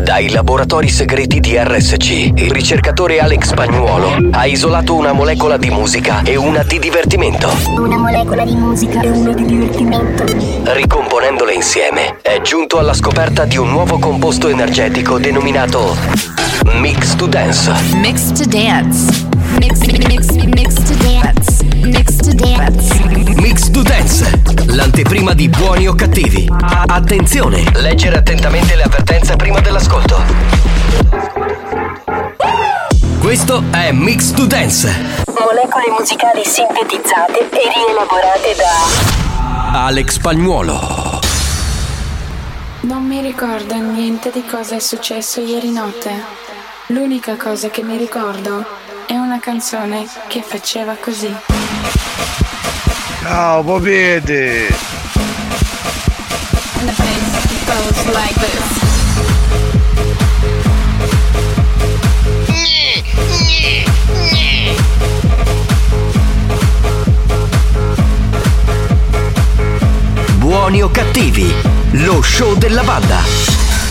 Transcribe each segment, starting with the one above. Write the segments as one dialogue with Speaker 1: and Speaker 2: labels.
Speaker 1: Dai laboratori segreti di RSC, il ricercatore Alex Spagnuolo ha isolato una molecola di musica e una di divertimento.
Speaker 2: Una molecola di musica e una di divertimento.
Speaker 1: Ricomponendole insieme, è giunto alla scoperta di un nuovo composto energetico denominato Mix to Dance.
Speaker 3: Mix to Dance. Mix to Dance. Mix to Dance.
Speaker 1: Mix to Dance, l'anteprima di Buoni o Cattivi. Attenzione, leggere attentamente le avvertenze prima dell'ascolto. Questo è Mix to Dance.
Speaker 2: Molecole musicali sintetizzate e rielaborate da
Speaker 1: Alex Spagnuolo.
Speaker 4: Non mi ricordo niente di cosa è successo ieri notte. L'unica cosa che mi ricordo è una canzone che faceva così.
Speaker 5: Ciao, popete!
Speaker 4: And the bass goes like this.
Speaker 1: Buoni o Cattivi, lo show della banda.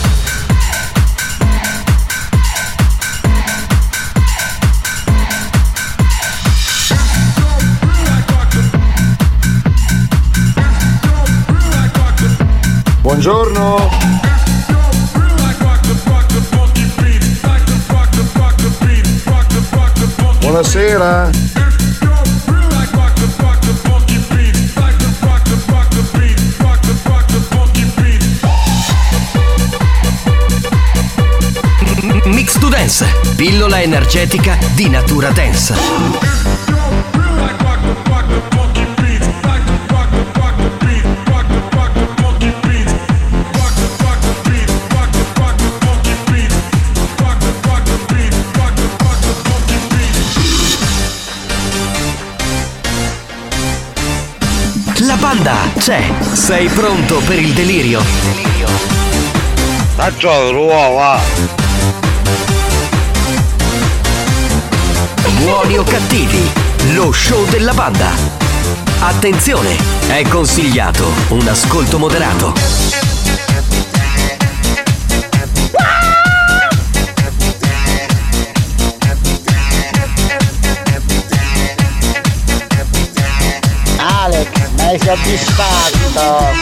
Speaker 5: Buongiorno! Buonasera!
Speaker 1: Mix to Dance, pillola energetica di natura dance. La banda c'è. Sei pronto per il delirio? Buoni o Cattivi, lo show della banda. Attenzione, è consigliato un ascolto moderato.
Speaker 6: Alex, mi hai soddisfatto.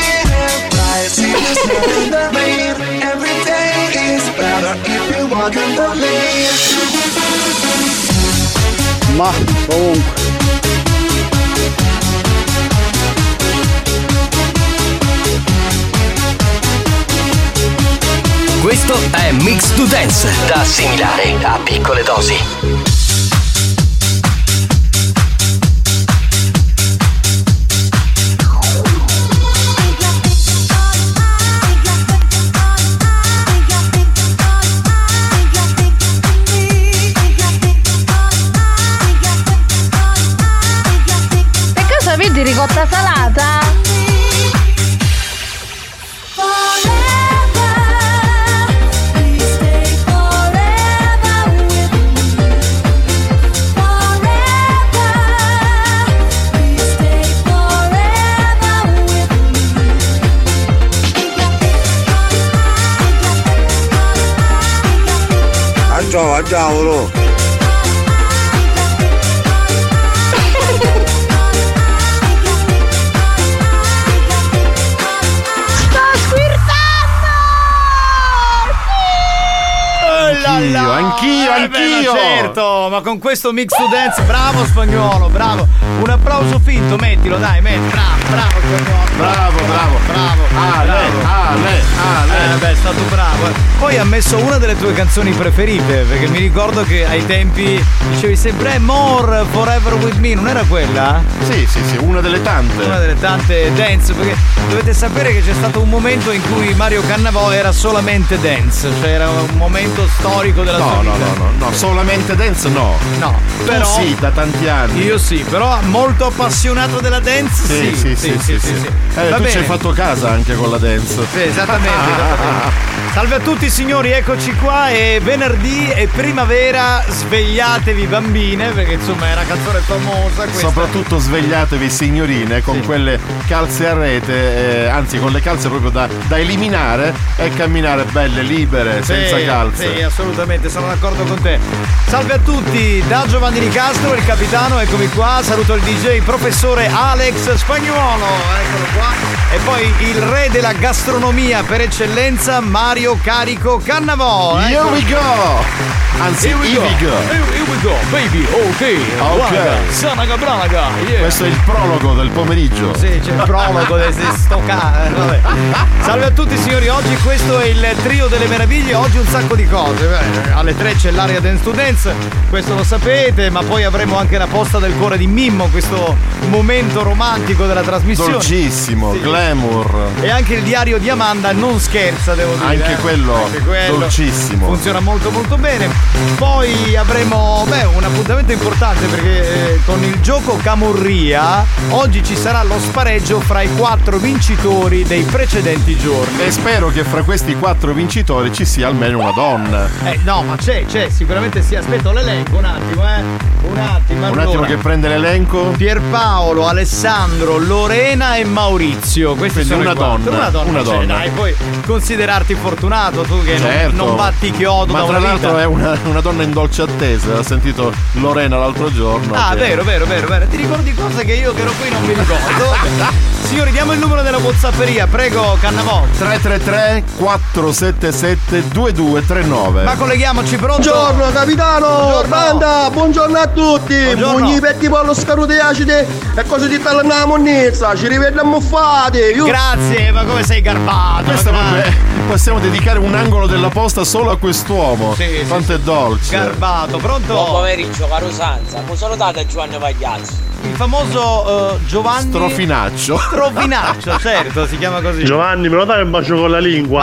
Speaker 6: Ma comunque
Speaker 1: Questo è Mix to Dance, da assimilare a piccole dosi.
Speaker 7: Vedi ricotta salata?
Speaker 5: Ciao,
Speaker 8: Anch'io. Certo, ma con questo Mix to Dance, bravo Spagnuolo, bravo. Un applauso finto, mettilo, dai, bravo Spagnuolo. Bravo. Ale. Beh, è stato bravo. Poi ha messo una delle tue canzoni preferite, perché mi ricordo che ai tempi dicevi sempre More Forever With Me, non era quella?
Speaker 9: Sì, una delle tante.
Speaker 8: Una delle tante dance, perché dovete sapere che c'è stato un momento in cui Mario Cannavò era solamente dance, cioè era un momento storico della sua vita.
Speaker 9: No, solamente dance no.
Speaker 8: No, però
Speaker 9: tu sì, da tanti anni.
Speaker 8: Io sì, però molto appassionato della dance. Sì.
Speaker 9: Tu ci hai fatto casa anche con la dance.
Speaker 8: Sì, esattamente. Salve a tutti signori, eccoci qua, è venerdì, è primavera, svegliatevi bambine, perché insomma è una canzone famosa questa.
Speaker 9: Soprattutto svegliatevi signorine con quelle calze a rete, anzi con le calze proprio da eliminare e camminare belle, libere, senza calze.
Speaker 8: Sì, assolutamente, sono d'accordo con te. Salve a tutti, da Giovanni Nicastro, il capitano, eccomi qua, saluto il DJ professore Alex Spagnuolo, eccolo qua. E poi il re della gastronomia per eccellenza, Mario Carico Cannavò.
Speaker 9: Here we go! Anzi, here we go,
Speaker 8: baby, ok. Sanaga Braga, yeah.
Speaker 9: Questo è il prologo del pomeriggio.
Speaker 8: Sì, c'è il prologo di sto vabbè. Salve a tutti signori, oggi questo è il trio delle meraviglie, oggi un sacco di cose. Alle 3 c'è l'area Dance to Dance, questo lo sapete, ma poi avremo anche la posta del cuore di Mimmo, questo momento romantico della trasmissione.
Speaker 9: Dolcissimo, sì. Glamour.
Speaker 8: E anche il diario di Amanda non scherza, devo dire.
Speaker 9: Anche quello dolcissimo.
Speaker 8: Funziona molto molto bene. Poi avremo un appuntamento importante perché con il gioco Camorria oggi ci sarà lo spareggio fra i 4 vincitori dei precedenti giorni.
Speaker 9: E spero che fra questi 4 vincitori ci sia almeno una donna.
Speaker 8: No, ma c'è, sicuramente sì. Aspetta l'elenco un attimo, Un
Speaker 9: attimo che prende l'elenco.
Speaker 8: Pierpaolo, Alessandro, Lorena e Maurizio. Questi sono
Speaker 9: una donna.
Speaker 8: Una donna. Dai, poi considerarti fortunato tu che non batti chiodo da una vita.
Speaker 9: Ma tra l'altro è una donna in dolce attesa. Ho sentito Lorena l'altro giorno.
Speaker 8: Vero. Ti ricordi cose che io che ero qui non mi ricordo? Signori, diamo il numero della WhatsApperia, prego Cannavò.
Speaker 9: 333 477 2239.
Speaker 8: Ma colleghiamoci, pronto?
Speaker 6: Buongiorno capitano, banda, buongiorno a tutti. Buoni petti pollo scarute acide e cose di tale nella monnezza. Ci rivediamo fate.
Speaker 8: Grazie, ma come sei garbato?
Speaker 9: Questa possiamo dedicare un angolo della posta solo a quest'uomo.
Speaker 8: Sì,
Speaker 9: quanto è dolce.
Speaker 8: Garbato, pronto?
Speaker 7: Buon pomeriggio caro Sanza, come salutate Giovanni Pagliazzi.
Speaker 8: Il famoso Giovanni
Speaker 9: Strofinaccio,
Speaker 8: certo, si chiama così.
Speaker 5: Giovanni, me lo dai un bacio con la lingua?
Speaker 8: Ma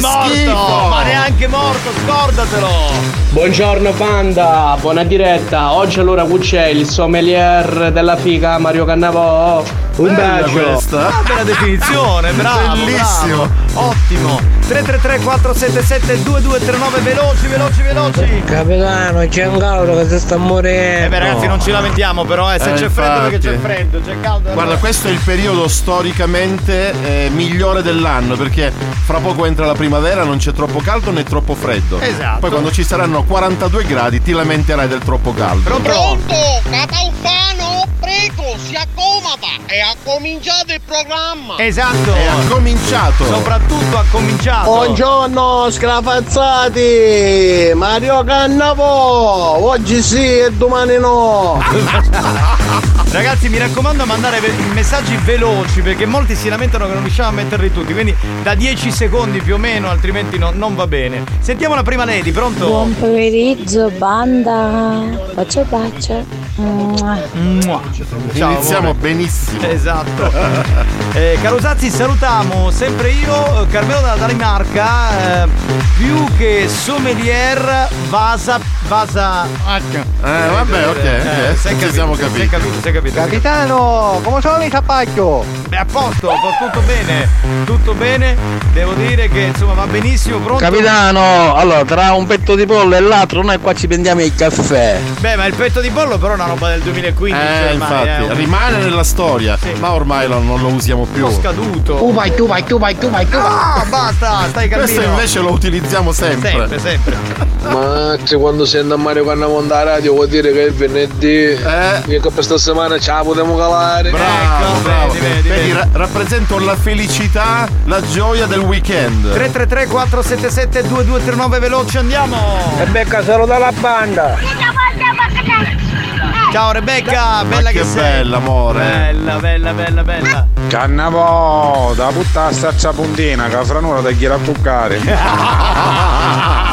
Speaker 8: neanche morto, scordatelo.
Speaker 10: Buongiorno banda, buona diretta. Oggi allora qui c'è il sommelier della figa Mario Cannavò. Un bacio.
Speaker 9: Questa.
Speaker 8: Bella definizione, bravo.
Speaker 9: Bellissimo.
Speaker 8: Bravo. Ottimo. 333 477 2239, veloci.
Speaker 10: Capitano, c'è un caldo che si sta morendo.
Speaker 8: Ragazzi, non ci lamentiamo però, se c'è freddo perché c'è freddo, c'è caldo.
Speaker 9: Guarda, questo è il periodo storicamente migliore dell'anno, perché fra poco entra la primavera, non c'è troppo caldo né troppo freddo.
Speaker 8: Esatto.
Speaker 9: Poi quando ci saranno 42 gradi ti lamenterai del troppo caldo.
Speaker 11: Pronto, Catalfano, prego, si accomada e ha cominciato il programma.
Speaker 8: Esatto.
Speaker 9: E ha cominciato.
Speaker 8: Soprattutto ha cominciato.
Speaker 6: Buongiorno scrafazzati, Mario Cannavò. Oggi sì e domani no.
Speaker 8: Ragazzi, mi raccomando a mandare messaggi veloci, perché molti si lamentano che non riusciamo a metterli tutti, quindi da 10 secondi più o meno, altrimenti non va bene. Sentiamo la prima lady, pronto?
Speaker 12: Buon pomeriggio banda, bacio.
Speaker 8: Ciao,
Speaker 9: iniziamo benissimo.
Speaker 8: Esatto. Carosazzi, salutiamo sempre io, Carmelo dalla Danimarca, più che sommelier Vasa
Speaker 9: vabbè, ok, ci siamo capiti.
Speaker 8: Si è capito.
Speaker 6: Capitano, come sono i tappacchio?
Speaker 8: A posto, tutto bene, devo dire che insomma va benissimo, pronto?
Speaker 6: Capitano, allora tra un petto di pollo e l'altro noi qua ci prendiamo il caffè.
Speaker 8: Ma il petto di pollo però è una roba del 2015 ormai,
Speaker 9: infatti, rimane nella storia, sì. Ma ormai non lo usiamo più.
Speaker 8: È scaduto.
Speaker 6: Tu vai.
Speaker 8: Basta, stai calmino.
Speaker 9: Questo invece lo utilizziamo sempre.
Speaker 13: Ma quando sento a Mario Cannavò da radio vuol dire che è il venerdì che questa settimana ce la potremo calare.
Speaker 9: Bravo. Vedi, rappresento la felicità, la gioia del weekend.
Speaker 8: 333 477 2239, veloci, andiamo.
Speaker 6: Rebecca, saluta la banda.
Speaker 8: Ciao Rebecca, bella che sei.
Speaker 9: Bella amore.
Speaker 8: Bella.
Speaker 5: Cannavò, da buttare sta puntina che fra noi da chi a toccare.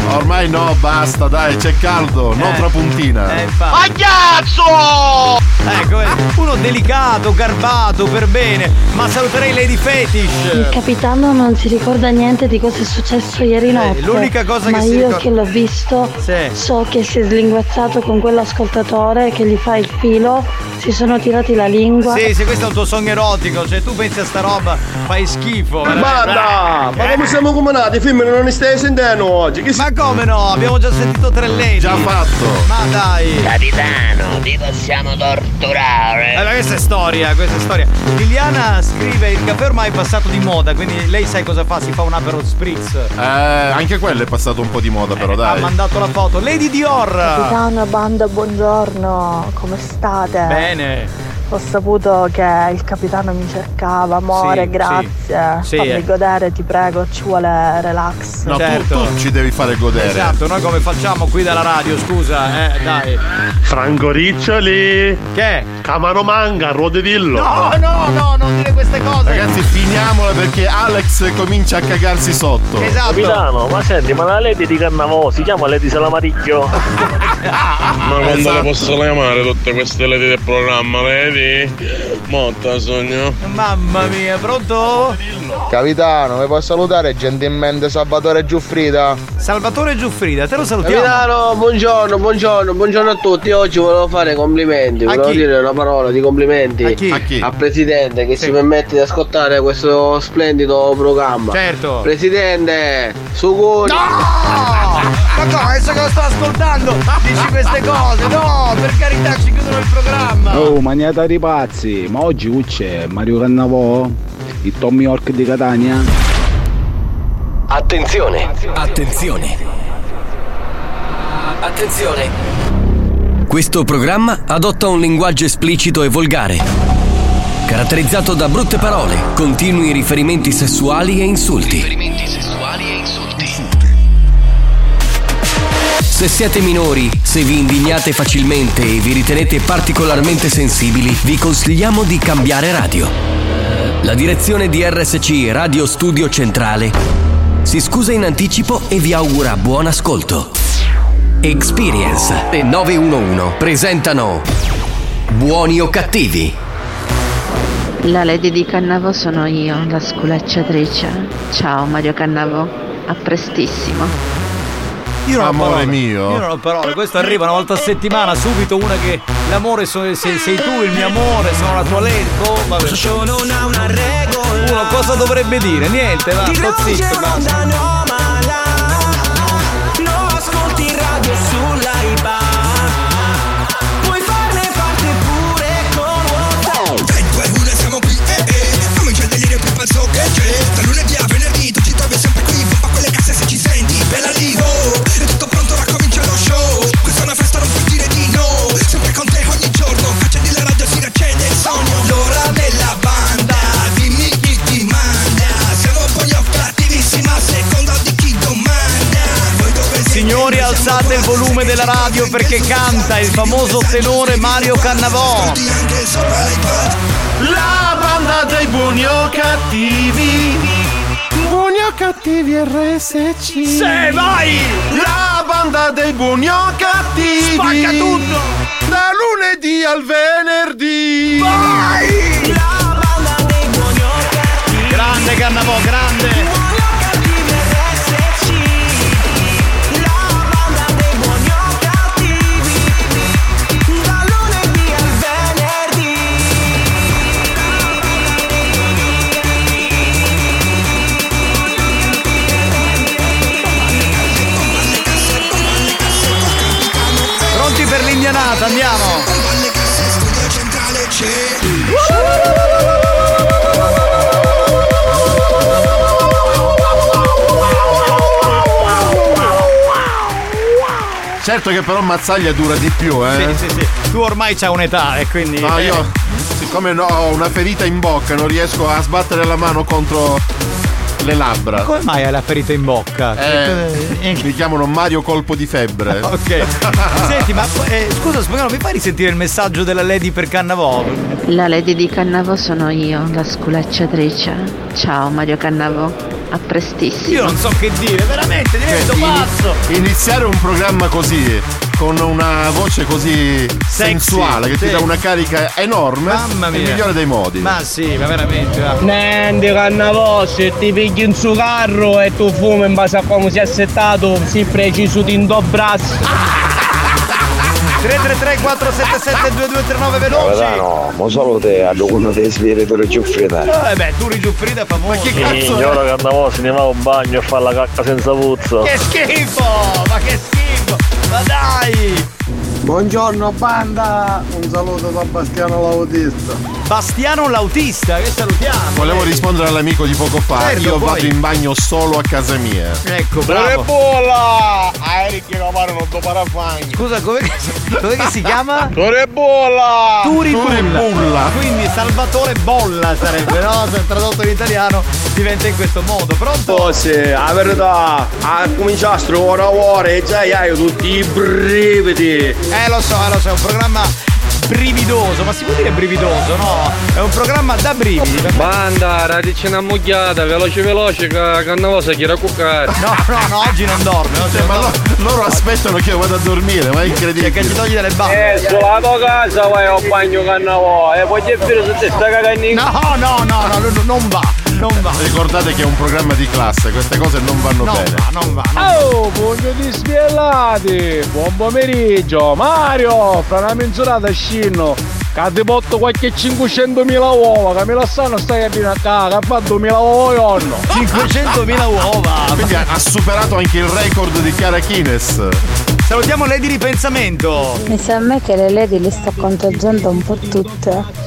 Speaker 9: Ormai no, basta, dai, c'è caldo, non trapuntina.
Speaker 11: Pagliazzo!
Speaker 8: Ecco, uno delicato, garbato, per bene. Ma saluterei Lady Fetish.
Speaker 12: Il capitano non si ricorda niente di cosa è successo ieri notte.
Speaker 8: L'unica cosa che
Speaker 12: ma
Speaker 8: si
Speaker 12: io
Speaker 8: ricorda.
Speaker 12: che l'ho visto so che si è slinguazzato con quell'ascoltatore che gli fa il filo. Si sono tirati la lingua.
Speaker 8: Sì, questo è un tuo sogno erotico. Cioè tu pensi a sta roba, fai schifo.
Speaker 6: Banda! Ma come siamo comunati? I film non li stai sentendo oggi?
Speaker 8: Ma come no? Abbiamo già sentito 3 lady.
Speaker 9: Già fatto.
Speaker 8: Ma dai.
Speaker 11: Capitano, ti possiamo torturare.
Speaker 8: Allora, questa è storia. Liliana scrive: il caffè ormai è passato di moda, quindi lei sai cosa fa? Si fa un Aperol Spritz.
Speaker 9: Anche quello è passato un po' di moda, però dai.
Speaker 8: Ha mandato la foto. Lady Dior.
Speaker 12: Capitano, banda, buongiorno. Come state?
Speaker 8: Bene.
Speaker 12: Ho saputo che il capitano mi cercava, amore,
Speaker 8: Sì,
Speaker 12: grazie.
Speaker 8: sì.
Speaker 12: Fammi godere, ti prego, ci vuole relax.
Speaker 9: No,
Speaker 8: certo.
Speaker 9: tu ci devi fare godere.
Speaker 8: Esatto, noi come facciamo qui dalla radio, scusa, dai.
Speaker 5: Franco Riccioli.
Speaker 8: Che?
Speaker 5: Camaro Manga, Rodedillo.
Speaker 8: No, non dire queste cose.
Speaker 9: Ragazzi, finiamola perché Alex comincia a cagarsi sotto.
Speaker 8: Esatto.
Speaker 14: Capitano, ma senti, ma la Lady di Cannavò si chiama Lady Salamaricchio?
Speaker 13: Ma quando le posso chiamare tutte queste lady del programma, vedi? Motta sogno.
Speaker 8: Mamma mia, pronto?
Speaker 15: Capitano, mi puoi salutare gentilmente Salvatore Giuffrida?
Speaker 8: Salvatore Giuffrida, te lo salutiamo.
Speaker 10: Capitano, buongiorno a tutti. Oggi volevo fare complimenti, volevo dire una parola di complimenti
Speaker 8: a chi?
Speaker 10: Al presidente che si permette di ascoltare questo splendido programma.
Speaker 8: Certo.
Speaker 10: Presidente, Suguri.
Speaker 8: No! Ma come? Adesso che lo sto ascoltando dici queste cose? No, per carità, ci chiudono il programma.
Speaker 16: Oh, maniata di pazzi, ma oggi c'è Mario Cannavò? Il Tommy York di Catania?
Speaker 1: Attenzione. Questo programma adotta un linguaggio esplicito e volgare, caratterizzato da brutte parole, continui riferimenti sessuali e insulti. Se siete minori, se vi indignate facilmente e vi ritenete particolarmente sensibili, vi consigliamo di cambiare radio. La direzione di RSC Radio Studio Centrale si scusa in anticipo e vi augura buon ascolto. Experience e 911 presentano Buoni o Cattivi.
Speaker 12: La Lady di Cannavò sono io, la sculacciatrice. Ciao Mario Cannavò, a prestissimo.
Speaker 8: Io non ho
Speaker 9: Amore
Speaker 8: parole.
Speaker 9: mio.
Speaker 8: Io non ho parole, questo arriva una volta a settimana, subito una che l'amore sei tu il mio amore, sono la tua lady. Vabbè.
Speaker 17: Non ha una regola.
Speaker 8: Uno cosa dovrebbe dire? Niente, va, sto zitto, basta.
Speaker 17: No, ascolti radio sull'Aiba. Puoi farne parte pure con WhatsApp.
Speaker 18: 3, 2, 1 siamo qui, fammi il delirio più pazzo che c'è. Da lunedì a venerdì tu ci trovi sempre qui. Pompa quelle casse se ci senti, bella lì, oh. È tutto pronto, ora comincia lo show. Questa è una festa, non puoi dire di no. Sempre con te ogni giorno, accendi la radio, si riaccende il sogno. L'ora della banda, dimmi chi ti manda. Siamo buoni o cattivissima, a seconda di chi domanda. Voi dove siete?
Speaker 8: Signori, alzate il volume della radio perché canta il famoso tenore Mario Cannavò.
Speaker 9: La banda dei buoni o cattivi. Buoni o cattivi RSC.
Speaker 8: Sì, vai!
Speaker 9: La banda dei buoni o cattivi.
Speaker 8: Spacca tutto!
Speaker 9: Da lunedì al venerdì.
Speaker 8: Vai!
Speaker 17: La banda dei buoni o cattivi.
Speaker 8: Grande Cannavò, grande!
Speaker 17: Buoni o cattivi RSC. La banda dei buoni o cattivi. Da lunedì al venerdì.
Speaker 8: Pronti per l'indianata, andiamo!
Speaker 18: Studio centrale c'è.
Speaker 9: Certo che però Mazzaglia dura di più,
Speaker 8: Sì. Tu ormai c'hai un'età e quindi.
Speaker 9: No, io siccome ho una ferita in bocca non riesco a sbattere la mano contro le labbra.
Speaker 8: Come mai hai la ferita in bocca?
Speaker 9: Mi chiamano Mario Colpo di Febbre.
Speaker 8: Ok. Senti, ma scusa, spagnolo, mi fai risentire il messaggio della Lady per Cannavò?
Speaker 12: La Lady di Cannavò sono io, la sculacciatrice. Ciao Mario Cannavò. A prestissimo.
Speaker 8: Io non so che dire, veramente divento pazzo.
Speaker 9: Iniziare un programma così, con una voce così sensuale, che ti dà una carica enorme,
Speaker 8: mamma mia,
Speaker 9: è il migliore dei modi.
Speaker 8: Ma sì, ma veramente.
Speaker 10: Niente, Cannavò, se ti pigli in suo carro e tu fumi in base a come si è settato, si preciso di indobrazzo.
Speaker 8: 333 477 2239 veloci.
Speaker 19: No, ma solo te a uno dei spiriti Giuffrida.
Speaker 8: Beh, tu Giuffrida famoso.
Speaker 9: Ma che cazzo?
Speaker 14: Signora Cannavò se ne va un bagno e fa la cacca senza puzza.
Speaker 8: Che schifo! Ma che schifo! Ma dai!
Speaker 15: Buongiorno banda, un saluto da Bastiano l'autista.
Speaker 8: Bastiano l'autista, che salutiamo.
Speaker 9: Volevo rispondere all'amico di poco fa.
Speaker 8: Certo,
Speaker 9: io
Speaker 8: poi
Speaker 9: vado in bagno solo a casa mia.
Speaker 8: Ecco, bravo.
Speaker 11: Torebolla! Eric che non do parafagni.
Speaker 8: Scusa, com'è che si chiama?
Speaker 11: Torebolla!
Speaker 8: Turibulla. Quindi Salvatore Bolla sarebbe, no? Se tradotto in italiano diventa in questo modo. Pronto?
Speaker 6: Oh sì, la verità, a cominciare ora e già hai tutti i brividi.
Speaker 8: Lo so, è un programma brividoso, ma si può dire brividoso, no? È un programma da brividi.
Speaker 10: Banda, radice una mugliata, veloce che Cannavò si chiede a cuccare.
Speaker 8: No, oggi non dorme.
Speaker 9: Ma loro aspettano che io vada a dormire, ma è incredibile.
Speaker 8: Che ti togli dalle balle.
Speaker 10: Sulla tua casa vai a bagno Cannavò e poi dire se ti sta cagando.
Speaker 8: No, non va.
Speaker 9: Ricordate che è un programma di classe, queste cose non vanno bene.
Speaker 8: Non va.
Speaker 10: Oh, buongiorno di spiellati. Buon pomeriggio. Mario, fra una menzionata scino. Che ti porto qualche 500.000 uova, che me la sanno stai a dire a casa, che fa 2.000 uova giorno.
Speaker 8: 500.000 uova.
Speaker 9: Quindi ha superato anche il record di Chiara Kines.
Speaker 8: Salutiamo Lady Ripensamento.
Speaker 20: Mi sa a me che le Lady le sto conteggiando un po' tutte.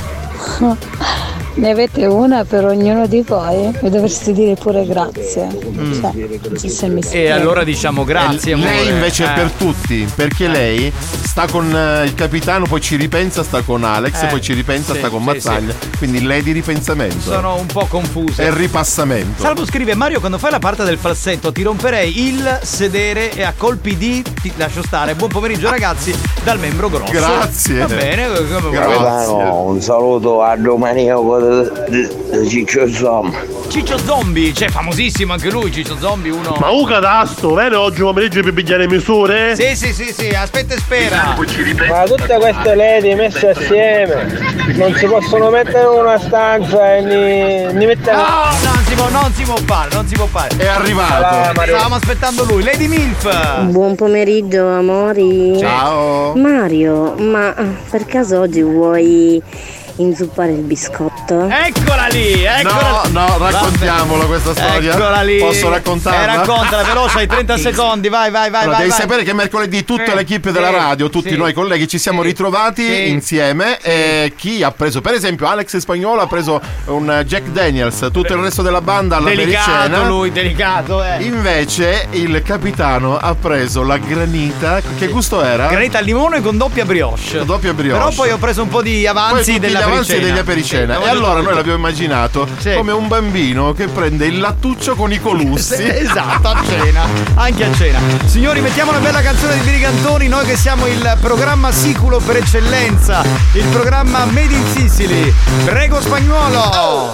Speaker 20: Ne avete una per ognuno di voi e dovreste dire pure grazie. Cioè, non so se mi spiego.
Speaker 8: E allora diciamo grazie.
Speaker 9: Lei invece è per tutti, perché lei sta con il capitano, poi ci ripensa, sta con Alex, poi ci ripensa, sta con Mazzaglia. Quindi lei di ripensamento.
Speaker 8: Sono un po' confuse.
Speaker 9: E ripassamento.
Speaker 8: Salvo scrive: Mario, quando fai la parte del falsetto ti romperei il sedere e a colpi di ti lascio stare. Buon pomeriggio ragazzi dal membro grosso.
Speaker 9: Grazie.
Speaker 8: Va bene,
Speaker 19: Capitano, un saluto a Domenico Ciccio Zombie.
Speaker 8: Ciccio Zombie, cioè famosissimo anche lui, Ciccio Zombie, uno.
Speaker 5: Ma Uca Tasto, vero oggi pomeriggio per pigliare misure?
Speaker 8: Sì, aspetta e spera.
Speaker 10: Ma tutte queste lady messe assieme non si possono mettere in una stanza e ni mettere.
Speaker 8: No, non si può fare.
Speaker 9: È arrivato.
Speaker 8: Stavamo aspettando lui, Lady Milf.
Speaker 20: Buon pomeriggio amori.
Speaker 9: Ciao.
Speaker 20: Mario, ma per caso oggi vuoi inzuppare il biscotto?
Speaker 8: Eccola lì.
Speaker 9: No, raccontiamola questa storia.
Speaker 8: Eccola lì.
Speaker 9: Posso raccontarla?
Speaker 8: Raccontala veloce, hai 30 secondi, vai.
Speaker 9: Devi sapere che mercoledì tutta l'equipe della radio, tutti noi colleghi ci siamo ritrovati insieme e chi ha preso, per esempio Alex Spagnolo ha preso un Jack Daniels, tutto il resto della banda alla pericena.
Speaker 8: Delicato.
Speaker 9: Invece il capitano ha preso la granita. Che gusto era?
Speaker 8: Granita al limone con doppia brioche. Però poi ho preso un po' di avanzi della
Speaker 9: degli apericena. E allora noi l'abbiamo immaginato come un bambino che prende il lattuccio con i colussi.
Speaker 8: Esatto, a cena, anche a cena. Signori, mettiamo una bella canzone di Billy Cantoni, noi che siamo il programma siculo per eccellenza, il programma Made in Sicily. Prego Spagnuolo.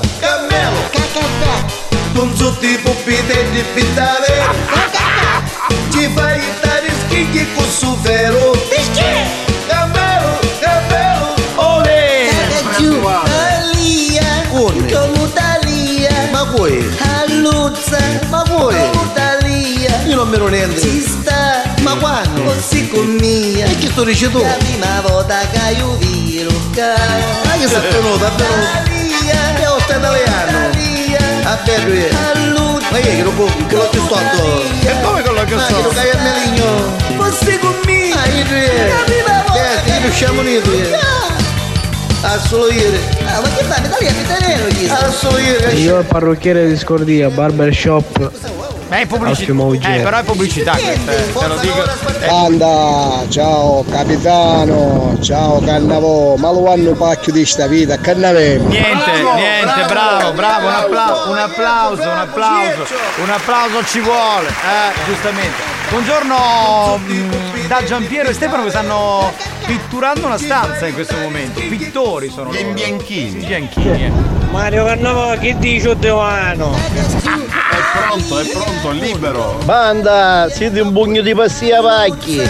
Speaker 17: Non so ti puppite di pittare. Ci fai dare schicchi con su vero. Cammelo.
Speaker 8: Olè.
Speaker 17: Talia, come Talia. Ma poi? Alluzza, ma poi? Talia. Io non mi ero niente. Ci sta. Ma quando? Così con mia. E che sto dicendo tu? La prima volta che io viro. Ma che sei venuta? Talia. Che ho stato italiano. Talia. A bello alluzza. Ma che lo può? Che lo sto atto?
Speaker 8: E come quello che sto?
Speaker 17: Ma che lo cai a meligno. Così con mia. Ma io ti riusciamo niente. A solo ieri. Ma che fai? A solo ieri.
Speaker 10: Io il parrucchiere di Scordia, barbershop.
Speaker 8: È pubblicità. Però è pubblicità questa, te lo dico.
Speaker 15: Banda, ciao capitano, ciao Cannavò, ma lo hanno pacchio di sta vita, Cannavemo.
Speaker 8: Niente, bravo, un applauso ci vuole, giustamente. Buongiorno da Giampiero e Stefano che stanno pitturando una stanza in questo momento. Pittori sono
Speaker 9: gli imbianchini.
Speaker 7: Mario Cannavò, che dice Devano?
Speaker 9: È pronto, libero.
Speaker 15: Banda, siete un pugno di passia pacchi.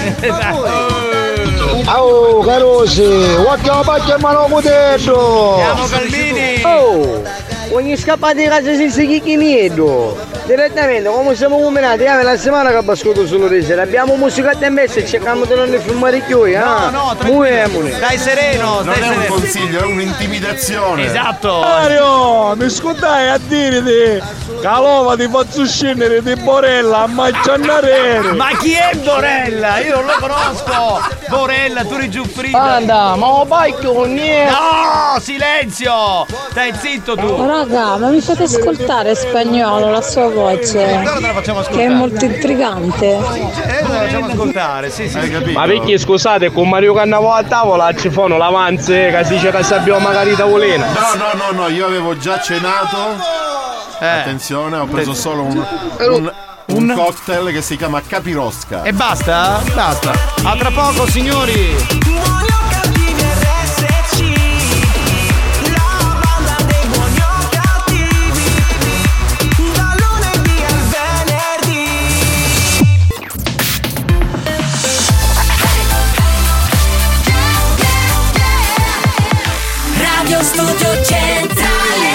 Speaker 15: Oh, carosi, occhio la pacchia e mano potetto.
Speaker 8: Siamo calmini.
Speaker 15: Oh, ogni scappata di casa senza chicchi miedo. Direttamente, come siamo combinati, la settimana che bascuto solo di sera. Abbiamo musica a tempesta e cerchiamo di non ne filmare più,
Speaker 8: No,
Speaker 15: muoviamone.
Speaker 8: Stai sereno,
Speaker 9: Non è un consiglio, è un'intimidazione.
Speaker 8: Esatto.
Speaker 10: Mario, mi scordai a dirti Calova ti faccio scendere di Borella a Macciannarere.
Speaker 8: Ma chi è Borella? Io non lo conosco. Borella, tu eri Giuffrida.
Speaker 15: Anda, ma ho pacchio niente.
Speaker 8: No, silenzio. Stai zitto tu.
Speaker 20: Raga, ma mi fate ascoltare spagnolo, la sua voce,
Speaker 8: Allora te la facciamo ascoltare.
Speaker 20: che è molto intrigante.
Speaker 8: Te la facciamo ascoltare, sì.
Speaker 9: Hai capito?
Speaker 10: Ma perché scusate, con Mario Cannavò a tavola ci fanno l'avanze che si dice che abbiamo magari tavolina.
Speaker 9: No, io avevo già cenato. Attenzione, ho preso solo un cocktail che si chiama Capirosca.
Speaker 8: E basta? Basta. A tra poco, signori.
Speaker 2: Radio Studio Centrale.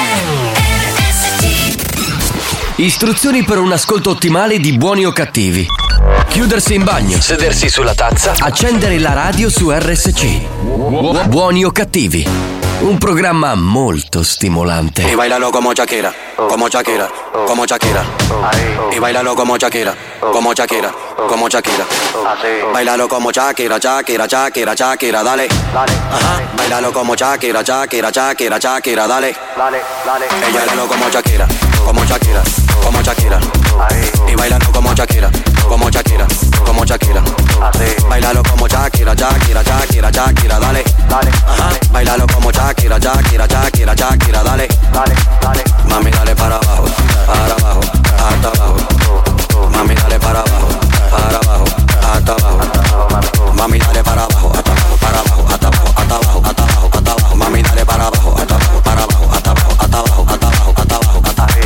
Speaker 1: Istruzioni per un ascolto ottimale di Buoni o Cattivi. Chiudersi in bagno, sedersi sulla tazza, accendere la radio su RSC. Buoni o Cattivi, un programma molto stimolante.
Speaker 21: Y bailalo como Shakira, como Shakira, como Shakira. Y bailalo como Shakira, como Shakira, como Shakira. Bailalo como Shakira, Shakira, Shakira, Shakira, dale. Ajá. Bailalo como Shakira, Shakira, Shakira, Shakira, dale. Ella bailalo como Shakira, como Shakira, como Shakira. Y bailalo como Shakira, como Shakira, como Shakira. Bailalo como Shakira, Shakira, Shakira, Shakira, dale. Ajá. Bailalo como Shakira, Shakira, Shakira, Shakira, dale. Mami, dale para abajo, hasta abajo. Mami, dale para abajo, hasta abajo. Mami, dale para abajo, hasta abajo, para abajo, hasta abajo, hasta abajo, hasta abajo, hasta abajo. Mami, dale para abajo, hasta abajo, para abajo, hasta abajo, hasta abajo, hasta abajo, hasta abajo, hasta abajo.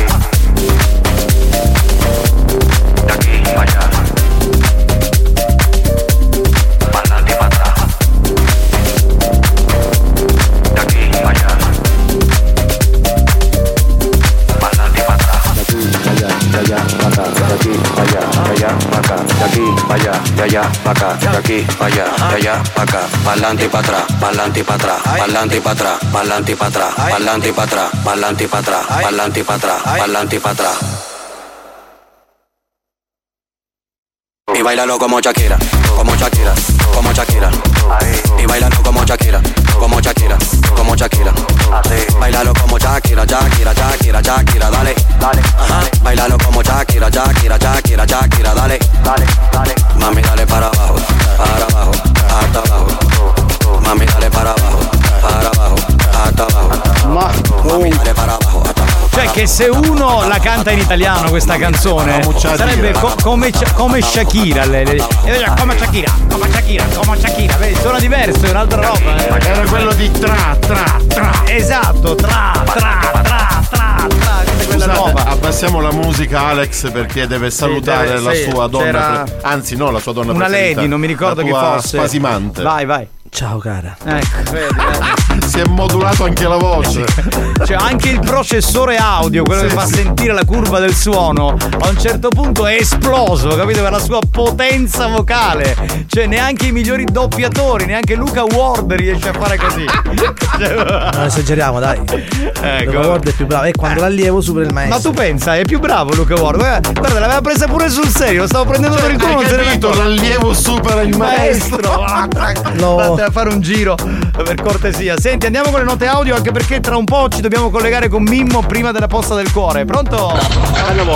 Speaker 21: De aquí para allá. Para adelante y para atrás. De aquí para allá. Para adelante y para atrás. De allá para acá, de aquí para allá, de allá para acá, de aquí para allá, de allá para acá, de aquí para allá, de allá para acá, para adelante y para atrás, para adelante y para atrás, para adelante y para atrás, para adelante y para atrás, para adelante y para atrás, para adelante y para atrás, para adelante y para atrás, para adelante y para atrás. Y bailalo como Shakira, como Shakira, como Shakira. Y bailalo como Shakira, como Shakira, como Shakira. Bailalo como Shakira, Shakira, Shakira, Shakira, dale. Ajá. Bailalo como Shakira, Shakira, Shakira, Shakira, dale. Mami, dale para abajo, hasta abajo. Mami, dale para abajo, hasta abajo. Mami, dale para abajo, hasta abajo.
Speaker 8: Cioè che se uno la canta in italiano questa canzone sarebbe come Shakira, come Shakira, vedi, suona diverso, è un'altra roba.
Speaker 9: Era quello di tra.
Speaker 8: Esatto, tra.
Speaker 9: Scusate, abbassiamo la musica, Alex, perché deve salutare la sua donna. Anzi, no, la sua donna
Speaker 8: una
Speaker 9: preferita.
Speaker 8: lady, non mi ricordo
Speaker 9: la
Speaker 8: chi
Speaker 9: tua
Speaker 8: fosse.
Speaker 9: Spasimante.
Speaker 8: Vai.
Speaker 22: Ciao cara.
Speaker 8: Ecco, vedi.
Speaker 9: Si è modulato anche la voce.
Speaker 8: Cioè anche il processore audio, quello che fa sentire la curva del suono, a un certo punto è esploso, capito? Per la sua potenza vocale. Cioè neanche i migliori doppiatori, neanche Luca Ward riesce a fare così.
Speaker 22: Non esageriamo, dai.
Speaker 8: Ecco.
Speaker 22: Luca Ward è più bravo. È quando l'allievo supera il maestro.
Speaker 8: Ma tu pensa, è più bravo Luca Ward? Guarda, l'aveva presa pure sul serio, lo stavo prendendo per il culo, non se ne metto.
Speaker 9: L'allievo supera il maestro.
Speaker 22: No.
Speaker 8: A fare un giro per cortesia. Senti, andiamo con le note audio, anche perché tra un po' ci dobbiamo collegare con Mimmo prima della posta del cuore. Pronto?
Speaker 7: Cannavò.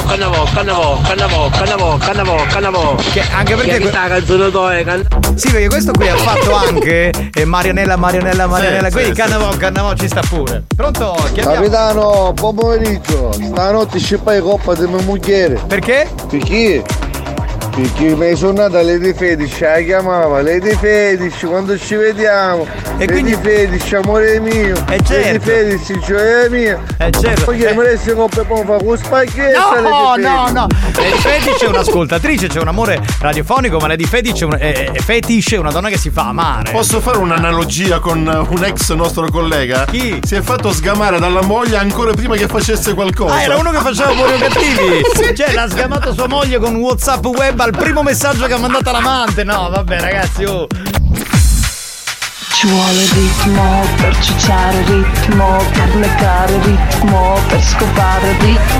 Speaker 8: Che, anche perché sì, perché questo qui ha fatto anche Marianella. Quindi Cannavò ci sta pure. Pronto?
Speaker 15: Capitano, buon pomeriggio. Stanotte scippai coppa di mia moglie.
Speaker 8: Perché?
Speaker 15: Perché?
Speaker 3: Perché mi sono nata Lady Fetish, la chiamava Lady Fetish quando ci vediamo. E Lady Fetish, amore mio. Lady Fetish, gioia mia.
Speaker 8: Certo.
Speaker 3: Poi mi resti con Pepon fa con spaghetti.
Speaker 8: No. Lady Fetish è un'ascoltatrice, c'è un amore radiofonico, ma Lady Fetish è una donna che si fa amare.
Speaker 9: Posso fare un'analogia con un ex nostro collega?
Speaker 8: Chi?
Speaker 9: Si è fatto sgamare dalla moglie ancora prima che facesse qualcosa.
Speaker 8: Ah, era uno che faceva buoni o cattivi. Sì. Cioè, l'ha sgamato sua moglie con WhatsApp web al primo messaggio che ha mandato l'amante. No, vabbè, ragazzi, oh.
Speaker 4: Ci vuole ritmo per ciucciare, ritmo per leccare, ritmo per scopare,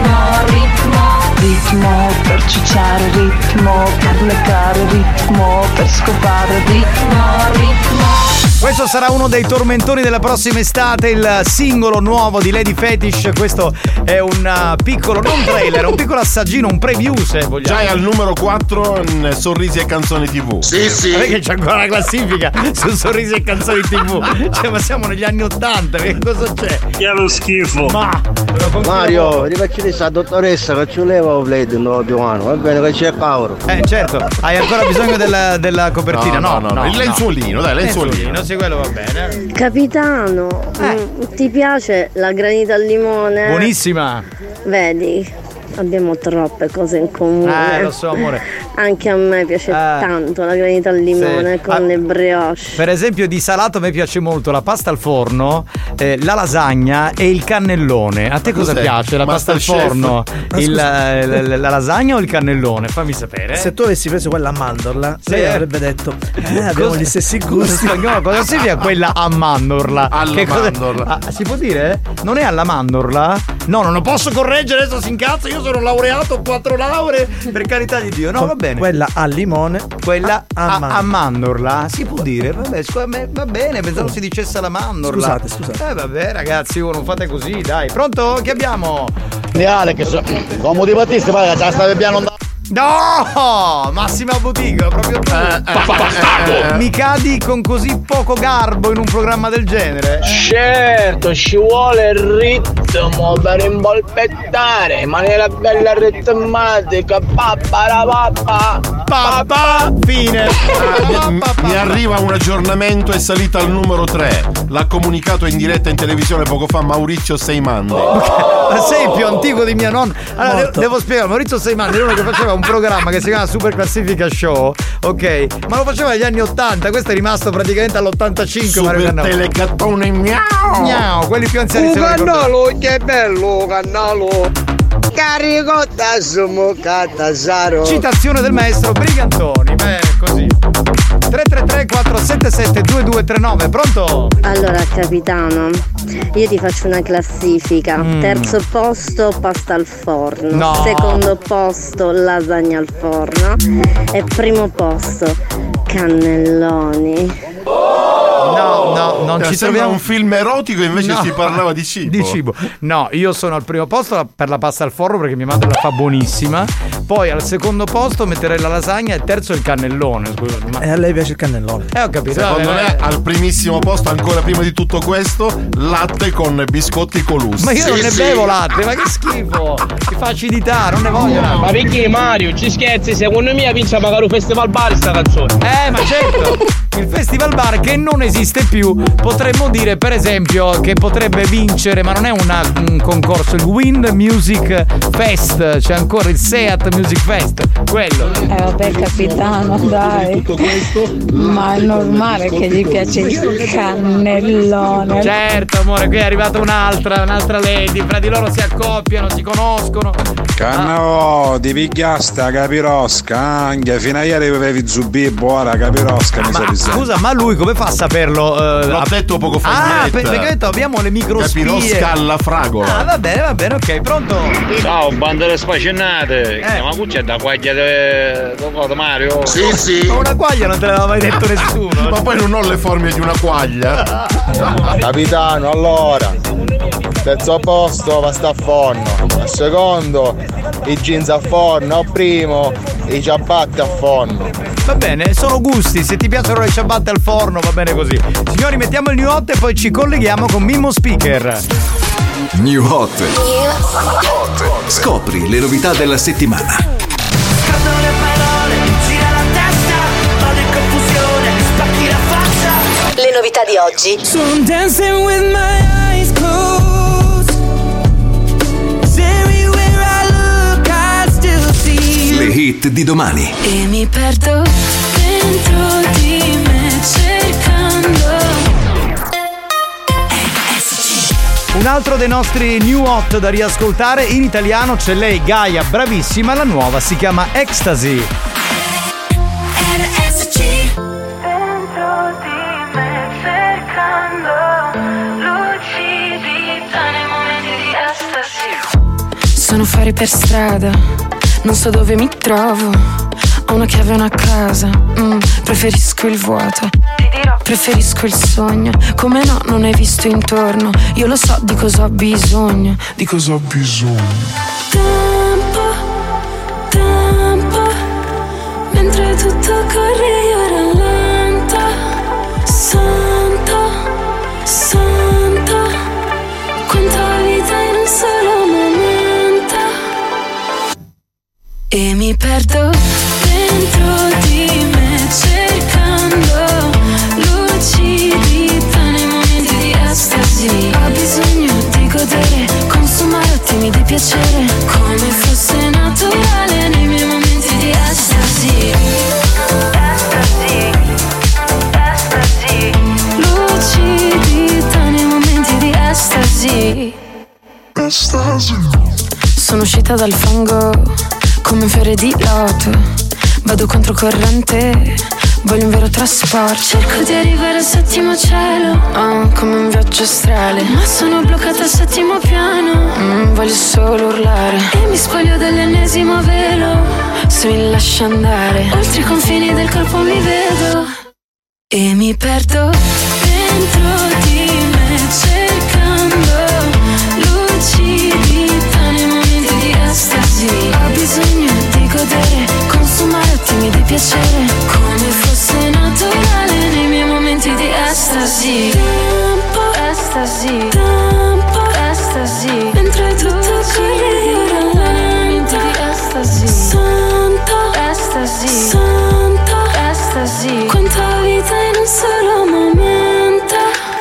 Speaker 4: ritmo per ciucciare, ritmo per leccare, ritmo per scopare, ritmo.
Speaker 8: Questo sarà uno dei tormentoni della prossima estate, il singolo nuovo di Lady Fetish. Questo è un piccolo, non trailer, un piccolo assaggino, un preview se vogliamo.
Speaker 9: Già è al numero 4 in Sorrisi e Canzoni TV.
Speaker 8: Sì. Perché c'è ancora la classifica su Sorrisi e Canzoni TV. Cioè, ma siamo negli anni 80, che cosa c'è?
Speaker 14: Che è lo schifo.
Speaker 3: Mario, rifacci questa dottoressa che ci leva o play no più anno, va bene che c'è cavolo.
Speaker 8: Certo, hai ancora bisogno della copertina? No.
Speaker 9: Il lenzuolino, dai, lenzuolino.
Speaker 8: Sì, quello va bene.
Speaker 23: Capitano, ti piace la granita al limone?
Speaker 8: Buonissima.
Speaker 23: Vedi, abbiamo troppe cose in comune.
Speaker 8: Lo so, amore.
Speaker 23: Anche a me piace tanto la granita al limone con le brioche.
Speaker 8: Per esempio di salato a me piace molto la pasta al forno, la lasagna e il cannellone. A te cosa piace? La pasta al forno? La lasagna o il cannellone? Fammi sapere.
Speaker 22: Se tu avessi preso quella a mandorla, lei avrebbe detto abbiamo gli stessi gusti.
Speaker 8: No, cosa significa quella a mandorla?
Speaker 9: Alla mandorla.
Speaker 8: Si può dire? Non è alla mandorla? No, non lo posso correggere, adesso si incazza. Io sono laureato, ho 4 lauree, per carità di Dio. No, va bene.
Speaker 22: Quella al limone,
Speaker 8: quella a mandorla. Si può dire? Vabbè, va bene, pensavo si dicesse alla mandorla.
Speaker 22: Scusate.
Speaker 8: Vabbè, ragazzi, non fate così, dai. Pronto? Che abbiamo?
Speaker 3: Alex, come ti battiste, ma già stavi piano.
Speaker 8: No! Massima Boutique, proprio tu. Mi cadi con così poco garbo in un programma del genere?
Speaker 11: Certo, ci vuole il ritmo per impolpettare in maniera bella ritmatica.
Speaker 8: Papà, fine.
Speaker 9: Mi arriva un aggiornamento, è salita al numero 3. L'ha comunicato in diretta in televisione poco fa Maurizio Seimandi.
Speaker 8: Ma sei più antico di mia nonna. Allora, devo spiegare, Maurizio Seimandi è uno che faceva un programma che si chiama Super Classifica Show, ok? Ma lo faceva negli anni 80, questo è rimasto praticamente all'85.
Speaker 9: Super Telegattone
Speaker 8: miau, quelli più anziani.
Speaker 3: Cannolo, che bello, cannolo. Caricotta smucata Saro.
Speaker 8: Citazione del maestro Brigantoni. Così 333-477-2239. Pronto?
Speaker 23: Allora capitano, io ti faccio una classifica. Terzo posto pasta al forno,
Speaker 8: no.
Speaker 23: Secondo posto lasagna al forno e primo posto cannelloni.
Speaker 8: No, non ci troviamo.
Speaker 9: Un film erotico, invece si parlava di cibo.
Speaker 8: Di cibo. No, io sono al primo posto per la pasta al forno perché mia madre la fa buonissima. Poi al secondo posto metterei la lasagna e terzo il cannellone.
Speaker 22: E a lei piace il cannellone?
Speaker 8: Ho capito.
Speaker 9: Secondo me al primissimo posto, ancora prima di tutto questo, latte con biscotti Colus.
Speaker 8: Ma io non ne bevo latte, ma che schifo. Che facilità, non ne voglio.
Speaker 11: Ma perché Mario, ci scherzi? Secondo me vince magari un festival bar sta canzone.
Speaker 8: Ma certo. Il festival bar che non esiste più, potremmo dire per esempio che potrebbe vincere, ma non è un concorso, il Wind Music Fest, c'è ancora il Seat Music Fest, quello.
Speaker 20: Vabbè capitano, dai.
Speaker 9: Tutto questo?
Speaker 20: Ma è normale che gli piace il cannellone.
Speaker 8: Certo amore, qui è arrivata un'altra lady, fra di loro si accoppiano, si conoscono.
Speaker 16: Cannavo, di pigliasta capirosca, anche fino a ieri avevi zubì buona capirosca, mi sa.
Speaker 8: Scusa, ma lui come fa a saperlo?
Speaker 9: L'ho detto poco fa.
Speaker 8: Perché ho detto abbiamo le microspie.
Speaker 9: Capirosca alla fragola.
Speaker 8: Va bene, ok, pronto?
Speaker 14: Ciao, bandere spacennate. Ma qui c'è da quaglia di Mario.
Speaker 9: Sì.
Speaker 8: Ma una quaglia non te l'aveva mai detto nessuno.
Speaker 9: Ma poi non ho le forme di una quaglia.
Speaker 3: Capitano, allora terzo posto pasta a forno, al secondo i jeans a forno, al primo i ciabatte a forno.
Speaker 8: Va bene, sono gusti, se ti piacciono le ciabatte al forno va bene così. Signori, mettiamo il new hot e poi ci colleghiamo con Mimmo Speaker.
Speaker 24: New hot. Scopri le novità della settimana.
Speaker 2: Scattano le parole Le novità di oggi.
Speaker 6: So I'm dancing with my eyes closed. Everywhere I look I still see you.
Speaker 24: Le hit di domani.
Speaker 6: E mi perdo dentro di me cercando.
Speaker 8: Un altro dei nostri new hot da riascoltare, in italiano c'è lei, Gaia, bravissima, la nuova si chiama Ecstasy.
Speaker 6: Dentro di me cercando lucidità nei momenti di estasi. Sono fuori per strada, non so dove mi trovo. Ho una chiave e una casa, preferisco il vuoto. Preferisco il sogno, come no, non hai visto intorno. Io lo so di cosa ho bisogno. Di cosa ho bisogno. Tempo, mentre tutto corre io rallenta. Santo, quanta vita in un solo momento. E mi perdo dentro di me cercando lucidità nei momenti di estasi. Ho bisogno di godere, consumare attimi di piacere, come fosse naturale nei miei momenti di estasi. Lucidità nei momenti di estasi. Sono uscita dal fango come un fiore di loto. Vado controcorrente, voglio un vero trasporto. Cerco di arrivare al settimo cielo, come un viaggio astrale. Ma sono bloccata al settimo piano, voglio solo urlare. E mi spoglio dell'ennesimo velo, se mi lascia andare. Oltre i confini del corpo mi vedo e mi perdo dentro di me cercando lucidità nei momenti di estasi. Ho bisogno di godere, consumare attimi di piacere, come fosse naturale nei miei momenti di estasi. Tempo, estasi, mentre tutto corre io rallento. Estasi, santo, estasi, quanta vita in un solo momento.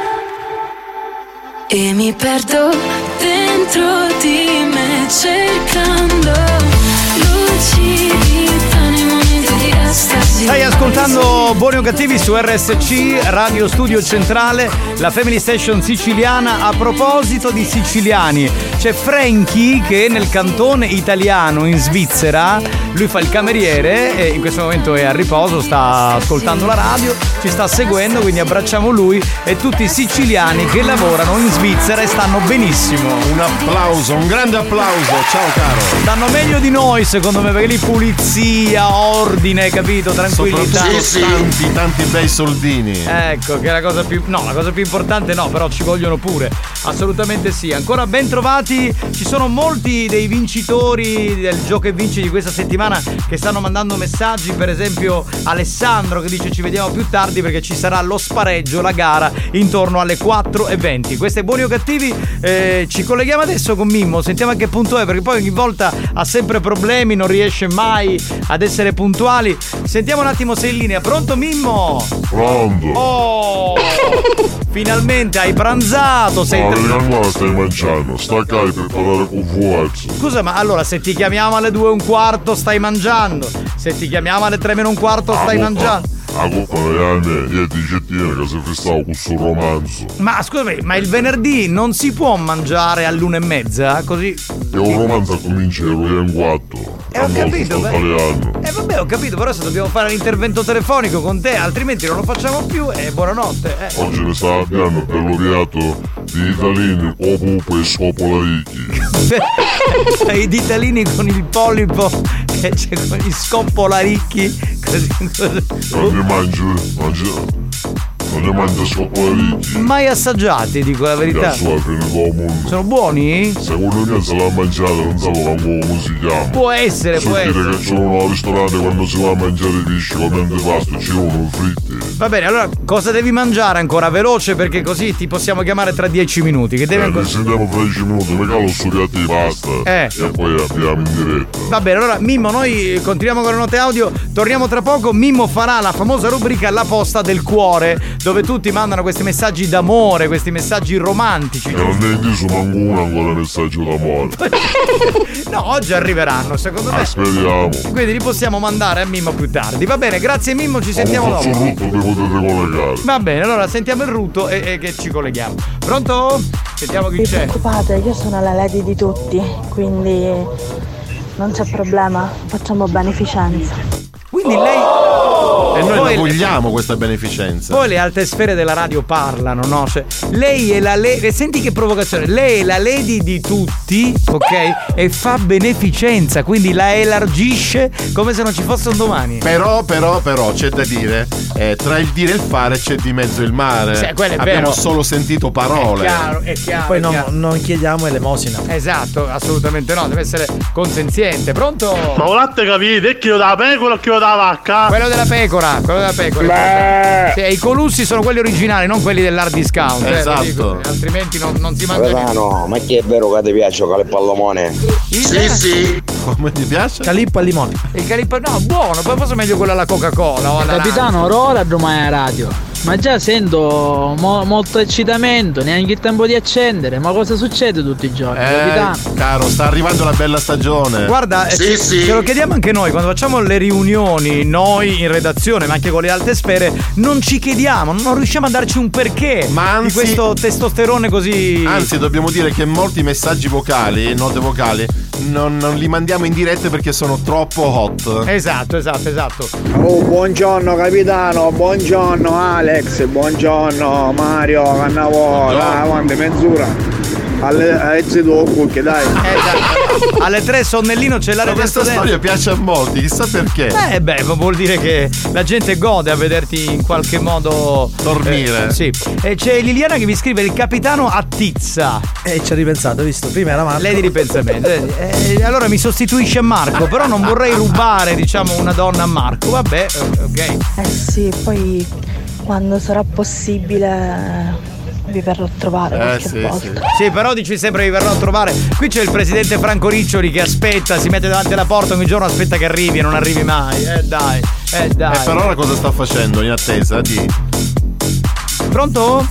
Speaker 6: E mi perdo dentro di me cercando lucidità nei momenti di estasi.
Speaker 8: Stai ascoltando Buoni o Cattivi su RSC, Radio Studio Centrale, la Family Station siciliana. A proposito di siciliani, c'è Frankie che nel cantone italiano in Svizzera, lui fa il cameriere e in questo momento è a riposo, sta ascoltando la radio, ci sta seguendo, quindi abbracciamo lui e tutti i siciliani che lavorano in Svizzera e stanno benissimo.
Speaker 9: Un applauso, un grande applauso, ciao caro.
Speaker 8: Stanno meglio di noi secondo me, perché lì pulizia, ordine, capito, tranquillità.
Speaker 9: Tanti bei soldini.
Speaker 8: Ecco, che è la cosa più importante no, però ci vogliono pure, assolutamente sì. Ancora ben trovati, ci sono molti dei vincitori del Gioco e Vinci di questa settimana che stanno mandando messaggi, per esempio Alessandro che dice ci vediamo più tardi perché ci sarà lo spareggio, la gara intorno alle 4:20. Questo è Buoni o Cattivi, ci colleghiamo adesso con Mimmo, sentiamo a che punto è, perché poi ogni volta ha sempre problemi, non riesce mai ad essere puntuali. Sentiamo un attimo se è in linea. Pronto Mimmo?
Speaker 12: Pronto.
Speaker 8: Oh, finalmente hai pranzato, sei
Speaker 12: ancora stai mangiando, staccai per parlare con Fuazzo.
Speaker 8: Scusa, ma allora se ti chiamiamo alle 2:15 stai mangiando, se ti chiamiamo alle 3:15 stai mangiando.
Speaker 12: La colpa non è a me, io ti dicevo che si festava con questo romanzo.
Speaker 8: Ma scusami, ma il venerdì non si può mangiare all'1:30? Così?
Speaker 12: E un romanzo comincia alle 4.
Speaker 8: Ho capito, vabbè, ho capito, però se dobbiamo fare l'intervento telefonico con te, altrimenti non lo facciamo più e buonanotte.
Speaker 12: Oggi ne sta abbiamo bello piatto di ditalini, o pupo e scopolaricchi.
Speaker 8: I ditalini con il polipo che c'è con gli scoppolaricchi.
Speaker 12: Non ne mangia scopolaricchi.
Speaker 8: Mai assaggiati, dico la verità. Sono buoni?
Speaker 12: Secondo me se l'ha mangiata non sapevo come si chiama.
Speaker 8: Può essere.
Speaker 12: Che c'erano al ristorante quando si va a mangiare pesce come antipasto, c'erano fritti.
Speaker 8: Va bene, allora cosa devi mangiare ancora? Veloce, perché così ti possiamo chiamare tra 10 minuti. Che devi ancora.
Speaker 12: Sentiamo fra 10 minuti, mi calo sto piatto di pasta. E poi abbiamo in diretta.
Speaker 8: Va bene, allora Mimmo, noi continuiamo con le note audio, torniamo tra poco. Mimmo farà la famosa rubrica La posta del cuore, dove tutti mandano questi messaggi d'amore, questi messaggi romantici.
Speaker 12: Non ne dico manco ancora messaggio d'amore.
Speaker 8: No, oggi arriveranno, secondo me.
Speaker 12: Speriamo.
Speaker 8: Quindi li possiamo mandare a Mimmo più tardi. Va bene, grazie Mimmo, ci sentiamo dopo.
Speaker 12: Faccio tutto, vi potete collegare.
Speaker 8: Va bene, allora sentiamo il rutto e che ci colleghiamo. Pronto? Sentiamo chi c'è.
Speaker 20: Non vi preoccupate, io sono la lady di tutti, quindi non c'è problema, facciamo beneficenza.
Speaker 8: Quindi lei...
Speaker 9: E noi la vogliamo questa beneficenza.
Speaker 8: Poi le alte sfere della radio parlano, no? Cioè, lei è la lady. Senti che provocazione. Lei è la lady di tutti, ok? E fa beneficenza, quindi la elargisce come se non ci fosse un domani.
Speaker 9: Però c'è da dire, tra il dire e il fare c'è di mezzo il mare.
Speaker 8: Sì, quello è
Speaker 9: Abbiamo
Speaker 8: vero.
Speaker 9: solo sentito parole.
Speaker 8: È chiaro.
Speaker 22: Poi non chiediamo elemosina.
Speaker 8: Esatto, assolutamente no, deve essere consenziente. Pronto?
Speaker 5: Ma un latte capite? È chilo della pecora o chilo della vacca?
Speaker 8: Quello della pecora. Sì, i colussi sono quelli originali, non quelli dell'hard discount.
Speaker 9: Esatto.
Speaker 8: Dico, altrimenti non si mangia niente.
Speaker 13: No, ma che è vero che ti piace Calippo al limone?
Speaker 9: Sì. Come ti piace?
Speaker 22: Calippo al limone.
Speaker 8: Il calippo, no, buono, poi forse meglio quello alla Coca-Cola. O alla
Speaker 18: Capitano, ora domani a radio. Ma già sento molto eccitamento, neanche il tempo di accendere. Ma cosa succede tutti i giorni, capitano?
Speaker 9: Caro, sta arrivando la bella stagione.
Speaker 8: Guarda,
Speaker 9: sì.
Speaker 8: ce lo chiediamo anche noi quando facciamo le riunioni, noi in redazione, ma anche con le alte sfere, non ci chiediamo, non riusciamo a darci un perché di questo testosterone così.
Speaker 9: Anzi, dobbiamo dire che molti messaggi vocali, note vocali, non li mandiamo in dirette perché sono troppo hot.
Speaker 8: Esatto.
Speaker 15: Oh, buongiorno capitano, buongiorno Alex, buongiorno Mario Cannavola, quante mezz'ora? Alle 2 che dai.
Speaker 8: Esatto. Alle 3 sonnellino c'è l'aria del
Speaker 9: questa storia piace a molti, chissà perché.
Speaker 8: Vuol dire che la gente gode a vederti in qualche modo
Speaker 9: dormire.
Speaker 8: Sì. E c'è Liliana che mi scrive: il capitano attizza.
Speaker 22: Ci ha ripensato, visto? Prima era Marco.
Speaker 8: Lei di ripensamento. Allora mi sostituisce a Marco, però non vorrei rubare, diciamo, una donna a Marco. Vabbè, ok.
Speaker 20: Sì, poi quando sarà possibile vi verrò a trovare qualche volta.
Speaker 8: Sì, però dici sempre vi verrò a trovare. Qui c'è il presidente Franco Riccioli che aspetta, si mette davanti alla porta ogni giorno, aspetta che arrivi e non arrivi mai. Dai.
Speaker 9: Per ora cosa sta facendo in attesa di?
Speaker 8: Pronto?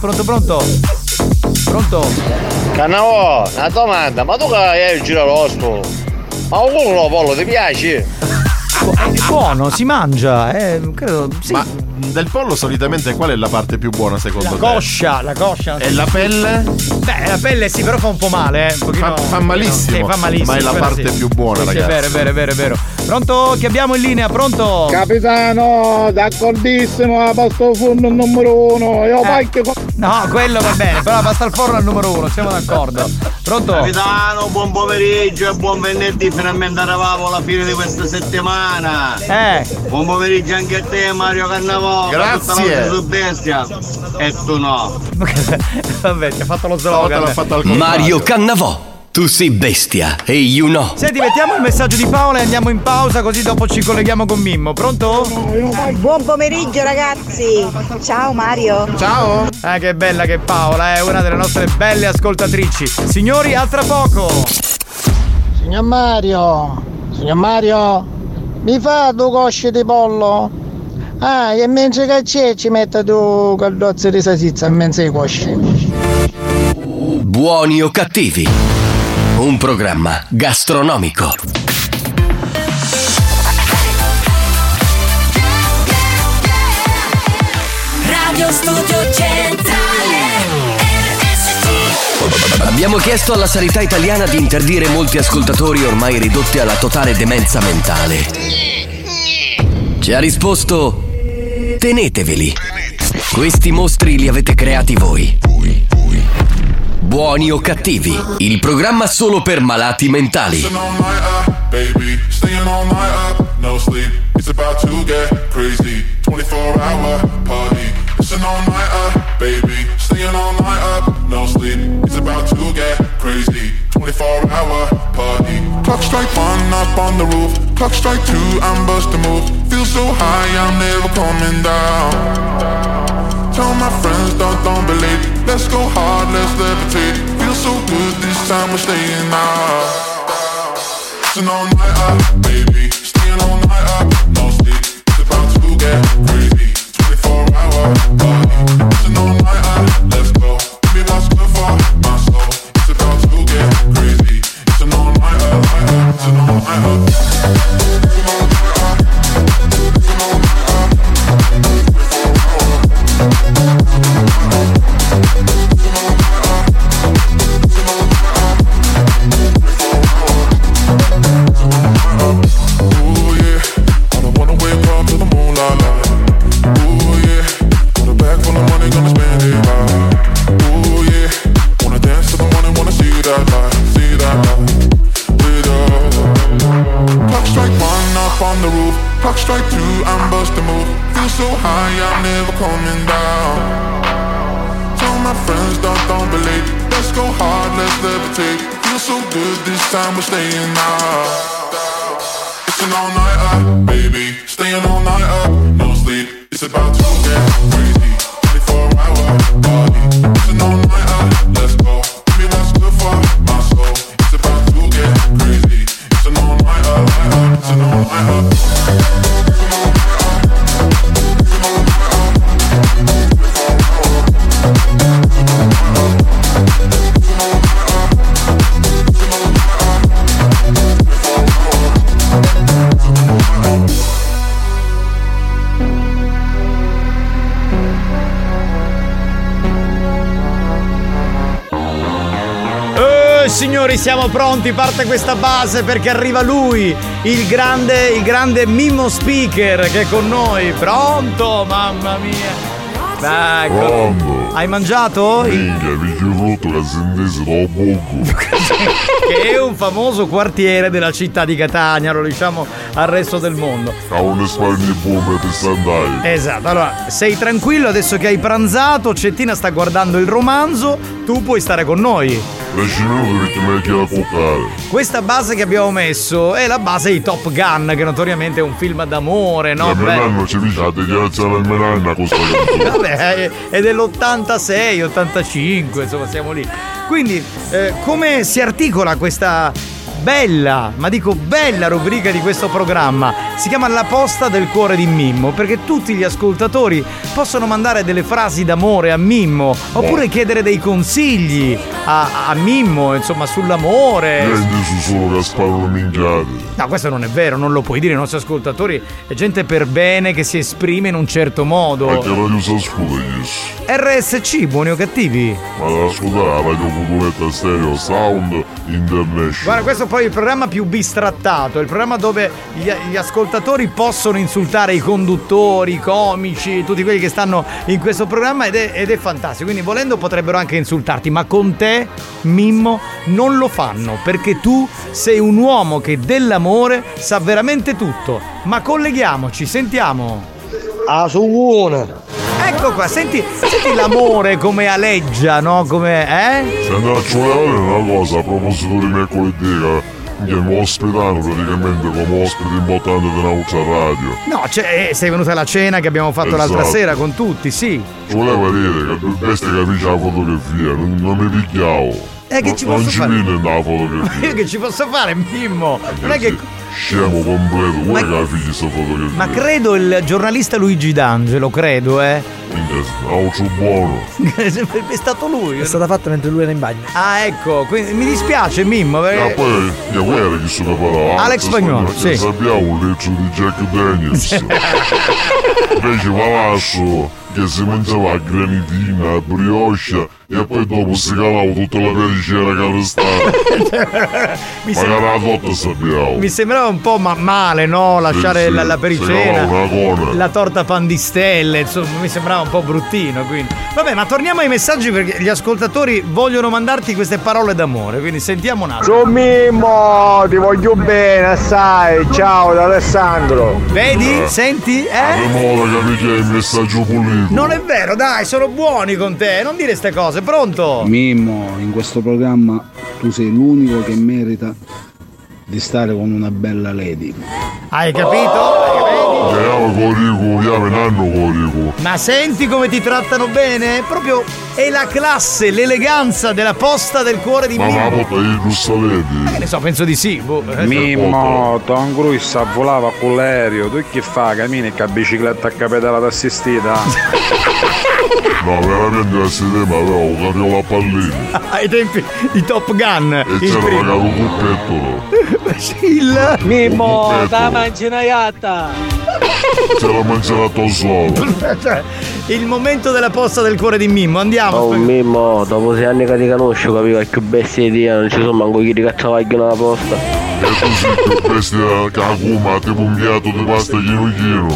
Speaker 11: Cannavo, una domanda, ma tu che hai il girarosco? Ma uno pollo ti piace?
Speaker 8: È buono, si mangia, credo. Sì.
Speaker 9: Ma del pollo solitamente qual è la parte più buona secondo te?
Speaker 8: La coscia.
Speaker 9: E la pelle?
Speaker 8: Beh, la pelle sì, però fa un po' male, un pochino.
Speaker 9: Fa malissimo.
Speaker 8: Sì, fa malissimo.
Speaker 9: Ma è la parte più buona, ragazzi.
Speaker 8: È vero. Pronto? Chi abbiamo in linea? Pronto?
Speaker 15: Capitano, d'accordissimo, la pasta al forno numero 1. Io
Speaker 8: No, quello va bene, però la pasta al forno è il numero 1, siamo d'accordo. Pronto?
Speaker 11: Capitano, buon pomeriggio e buon venerdì, finalmente arrivavo alla fine di questa settimana. Buon pomeriggio anche a te Mario Cannavò.
Speaker 9: Grazie.
Speaker 11: Su bestia. E tu no.
Speaker 8: Vabbè, ti ha fatto lo slogan.
Speaker 1: Mario Cannavò. Tu sei bestia e io no.
Speaker 8: Senti, mettiamo il messaggio di Paola e andiamo in pausa, così dopo ci colleghiamo con Mimmo. Pronto?
Speaker 19: Buon pomeriggio ragazzi. Ciao Mario.
Speaker 9: Ciao.
Speaker 8: Che bella che Paola, è una delle nostre belle ascoltatrici. Signori, a tra poco.
Speaker 15: Signor Mario, mi fa 2 cosce di pollo? E mentre che c'è ci mette 2 caldozze di salsiccia in mezzo ai cosci.
Speaker 1: Buoni o cattivi? Un programma gastronomico.
Speaker 2: Radio Studio Centrale RSC.
Speaker 1: Abbiamo chiesto alla sanità italiana di interdire molti ascoltatori ormai ridotti alla totale demenza mentale. Ci ha risposto: teneteveli. Questi mostri li avete creati voi. Buoni o cattivi, il programma solo per malati mentali.
Speaker 12: Baby, staying all night up, no sleep. It's about to get crazy. 24-hour party. It's an all night up, baby. Staying all night up, no sleep. It's about to get crazy. 24-hour party. Clock strike 1 up on the roof. Clock strike 2, I'm bust a move. Feel so high, I'm never coming down. Tell my friends, don't believe. Let's go hard, let's levitate. Feel so good, this time we're staying out. It's an all night up, baby. Staying all night up, no sleep. It's about to get crazy. 24-hour party. on the roof. Clock strike 2, I'm busting move. Feel so high, I'm never coming down. Tell my friends, don't be late. Let's go hard, let's levitate. Feel so good, this time we're staying out. It's an all-nighter, baby. Staying all night up, no sleep. It's about to get crazy. 24-hour party. It's an all-nighter, let's go. Give me what's good for my soul. It's about to get crazy. It's an all-nighter, it's an all-nighter.
Speaker 8: Signori, siamo pronti, parte questa base perché arriva lui, il grande Mimmo Speaker che è con noi. Pronto, mamma mia. Ecco. Hai mangiato?
Speaker 12: Minchia, mi rotto che sentisse dopo.
Speaker 8: Che è un famoso quartiere della città di Catania, lo diciamo al resto del mondo.
Speaker 12: Ha un risparmio buono per standare.
Speaker 8: Esatto, allora sei tranquillo adesso che hai pranzato, Cettina sta guardando il romanzo, tu puoi stare con noi.
Speaker 12: 10 minuti perché mi chiedo a cuccare.
Speaker 8: Questa base che abbiamo messo è la base di Top Gun, che notoriamente è un film d'amore, no?
Speaker 12: Il mio nonno ci dice la dichiarazione del mio nonno questa canzone.
Speaker 8: Vabbè, è dell'86, 85, insomma siamo lì. Quindi, come si articola questa bella, ma dico bella rubrica di questo programma? Si chiama La posta del cuore di Mimmo, perché tutti gli ascoltatori possono mandare delle frasi d'amore a Mimmo, oppure chiedere dei consigli a Mimmo, insomma, sull'amore.
Speaker 12: Niente su solo che sparano minchiate.
Speaker 8: No, questo non è vero, non lo puoi dire ai nostri ascoltatori. È gente per bene che si esprime in un certo modo.
Speaker 12: Ma che radio si ascolta adesso?
Speaker 8: RSC, buoni o cattivi?
Speaker 12: Ma da ascoltare la radio Futuretta Stereo Sound International.
Speaker 8: Guarda, questo poi è il programma più bistrattato, è il programma dove gli ascoltatori possono insultare i conduttori, i comici, tutti quelli che stanno in questo programma ed è fantastico. Quindi volendo potrebbero anche insultarti, ma con te, Mimmo, non lo fanno, perché tu sei un uomo che dell'amore sa veramente tutto. Ma colleghiamoci, sentiamo.
Speaker 15: Su buona.
Speaker 8: Ecco qua, senti l'amore come aleggia, no? Come,
Speaker 12: Se andrà a giocare una cosa a proposito di mercoledì, che mi ospitano praticamente come ospite importante dell'altra radio.
Speaker 8: No, sei venuta alla cena che abbiamo fatto l'altra sera con tutti, sì.
Speaker 12: Ci voleva dire che beste capisce la fotografia, non mi picchiavo.
Speaker 8: Che ci posso fare?
Speaker 12: Non ci viene la fotografia.
Speaker 8: Io che ci posso fare, Mimmo? Non è che...
Speaker 12: Scemo completo, vuoi che la figli sta fotografia?
Speaker 8: Ma credo il giornalista Luigi D'Angelo, credo,
Speaker 12: Altro buono.
Speaker 8: È stato lui.
Speaker 22: È stata fatta mentre lui era in bagno.
Speaker 8: Ah, ecco, quindi mi dispiace, Mimmo.
Speaker 12: Ma poi, guarda chi sono parlato.
Speaker 8: Alex Spagnolo, sì.
Speaker 12: Sappiamo un litro di Jack Daniels. Invece Valasso che si mangiava a granitina, a brioche e poi dopo si calava tutta la pericera che era stata. Magari la torta sappiamo.
Speaker 8: Mi sembrava un po' male, no? Lasciare la pericena, la torta pan di stelle, insomma, mi sembrava un po' bruttino, quindi. Vabbè, ma torniamo ai messaggi perché gli ascoltatori vogliono mandarti queste parole d'amore, quindi sentiamo un attimo.
Speaker 15: Ciao Mimmo, ti voglio bene, sai, ciao da Alessandro.
Speaker 8: Vedi? Senti?
Speaker 12: Modo capire il messaggio pulito.
Speaker 8: Non è vero, dai, sono buoni con te, non dire ste cose, pronto?
Speaker 7: Mimmo, in questo programma tu sei l'unico che merita di stare con una bella lady.
Speaker 8: Hai capito? Ma senti come ti trattano bene? Proprio è la classe, l'eleganza della posta del cuore di Mimmo.
Speaker 12: Ma porta giusta lady?
Speaker 8: Che ne so, penso di sì.
Speaker 16: Mimmo, Tom Cruise volava con l'aereo, tu che fa? Cammini che a bicicletta a capitale assistita?
Speaker 12: No, veramente la sistema, però capivo la pallina.
Speaker 8: Ai tempi di Top Gun.
Speaker 12: E c'era pagato un cuppettolo.
Speaker 18: Mimmo, da manginaiata.
Speaker 12: Ce l'ho mangiato solo.
Speaker 8: Il momento della posta del cuore di Mimmo, andiamo.
Speaker 10: Oh Mimmo, dopo 6 anni che ti conosco capivo che più bestia di non ci sono manco chi ti cacciavagliono la posta.
Speaker 12: E tu sei più bestia che la Kuma, tipo un piatto di pasta chino.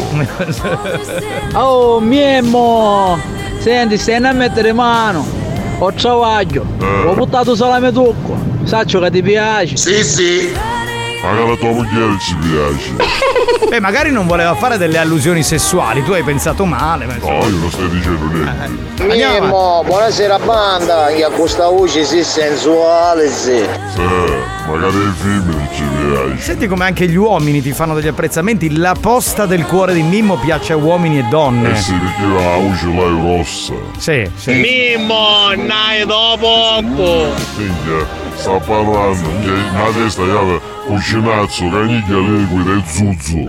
Speaker 18: Oh Mimmo, senti, stai a mettere mano. Ho travaglio, ho buttato salame tucco. Saccio che ti piace.
Speaker 12: Sì. Magari la tua moglie ci piace.
Speaker 8: Magari non voleva fare delle allusioni sessuali, tu hai pensato male.
Speaker 12: No, io non sto dicendo niente.
Speaker 15: Mimmo, buonasera banda, che a questa voce si sensuale, sì.
Speaker 12: Sì, magari i film ci piace.
Speaker 8: Senti come anche gli uomini ti fanno degli apprezzamenti. La posta del cuore di Mimmo piace a uomini e donne.
Speaker 12: Sì, perché la voce là è rossa.
Speaker 8: Sì.
Speaker 5: Mimmo, nai dopo.
Speaker 12: Minchia, sta parlando, la testa è cucinazzo, caniglia liquida e zuzzo.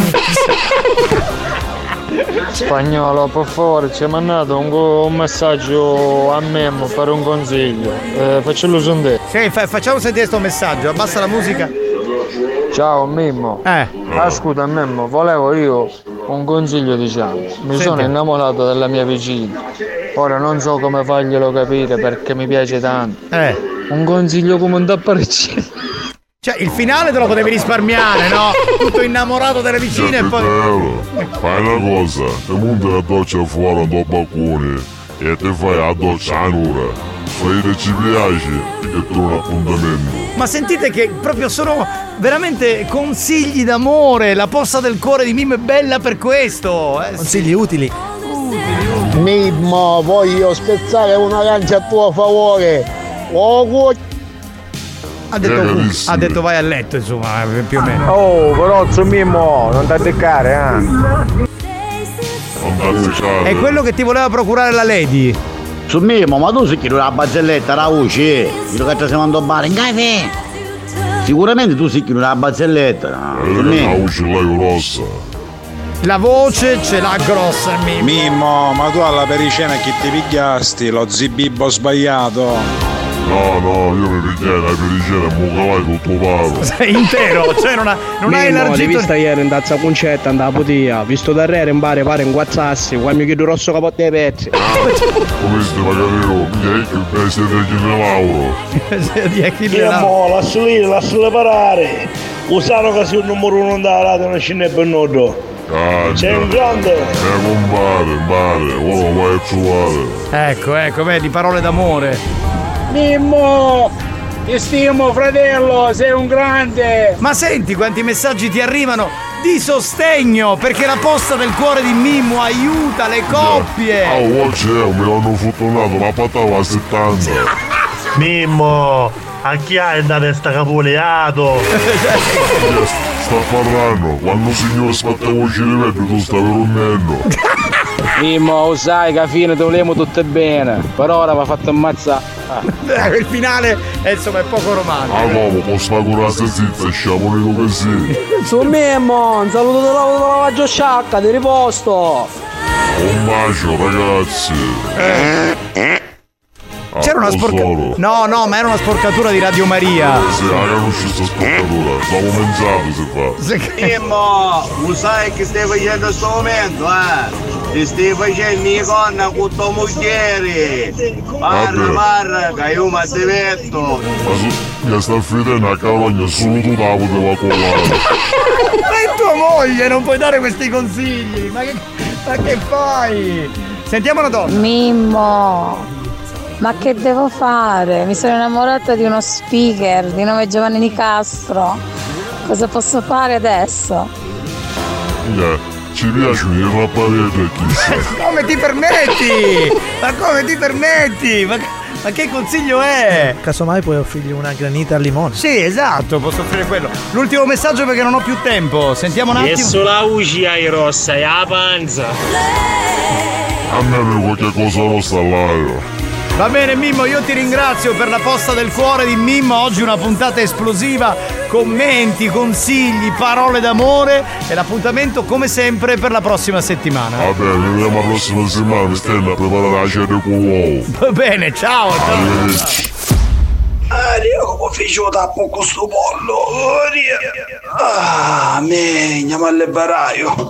Speaker 4: Spagnolo, per favore, ci ha mandato un messaggio a Memmo per un consiglio. Faccelo sentire.
Speaker 8: Sì, facciamo sentire sto messaggio, abbassa la musica.
Speaker 4: Ciao Mimmo. Ascolta Memmo, volevo io un consiglio, diciamo. Mi sono innamorato della mia vicina. Ora non so come farglielo capire perché mi piace tanto. Un consiglio come un tapparecino.
Speaker 8: Cioè, il finale te lo potevi risparmiare, no? Tutto innamorato delle vicine e poi.
Speaker 12: Fai una cosa, ti monti la doccia fuori a balcone e ti fai la doccia a un'ora. Fai che ci piace e trovi un appuntamento.
Speaker 8: Ma sentite che proprio sono veramente consigli d'amore. La posta del cuore di Mimmo è bella per questo.
Speaker 22: Consigli utili.
Speaker 15: Mimmo, voglio spezzare una lancia a tuo favore.
Speaker 8: Ha detto vai a letto, insomma, più o meno.
Speaker 15: Oh, però su Mimmo, non ti azzeccare,
Speaker 8: È quello che ti voleva procurare la Lady.
Speaker 15: Su Mimmo, ma tu sei chi la barzelletta, la voce? Io che ti sei mandato a bare in caffè. Sicuramente tu sei chi la barzelletta.
Speaker 12: La voce là è rossa.
Speaker 8: La voce ce l'ha grossa Mimmo.
Speaker 16: Mimmo, ma tu alla pericena chi ti pigliasti? Lo zibibbo sbagliato.
Speaker 12: No, io mi pigliai la pericena e mo cavai tutto paro.
Speaker 8: Sei intero, cioè non hai elargito.
Speaker 17: Ti vista ieri in tazza concetta, andava putia. Visto da re in bare pare in guazzassi, quando mi chiedo rosso capote ai pezzi.
Speaker 12: Come stai magari che siete chi ne lavoro?
Speaker 15: Lasciali parare. Usano che sei il numero uno della radio non ce n'è per nodo. C'è un grande.
Speaker 12: Compare, ora vai a trovare.
Speaker 8: Ecco, vedi, parole d'amore.
Speaker 15: Mimmo, ti stimo fratello, sei un grande.
Speaker 8: Ma senti quanti messaggi ti arrivano di sostegno, perché la posta del cuore di Mimmo aiuta le coppie.
Speaker 12: Mi hanno fortunato, ma patava a 70.
Speaker 5: Mimmo, a chi hai da testa capoleato?
Speaker 12: Sta parlando, quando il signore spatta voce di vetro tu stavi dormendo.
Speaker 17: Mimmo, sai che alla fine te volevamo tutte bene, però ora mi ha fatto ammazzare.
Speaker 8: Il finale insomma è poco romantico.
Speaker 12: Come posso curarsi zitta, sciamonito che sì.
Speaker 17: Su Mimmo, un saluto della lavaggio sciacca, di riposto.
Speaker 12: Un bacio ragazzi.
Speaker 8: C'era una sporcatura. No, ma era una sporcatura di Radio Maria.
Speaker 12: Sì, non c'è sta sporcatura. Dopo mensato si fa.
Speaker 11: Mimmo, lo sai che stai facendo in questo momento, Ti stai facendo icona con tua moglie. Parla, che io mi addivetto.
Speaker 12: Ma sta fidendo a cavagna, solo tu la poteva colare.
Speaker 8: Ma è tua moglie, non puoi dare questi consigli. Ma che fai? Sentiamo una donna.
Speaker 21: Mimmo, ma che devo fare? Mi sono innamorata di uno speaker di nome Giovanni Nicastro. Cosa posso fare adesso?
Speaker 12: Ci piacciono i rapparetti e chissà.
Speaker 8: Come ti permetti? Ma come ti permetti? Ma che consiglio è?
Speaker 22: Casomai puoi offrirgli una granita al limone.
Speaker 8: Sì, esatto, posso offrire quello. L'ultimo messaggio perché non ho più tempo. Sentiamo un attimo.
Speaker 17: E sulla uci hai rossa e la panza.
Speaker 12: A me qualche cosa rossa là.
Speaker 8: Va bene Mimmo, io ti ringrazio per la posta del cuore di Mimmo. Oggi una puntata esplosiva, commenti, consigli, parole d'amore e l'appuntamento come sempre per la prossima settimana.
Speaker 12: Va bene, ci vediamo la prossima settimana, mi stai a preparare la cena con l'uovo.
Speaker 8: Va bene, ciao.
Speaker 15: Io come faccio tappo con sto pollo. Me andiamo al baraio.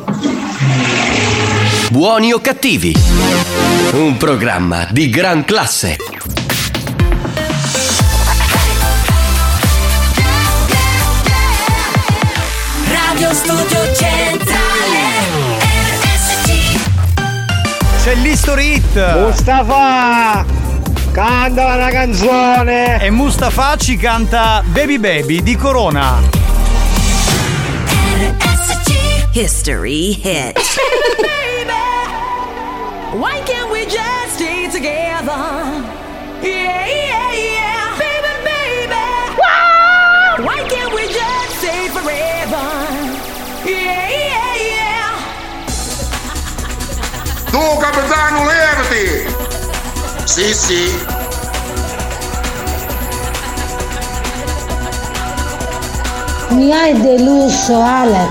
Speaker 1: Buoni o cattivi? Un programma di gran classe.
Speaker 2: Radio Studio Centrale RSC.
Speaker 8: C'è l'History Hit.
Speaker 15: Mustafa, canta una canzone.
Speaker 8: E Mustafa ci canta Baby Baby di Corona.
Speaker 2: history hit.
Speaker 6: Baby, why can't we just stay together? Yeah, yeah, yeah. Baby, baby. Wow! Why can't we just stay forever? Yeah, yeah, yeah.
Speaker 11: Tu capitano, levati! Sì, sì.
Speaker 21: Mi hai deluso, Alex.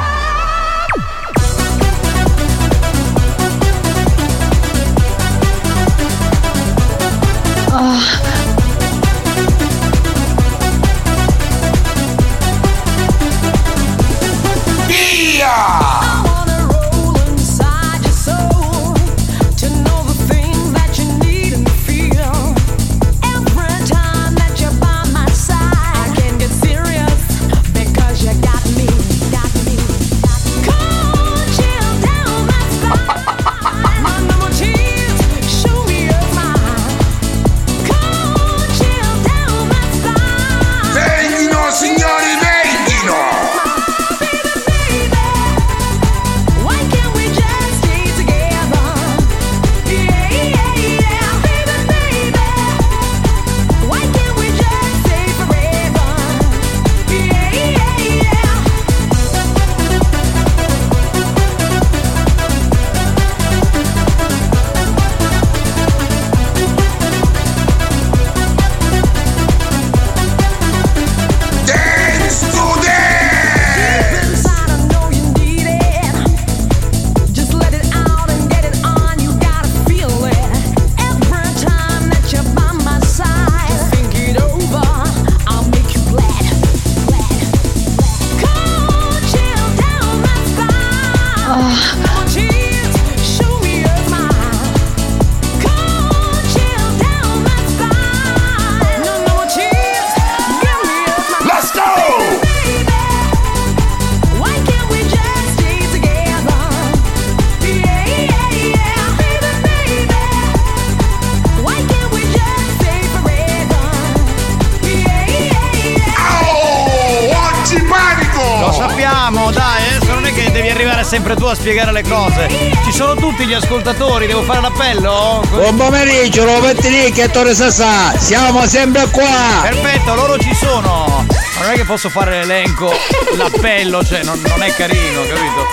Speaker 8: Sempre tu a spiegare le cose. Ci sono tutti gli ascoltatori, devo fare l'appello?
Speaker 15: Buon pomeriggio, Robettini che Torre Sassà, siamo sempre qua.
Speaker 8: Perfetto, loro ci sono. Ma non è che posso fare l'elenco, l'appello, cioè non è carino, capito?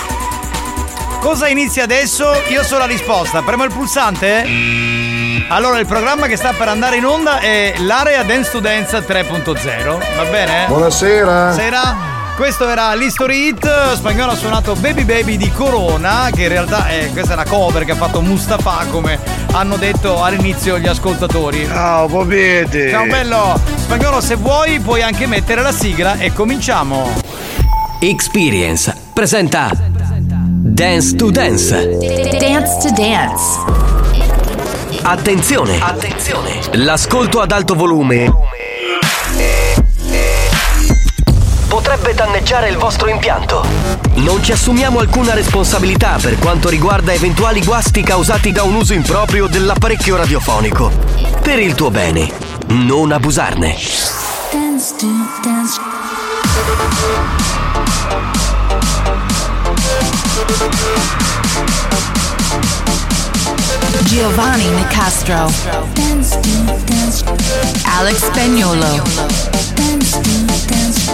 Speaker 8: Cosa inizia adesso? Io so la risposta, premo il pulsante? Allora il programma che sta per andare in onda è l'Area Dance to Dance 3.0, va bene?
Speaker 3: Buonasera.
Speaker 8: Buonasera. Questo era l'History Hit. Spagnolo ha suonato Baby Baby di Corona, che in realtà questa è la cover che ha fatto Mustafa, come hanno detto all'inizio gli ascoltatori.
Speaker 3: Ciao popete.
Speaker 8: Ciao bello. Spagnolo, se vuoi puoi anche mettere la sigla e cominciamo.
Speaker 1: Experience presenta Dance to Dance.
Speaker 2: Dance to Dance.
Speaker 1: Attenzione, attenzione. L'ascolto ad alto volume potrebbe danneggiare il vostro impianto. Non ci assumiamo alcuna responsabilità per quanto riguarda eventuali guasti causati da un uso improprio dell'apparecchio radiofonico. Per il tuo bene, non abusarne.
Speaker 2: Dance to Dance. Giovanni Nicastro. Dance to Dance. Alex Spagnolo. Dance to Dance.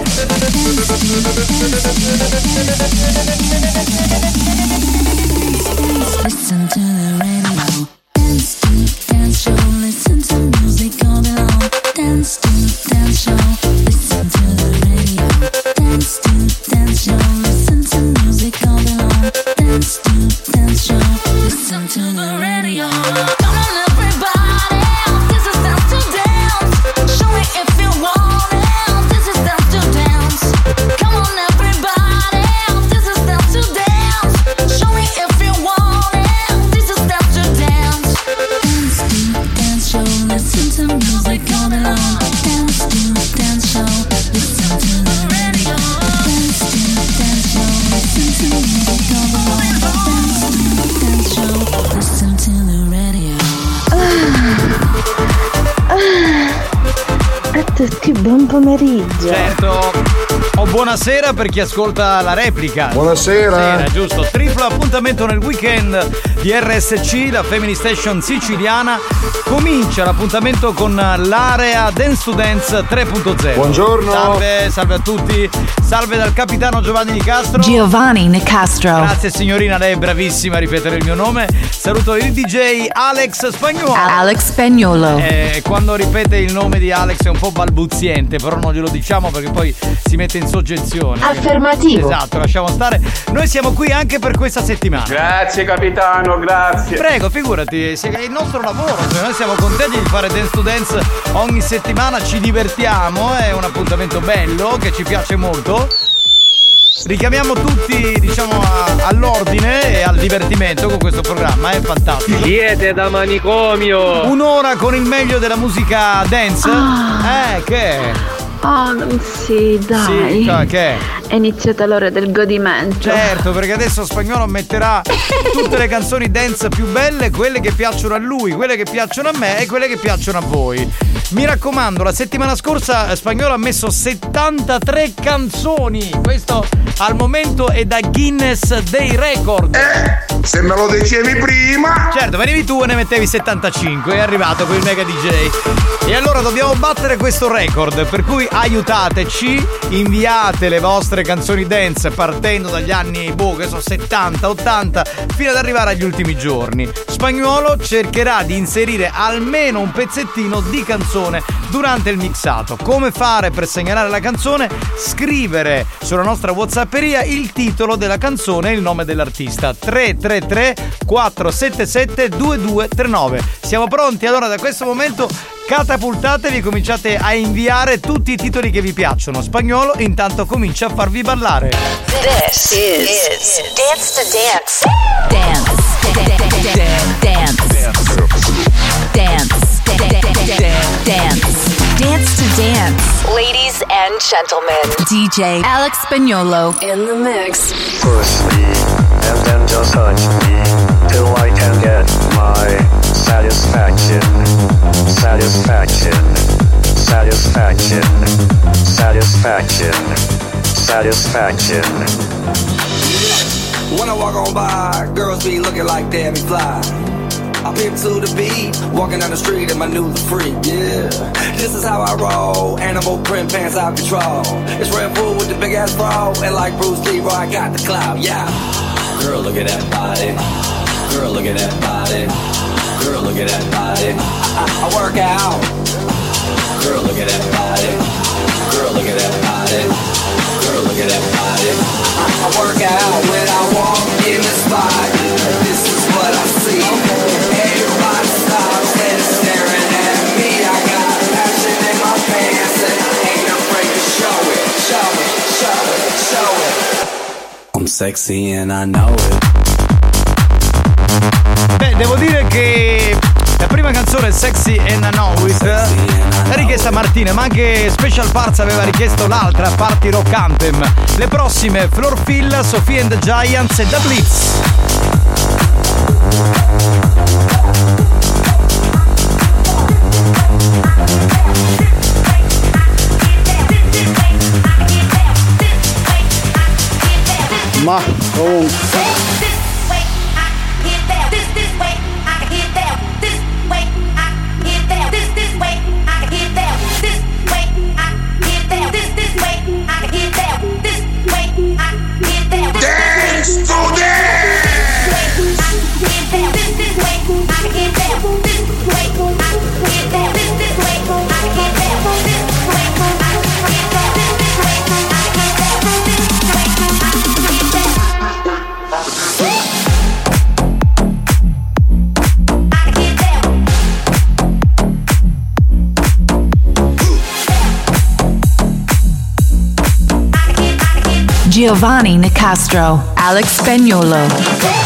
Speaker 2: Listen to the radio. Dance to Dance show. Listen to music all day long. Dance to Dance show. Listen to the radio. Dance to Dance show. Listen to music all day long. Dance to Dance show. Listen to the radio. Come on everybody, this is Dance to Dance. Show me if you want it. This is Dance to Dance. Come on everybody, this is Dance to Dance. Show me if you want it. This is Dance to Dance. Dance to Dance show. Listen to music all day long. Dance to Dance show. Listen to the radio. Dance to Dance show. Listen to music all day long. Dance to Dance show. Listen to the radio.
Speaker 21: A tutti buon pomeriggio.
Speaker 8: Certo. O buonasera per chi ascolta la replica.
Speaker 3: Buonasera.
Speaker 8: Giusto. Triplo appuntamento nel weekend di RSC, la Family Station siciliana. Comincia l'appuntamento con l'area Dance to Dance 3.0.
Speaker 3: Buongiorno.
Speaker 8: Salve a tutti. Salve dal capitano Giovanni Nicastro.
Speaker 13: Giovanni Nicastro.
Speaker 8: Grazie signorina, lei è bravissima a ripetere il mio nome. Saluto il DJ Alex Spagnuolo.
Speaker 13: Alex Spagnuolo.
Speaker 8: Quando ripete il nome di Alex è un po' balbuziente, però non glielo diciamo perché poi si mette in soggezione.
Speaker 13: Affermativo.
Speaker 8: Esatto, lasciamo stare. Noi siamo qui anche per questa settimana.
Speaker 14: Grazie capitano, grazie.
Speaker 8: Prego, figurati, è il nostro lavoro. Noi siamo contenti di fare Dance to Dance ogni settimana, ci divertiamo, è un appuntamento bello che ci piace molto. Richiamiamo tutti, diciamo, all'ordine e al divertimento con questo programma, è fantastico.
Speaker 10: Siete da manicomio.
Speaker 8: Un'ora con il meglio della musica dance. Che?
Speaker 21: Oh, sì, dai.
Speaker 8: Sì, che?
Speaker 21: È iniziata l'ora del godimento.
Speaker 8: Certo, perché adesso Spagnolo metterà tutte le canzoni dance più belle, quelle che piacciono a lui, quelle che piacciono a me e quelle che piacciono a voi. Mi raccomando, la settimana scorsa Spagnolo ha messo 73 canzoni. Questo al momento è da Guinness dei Record.
Speaker 3: Se me lo dicevi prima.
Speaker 8: Certo, venivi tu e ne mettevi 75. È arrivato con il Mega DJ. E allora dobbiamo battere questo record, per cui aiutateci, inviate le vostre canzoni dance partendo dagli anni, che so, 70, 80 fino ad arrivare agli ultimi giorni. Spagnuolo cercherà di inserire almeno un pezzettino di canzone durante il mixato. Come fare per segnalare la canzone? Scrivere sulla nostra WhatsApperia il titolo della canzone e il nome dell'artista. 333 477 2239. Siamo pronti? Allora da questo momento catapultatevi, cominciate a inviare tutti i titoli che vi piacciono. Spagnolo intanto comincia a farvi ballare.
Speaker 13: This is Dance to Dance. Dance to Dance. Ladies and gentlemen, DJ Alex Spagnuolo in the mix.
Speaker 23: Push me and then just touch me till I can get my satisfaction. Satisfaction. Satisfaction. Satisfaction. Satisfaction.
Speaker 24: When I walk on by, girls be looking like Debbie Fly. I pimp to the beat, walking down the street in my new freak, yeah. This is how I roll, animal print pants out control. It's Red Bull with the big ass bra, and like Bruce Lee, I got the clout, yeah. Girl, look at that body. Girl, look at that body. Girl, look at that body. I work out. Girl, look at that body. Girl, look at that body. Girl, look at that body. I work out when I walk in the spot. This is what I see. Everybody stops and is staring at me. I got passion in my pants and I ain't afraid to show it. Show it, show it, show it. I'm sexy and I know it.
Speaker 8: Devo dire che la prima canzone Sexy and I Know It l'ha richiesta Martina, ma anche Special Parts aveva richiesto l'altra, Party Rock Anthem. Le prossime Floor Fill, Sophie and the Giants e The Blitz.
Speaker 7: Ma comunque
Speaker 13: Giovanni Nicastro, Alex Spagnuolo.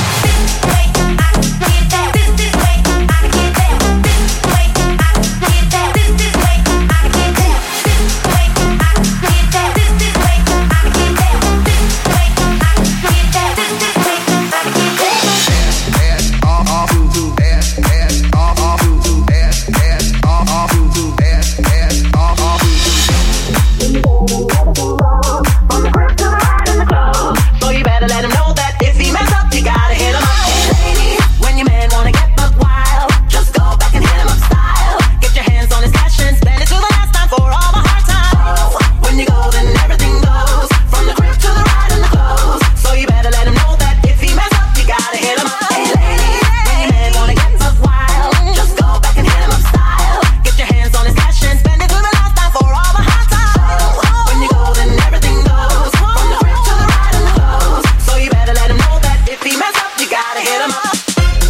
Speaker 2: hit 'em up. Hey ladies, when your man wanna get buck wild, just go back and hit 'em up style. Get your hands on his cash and spend it to the last time for all the hard times. When you go, then everything goes, from the crib to the ride and the clothes. So you better let him know that if he mess up, you gotta hit him up. Hey ladies, when your man wanna get buck wild, just go back and hit him up style. Get your hands on his cash and spend it to the last time for all the hard times. When you go, then everything goes, from the crib to the ride and the clothes. So you better let him know that if he mess up, you gotta hit him up.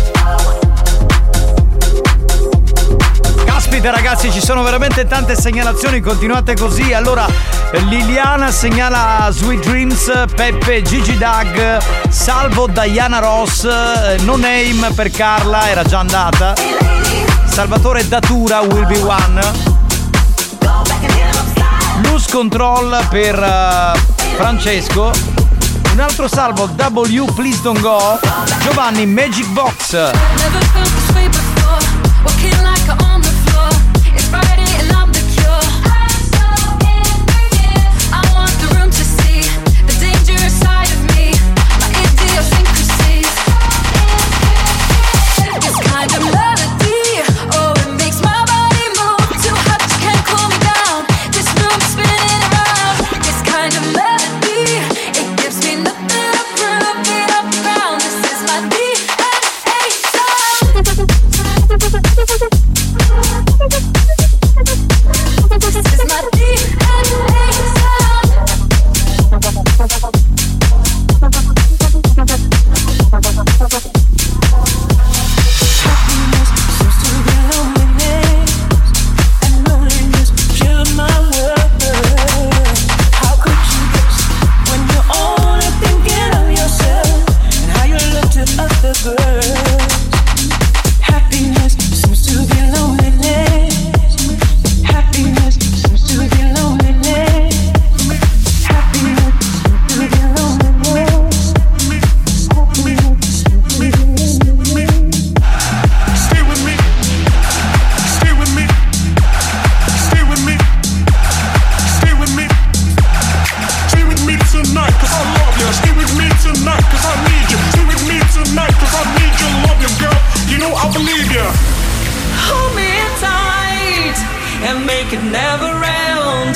Speaker 8: Caspita ragazzi, ci sono veramente tante segnalazioni, continuate così. Allora Liliana segnala Sweet Dreams, Peppe, Gigi Dag, Salvo, Diana Ross, No Name per Carla, era già andata, Salvatore Datura, Will Be One, Lose Control per Francesco, un altro salvo W, Please Don't Go, Giovanni, Magic Box.
Speaker 6: Never felt this way before. Walking like on the floor. It's Friday and I'm the cure. I want the room to see the dangerous side of me, my idiosyncrasies. This kind of melody, oh, it makes my body move. Too hot, you can't cool me down. This room spinning around. This kind of melody, it gives me nothing to prove it up around. This is my DNA sound. This is my DNA sound. Happiness seems to be loneliness, and loneliness fills my world. How could you guess when you're only thinking of yourself and how you look to other girls? Happiness seems to be loneliness. Happiness seems to be loneliness. Happiness seems to be loneliness.
Speaker 12: Stay with me. Stay with me. Stay with me. Stay with me. Stay with me tonight, 'cause I love you. Stay with me tonight, 'cause I need you. Stay with me tonight, 'cause I need you. Love you, girl. You know I believe you.
Speaker 2: Hold me tight and make it never end,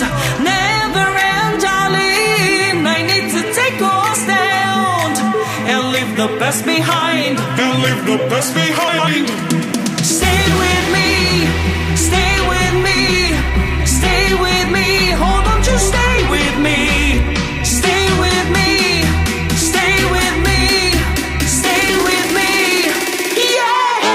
Speaker 2: darling. I need to take a stand and leave the past behind.
Speaker 12: And leave the best behind.
Speaker 2: Stay with me, stay with me, stay with me. Hold on, just stay with me, stay with me, stay with me, stay with me. Yeah.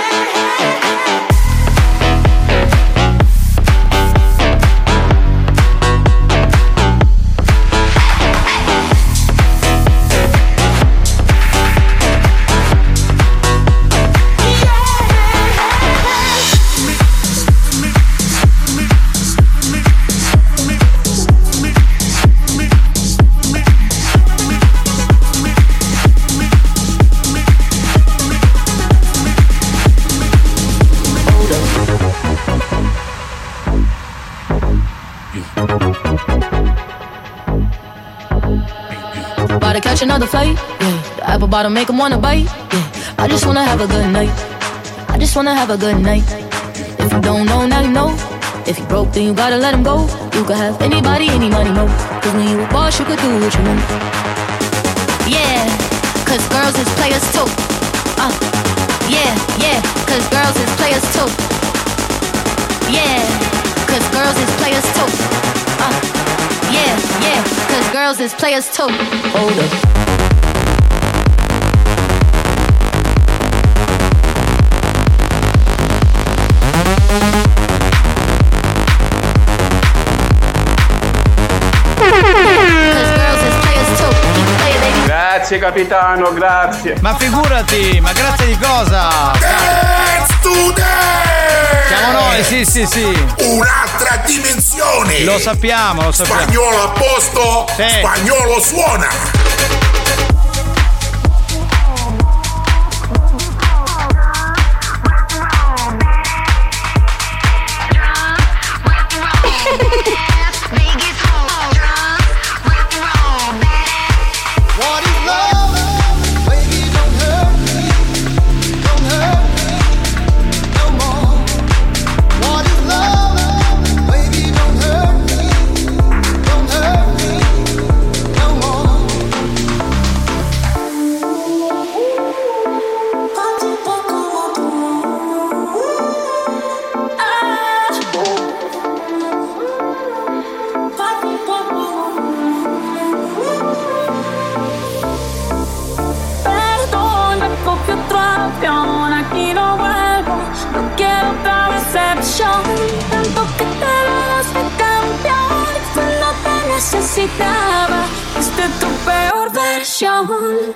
Speaker 6: About to catch another flight, yeah. The apple bottom make 'em wanna bite, yeah. I just wanna have a good night. I just wanna have a good night. If you don't know, now you know. If you broke, then you gotta let him go. You could have anybody, any money, no. 'Cause when you a boss, you could do what you want. Yeah, 'cause girls is players too. Yeah, 'cause girls is players too. Yeah, 'cause girls is players too. Yeah, 'cause girls is players too. Hold up.
Speaker 14: Grazie capitano, grazie.
Speaker 8: Ma figurati, ma grazie di cosa?
Speaker 3: Dance to dance!
Speaker 8: Siamo noi, sì.
Speaker 3: Un'altra dimensione!
Speaker 8: Lo sappiamo.
Speaker 3: Spagnolo a posto,
Speaker 8: sì.
Speaker 3: Spagnolo suona!
Speaker 2: What is love? Baby, don't hurt me. version. Tanto que te volaste campeón, cuando te necesitaba, fuiste tu peor versión.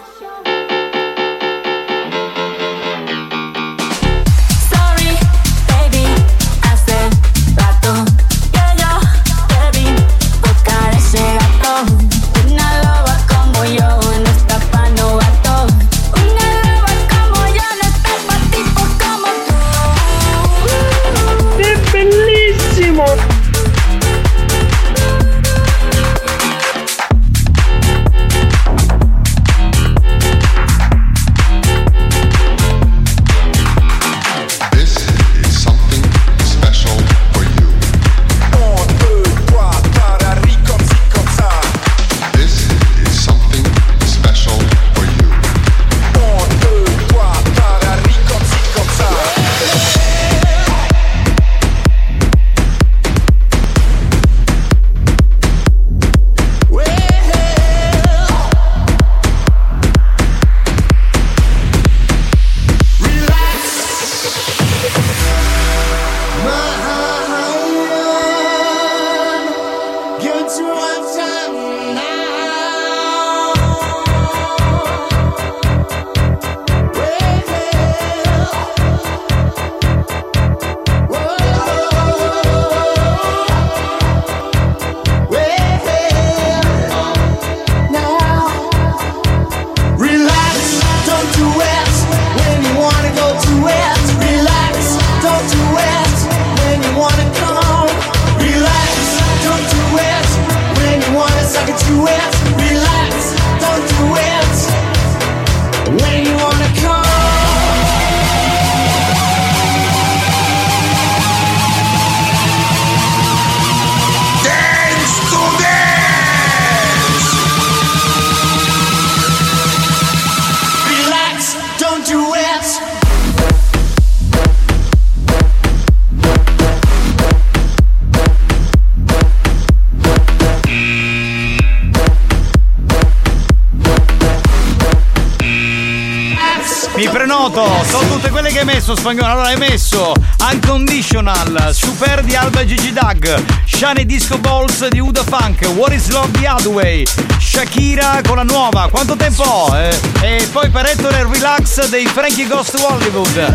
Speaker 8: Sono tutte quelle che hai messo, Spagnolo. Allora hai messo Unconditional, Super di Alba e Gigi Doug, Shiny Disco Balls di Uda Funk, What Is Love di Hathaway, Shakira con la nuova, quanto tempo ho? E poi per Ettore Relax dei Frankie Goes to Hollywood.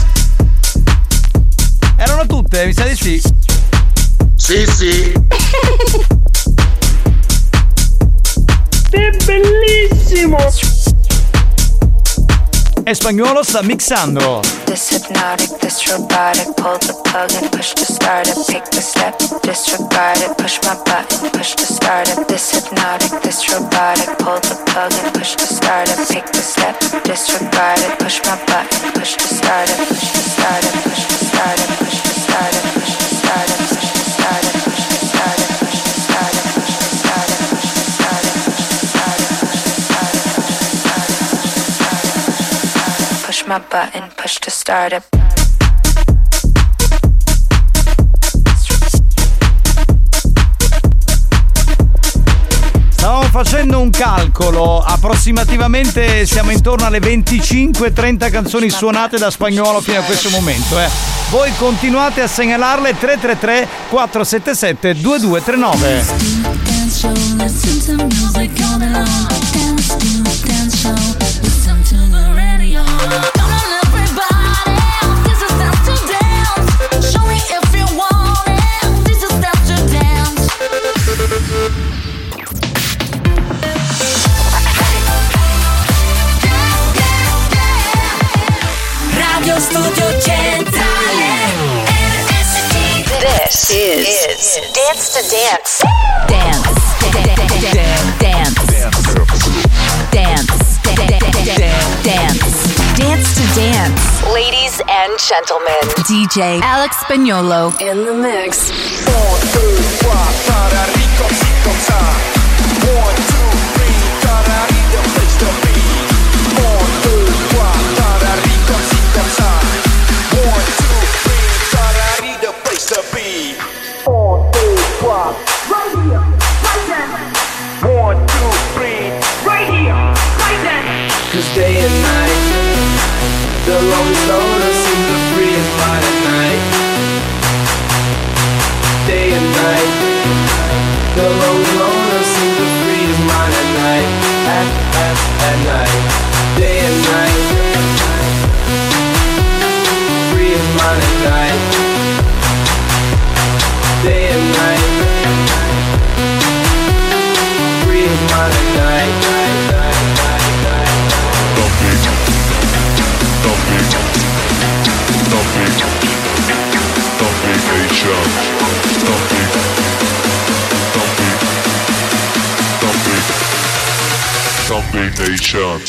Speaker 8: Erano tutte, mi sa di sì.
Speaker 3: Sì, sì.
Speaker 15: È bellissimo.
Speaker 8: E Spagnolo sta mixando.
Speaker 6: This hypnotic, this robotic, pull the plug and push to start it, pick the step, disregard it, push my button, push to start it. This hypnotic, this robotic, pull the plug and push to start it, pick the step, disregard it, push my button, push to start it, push to start it, push to start it, push to start it, push to start it, push to start it, push to start it, push to start it, push to start it, push to start it, push to start it, push to start it, push to start it, push my button, push to start it.
Speaker 8: Stavamo facendo un calcolo, approssimativamente siamo intorno alle 25-30 canzoni suonate da Spagnolo fino a questo momento. Voi continuate a segnalarle 333-477-2239.
Speaker 2: Radio Studio Centrale RSC.
Speaker 13: This is Dance to Dance. Dance. Dance to Dance. Ladies and gentlemen, DJ Alex Spagnolo in the mix.
Speaker 24: 1, 2, 3, para rico, si cosa. 1, 2, 3, para the place to be. 1, 2, 3, para rico, si cosa. 1, 2, 3, para the place to be. 1, 2, 3, right here, right then. 1, 2, 3, right here, right then. 'Cause day and night, the lonely loner seems to free his mind at night.
Speaker 9: and night. The lonely loner seems to free his mind at night. At night. Day and night. Free his mind at night. Day and night. Free his mind at night.
Speaker 12: Zombie Nation.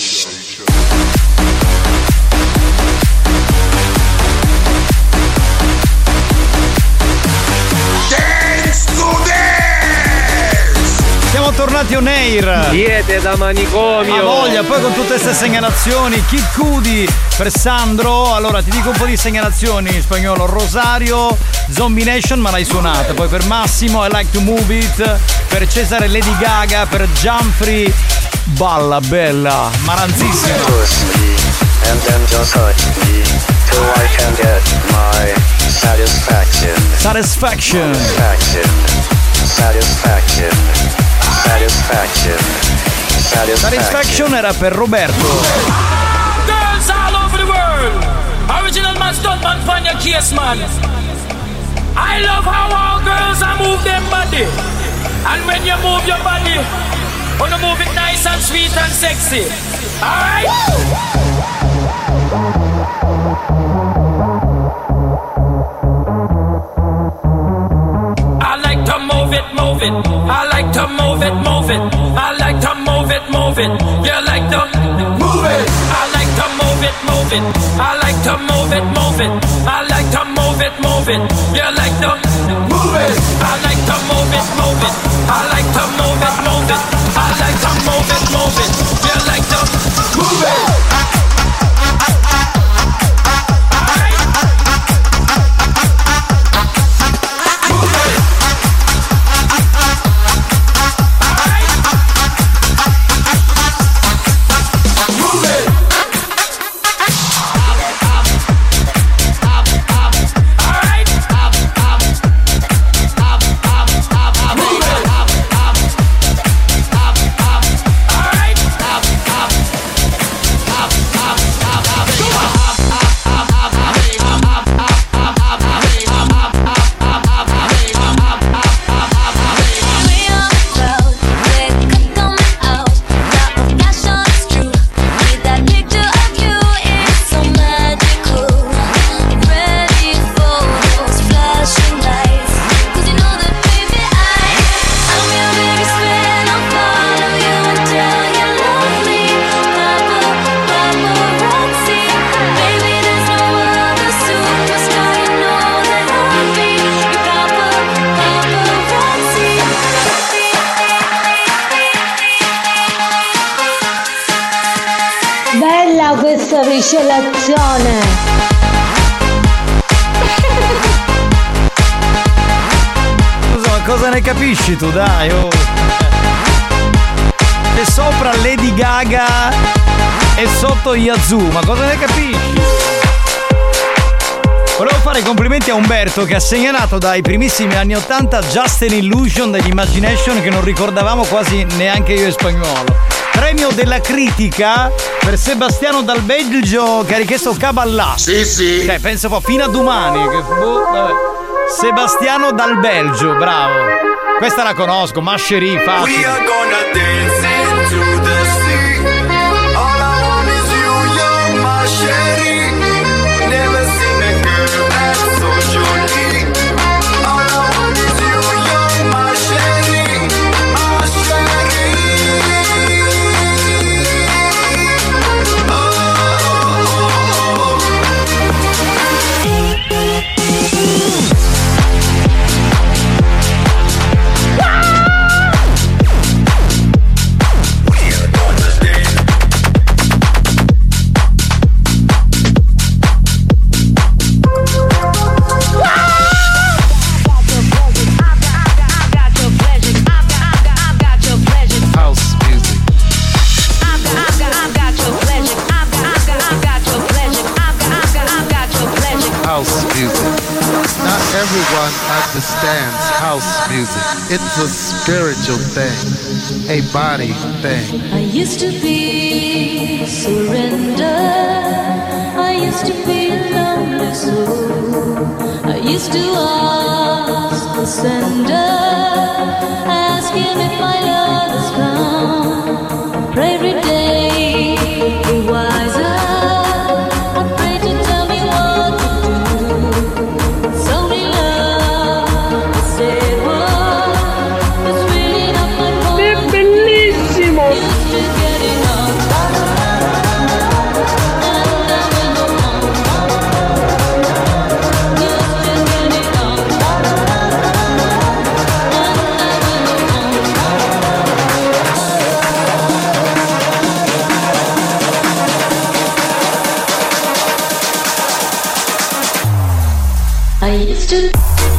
Speaker 8: Siamo tornati on air.
Speaker 10: Siete da manicomio.
Speaker 8: A voglia, poi con tutte queste segnalazioni. Kid Cudi per Sandro. Allora ti dico un po' di segnalazioni in spagnolo. Rosario, Zombie Nation, ma l'hai suonata. Poi per Massimo, I Like to Move It. Per Cesare, Lady Gaga. Per Gianfri, Balla Bella, maranzissima.
Speaker 23: And then just touch me till I can get my satisfaction.
Speaker 8: Satisfaction. Satisfaction era per Roberto.
Speaker 18: Girls all over the world. Original man, stunt man, find your case, man. I love how all girls are move their body. And when you move your body, wanna move it nice and sweet and sexy. Alright? I like to move it, move it. I like to move it, move it. I like to move it, move it. You like to move it. I like to move it, move it. I like to move it, move it. I like to move it, move it. You like to move it. I like to move it, move it. I like to move it, move it. I like to move it, move it. You like to move it.
Speaker 21: Questa miscelazione.
Speaker 8: Scusa, ma cosa ne capisci tu, dai? Oh. C'è sopra Lady Gaga e sotto Yazoo, ma cosa ne capisci? Volevo fare i complimenti a Umberto che ha segnalato dai primissimi anni 80 Just an Illusion degli Imagination che non ricordavamo quasi neanche io in spagnolo. Premio della critica per Sebastiano dal Belgio che ha richiesto Caballà.
Speaker 3: Sì.
Speaker 8: Cioè, penso fino a domani. Vabbè. Sebastiano dal Belgio, bravo. Questa la conosco, Mascherì, facile.
Speaker 19: We are gonna dance into the sea. All I want is you, young Mascherì. Never seen a girl that's so jolly. All I want is you, young Mascherì. Mascherì.
Speaker 3: everyone understands house music. It's a spiritual thing, a body thing.
Speaker 2: I used to be surrender. I used to be a lonely soul. I used to ask the sender, ask him if my love is found. Pray every day, be wiser. I pray to tell me what to do. It's only love, I said what. It's really not my fault.
Speaker 15: È bellissimo!
Speaker 2: Used to get it on. I used to.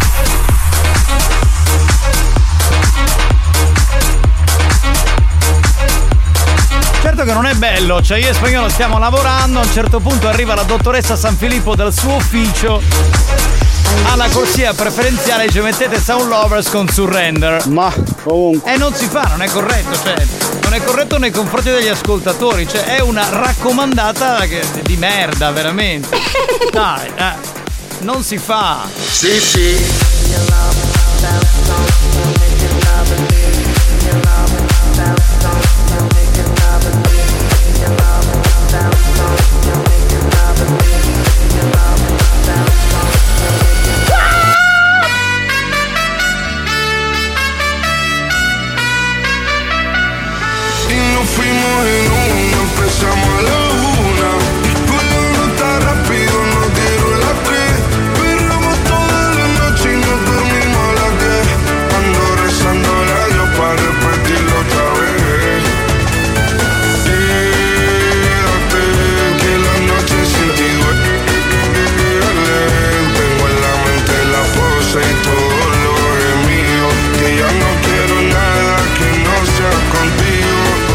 Speaker 8: Certo che non è bello, cioè io e Spagnolo stiamo lavorando, a un certo punto arriva la dottoressa San Filippo dal suo ufficio, alla corsia preferenziale dice mettete Sound Lovers con Surrender.
Speaker 7: Ma comunque.
Speaker 8: E non si fa, non è corretto, cioè non è corretto nei confronti degli ascoltatori, cioè è una raccomandata di merda, veramente. Dai, non si fa.
Speaker 3: Sì, sì.
Speaker 19: Y nos fuimos en una, empezamos a la 1. Con la nota rápido nos dieron las 3. Perramos toda la noche y nos dormimos a las 10. Ando rezando a Dios para repetirlo otra vez. Quédate, que la noche sin ti duele. Tengo en la mente la fosa y todo lo gemido. Que ya no quiero nada que no sea contigo.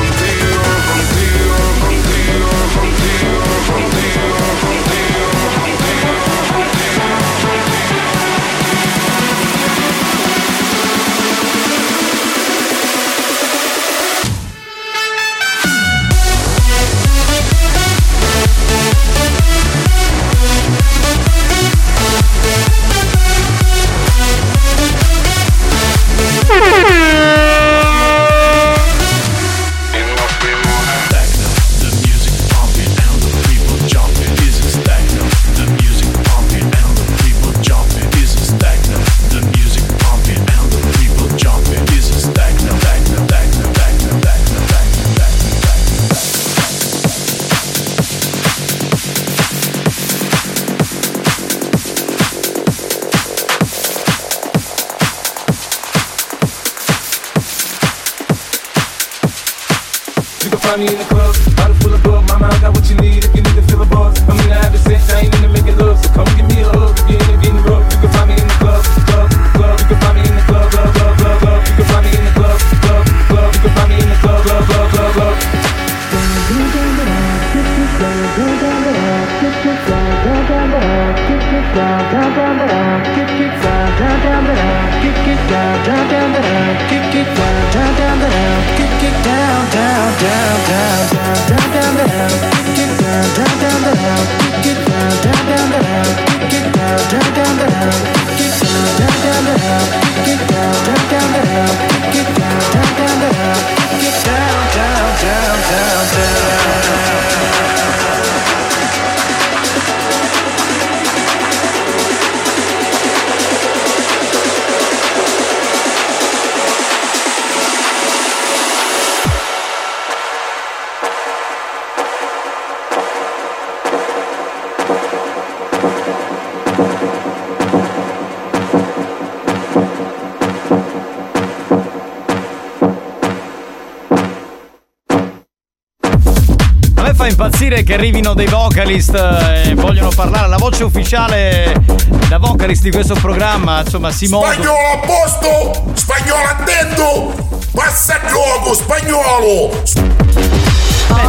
Speaker 9: Find me in the club, bottle full of bug. Mama, I got what you need if you need to fill a buzz. I mean, I have the sense, I ain't into making love. So come give me a hug if you're into getting rough. You can find me in the club, club, club. You can find me in the club, club, club, club, club. You can find me in the club, club, club. You can find me in the club, club, club, club, club.
Speaker 8: Fa impazzire che arrivino dei vocalist e vogliono parlare. La voce ufficiale da vocalist di questo programma, insomma, Simone.
Speaker 3: Spagnolo a posto, spagnolo attento, passa il gioco, spagnolo.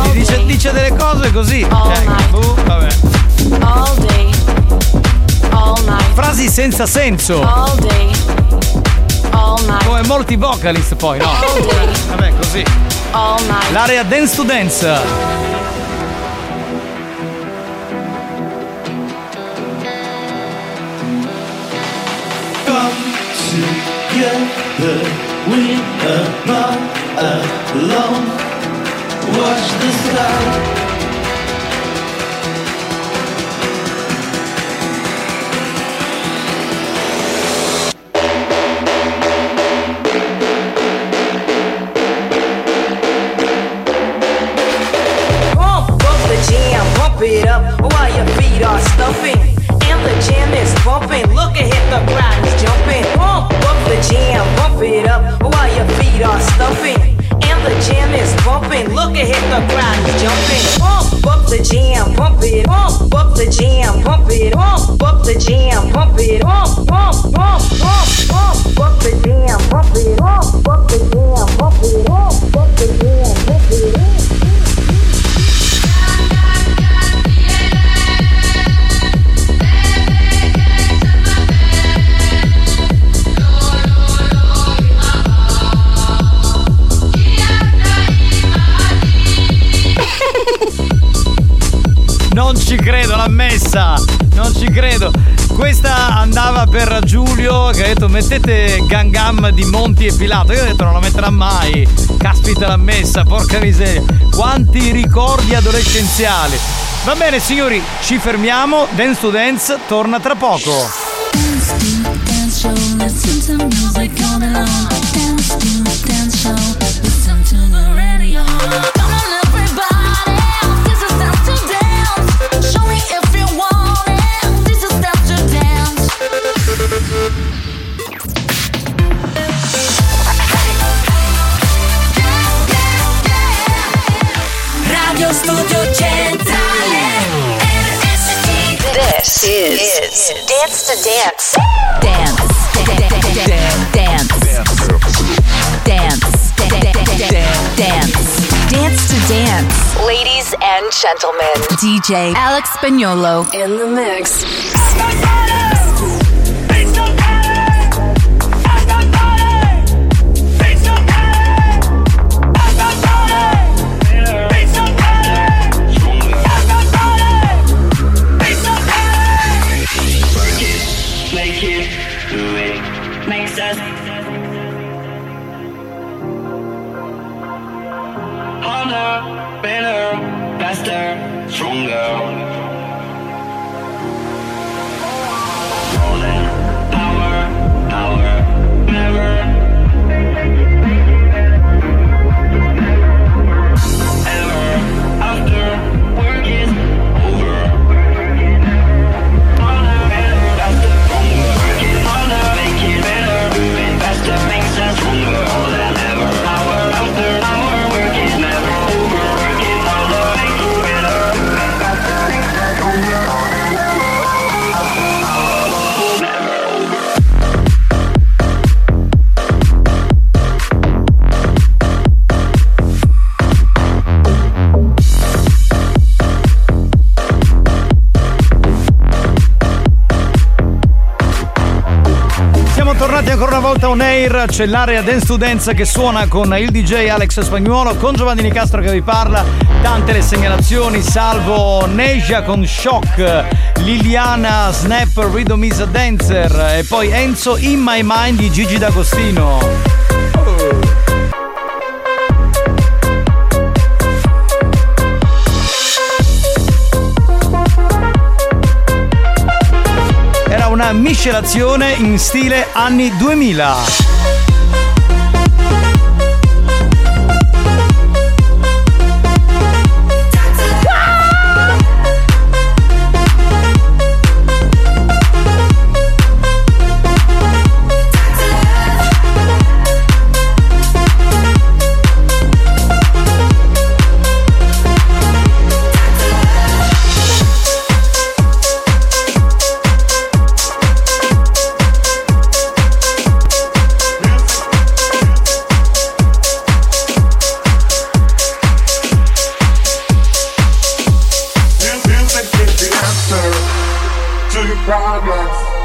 Speaker 8: Dice delle cose così. Vabbè.
Speaker 6: All day, all all night,
Speaker 8: frasi senza senso,
Speaker 6: all day, all night,
Speaker 8: come molti vocalist poi, no?
Speaker 6: all day,
Speaker 8: Vabbè, così.
Speaker 6: all night.
Speaker 8: L'area Dance to Dance.
Speaker 19: Together, we are not alone. Watch the sky.
Speaker 4: Pump up the jam, pump it up while your feet are stumping. And the jam is pumping. Look ahead, the crowd is jumping. Pump up the jam, pump it up while your feet are stumping. And the jam is pumping. Look ahead, the crowd is jumping. Pump up the jam, pump it. Pump up the jam, pump it. Pump up the jam, pump it. Pump, pump, pump, pump, pump up the jam, pump it. Pump up the jam, pump it. Pump up the jam, pump it.
Speaker 8: Non ci credo, l'ha messa! Non ci credo! Questa andava per Giulio che ha detto mettete Gangnam di Monti e Pilato. Io ho detto non la metterà mai. Caspita, l'ha messa, porca miseria. Quanti ricordi adolescenziali. Va bene signori, ci fermiamo. Dance to Dance torna tra poco.
Speaker 2: Dance to dance show, listen to music all day long. Dance to dance show, listen to the radio. Come on everybody, this is dance to dance. Show me if you want it, this is dance to dance.
Speaker 13: Radio Studio Centrale RSC. This is Dance to Dance. Dance. Dance. Dance. Dance to Dance. Ladies and gentlemen, DJ Alex Spagnolo in the mix.
Speaker 19: Harder, better, faster, stronger. Rolling, power, power, never. Ever, after work is over. Harder, better, faster, stronger. Working harder, make it better, moving faster, makes us stronger. More than ever, hour after hour, work is never over. Working harder, make it better, moving faster, makes us stronger. More than ever, never over.
Speaker 8: Siamo tornati ancora una volta on air, c'è l'area Dance to Dance che suona con il DJ Alex Spagnuolo, con Giovanni Nicastro che vi parla, tante le segnalazioni, salvo Neja con Shock, Liliana Snap Rhythm is a Dancer e poi Enzo In My Mind di Gigi D'Agostino. Era una miscelazione in stile anni 2000.
Speaker 19: To your problems.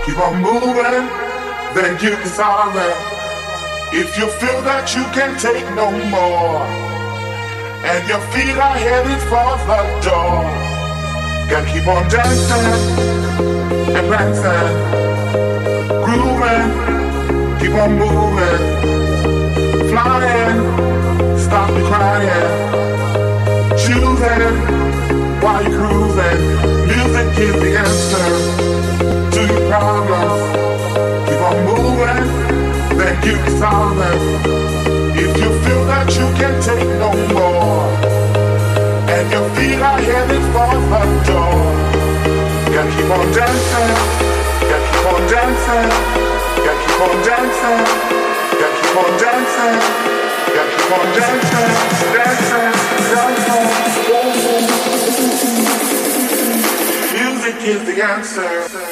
Speaker 12: keep on moving, then you can solve it. If you feel that you can take no more, and your feet are headed for the door, gotta keep on dancing and prancing, grooving, keep on moving, flying, stop the crying, choosing while you're cruising. Music is the answer to your problems. Keep on moving, then you can solve them. If you feel that you can take no more, and your feet are headed for the door, gotta keep on dancing, gotta keep on dancing, gotta keep on dancing, gotta keep on dancing, gotta keep on dancing, dancing, dancing, dancing. Music is the answer.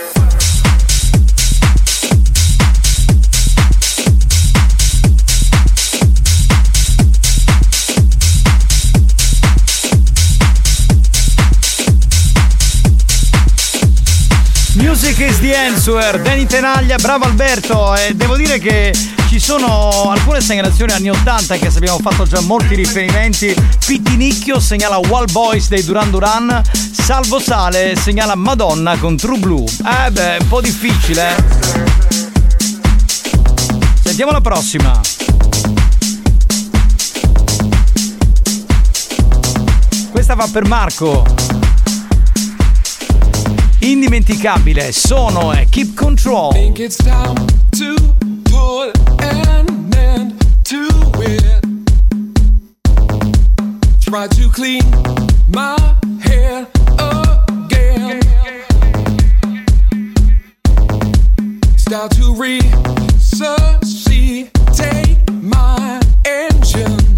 Speaker 8: Music is the answer, Danny Tenaglia, bravo Alberto, e devo dire che ci sono alcune segnalazioni anni 80 che abbiamo fatto già molti riferimenti. Pittinicchio segnala Wall Boys dei Duran Duran, Salvo Sale segnala Madonna con True Blue. Beh, un po' difficile. Sentiamo la prossima. Questa va per Marco. Indimenticabile, Sono e Keep Control.
Speaker 5: Think it's time to put an end to it. Try to clean my head again. Start to resuscitate my engine.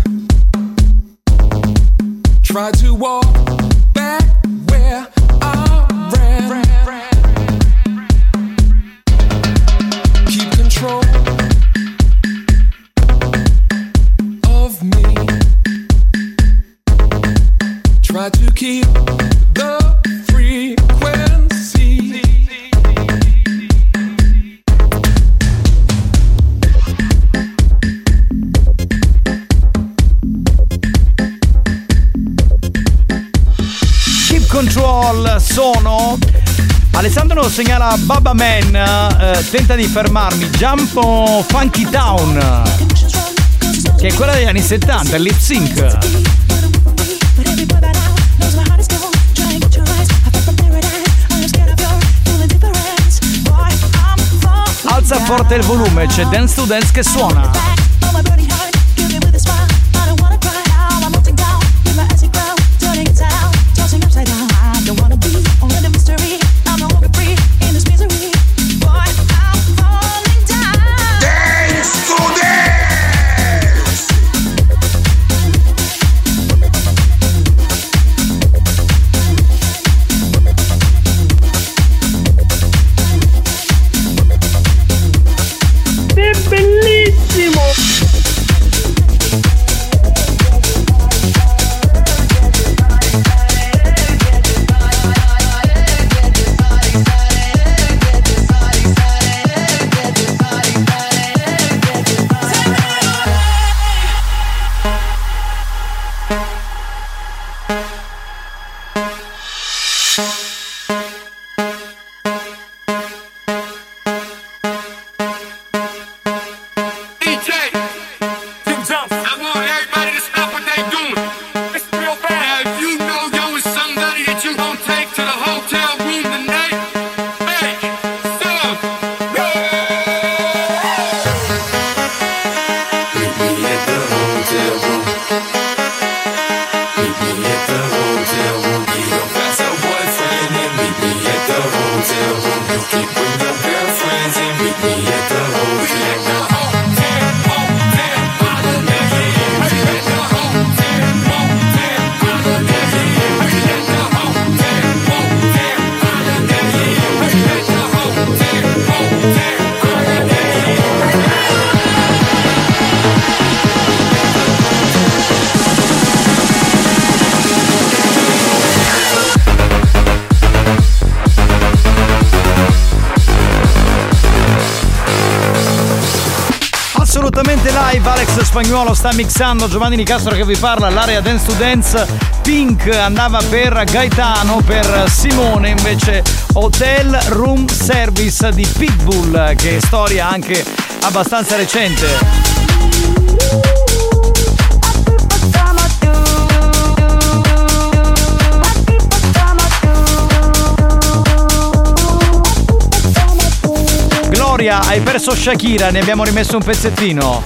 Speaker 5: Try to walk back where I ran. Keep control of me. Try to keep the frequency.
Speaker 8: Keep Control, Sono. Alessandro segnala Baba Man, tenta di fermarmi, Jump Funky Town, che è quella degli anni 70, Lip Sync. Alza forte il volume, c'è Dance to Dance che suona.
Speaker 15: Bellissimo!
Speaker 8: Alex Spagnuolo sta mixando, Giovanni Nicastro che vi parla, l'area Dance to Dance. Pink andava per Gaetano, per Simone invece Hotel Room Service di Pitbull, che è storia anche abbastanza recente. Gloria, hai perso Shakira, ne abbiamo rimesso un pezzettino.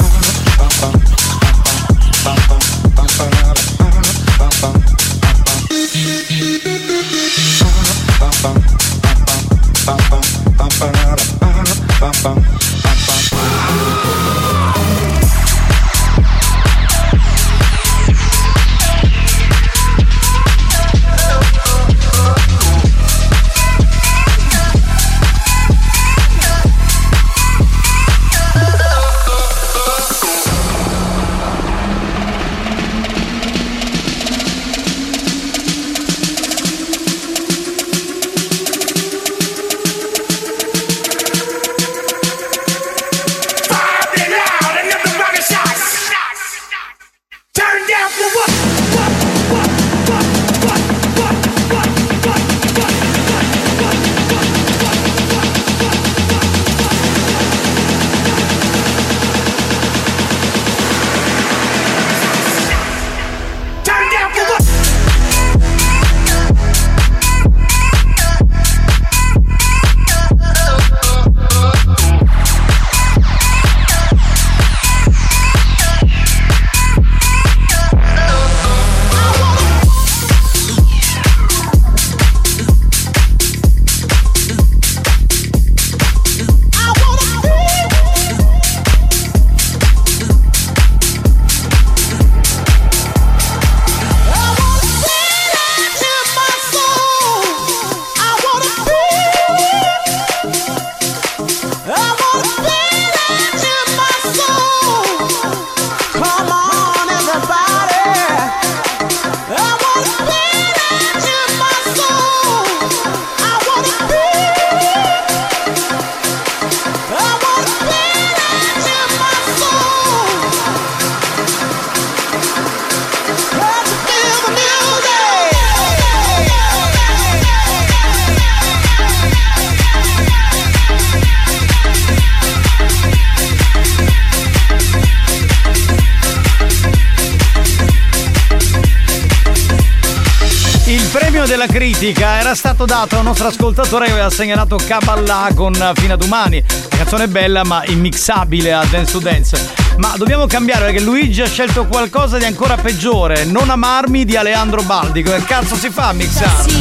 Speaker 8: Della critica era stato dato a un nostro ascoltatore che aveva segnalato Kabbalah con Fino a Domani. La canzone è bella ma immixabile a Dance to Dance. Ma dobbiamo cambiare perché Luigi ha scelto qualcosa di ancora peggiore. Non amarmi di Aleandro Baldi. Come cazzo si fa a mixare?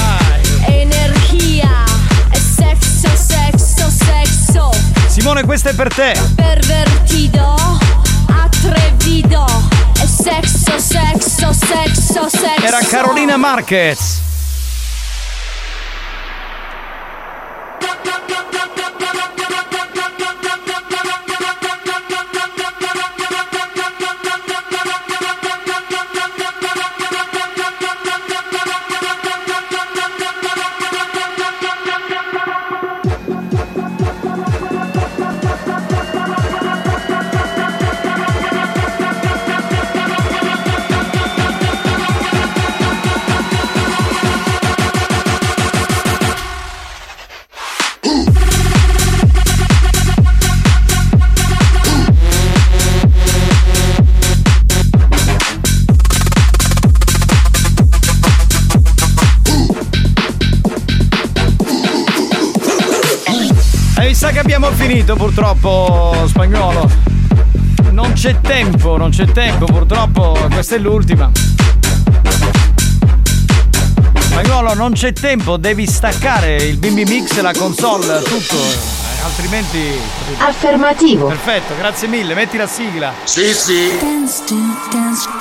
Speaker 2: Energia e sexo, sexo, sexo.
Speaker 8: Simone, questa è per te.
Speaker 2: Pervertido, atrevido e sexo, sexo, sexo, sexo.
Speaker 8: Era Carolina Marquez. Sa che abbiamo finito purtroppo, Spagnuolo. Non c'è tempo purtroppo, questa è l'ultima. Spagnuolo, non c'è tempo, devi staccare il Bimbi Mix, la console, tutto, altrimenti...
Speaker 13: Affermativo.
Speaker 8: Perfetto, grazie mille, metti la sigla.
Speaker 19: Sì, sì.
Speaker 2: Dance to dance.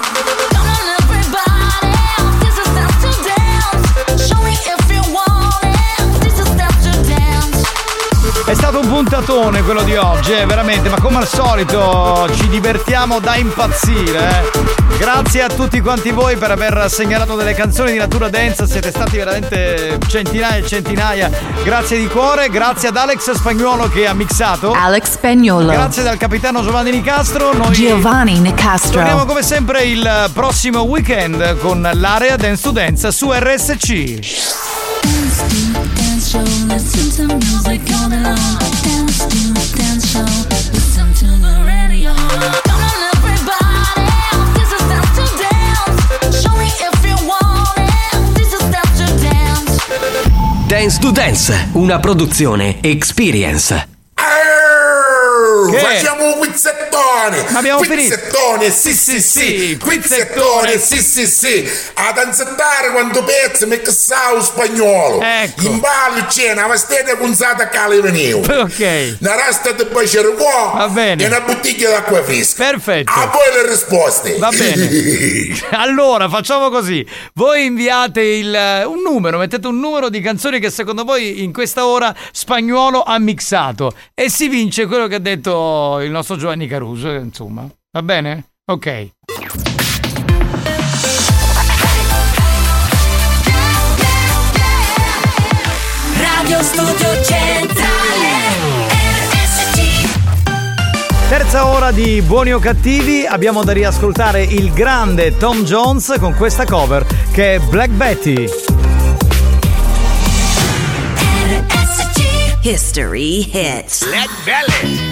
Speaker 8: È stato un puntatone quello di oggi, veramente, ma come al solito ci divertiamo da impazzire. Grazie a tutti quanti voi per aver segnalato delle canzoni di natura dance, siete stati veramente centinaia e centinaia. Grazie di cuore, grazie ad Alex Spagnuolo che ha mixato.
Speaker 13: Alex Spagnuolo.
Speaker 8: Grazie dal capitano Giovanni Nicastro. Noi
Speaker 13: Giovanni Nicastro.
Speaker 8: torniamo come sempre il prossimo weekend con l'area Dance to Dance su RSC.
Speaker 2: Dance show, listen to music all day long. Dance to dance show, listen to the radio. Come on everybody, this is dance to dance. Show me if you want it, this is dance to dance.
Speaker 1: Dance to Dance, una produzione Experience.
Speaker 16: Facciamo un quizzettone!
Speaker 8: Ma abbiamo
Speaker 16: quizzettone, sì! Quizzettone, sì! A danzettare quando pezzi mi cassavo spagnolo!
Speaker 8: Ecco!
Speaker 16: In ballo c'è una vestita punzata a cale venivo!
Speaker 8: Ok!
Speaker 16: Una rasta di bacere qua!
Speaker 8: Va bene!
Speaker 16: E una bottiglia d'acqua fresca!
Speaker 8: Perfetto!
Speaker 16: A voi le risposte!
Speaker 8: Va bene! Allora, facciamo così! Voi inviate un numero, mettete un numero di canzoni che secondo voi in questa ora Spagnuolo ha mixato e si vince quello che ha detto il nostro Giovanni Caruso, insomma. Va bene? Ok.
Speaker 2: Radio Studio Centrale RSC.
Speaker 8: Terza ora di Buoni o Cattivi, abbiamo da riascoltare il grande Tom Jones con questa cover che è Black Betty.
Speaker 2: RSC
Speaker 13: History Hits.
Speaker 16: Black Belly!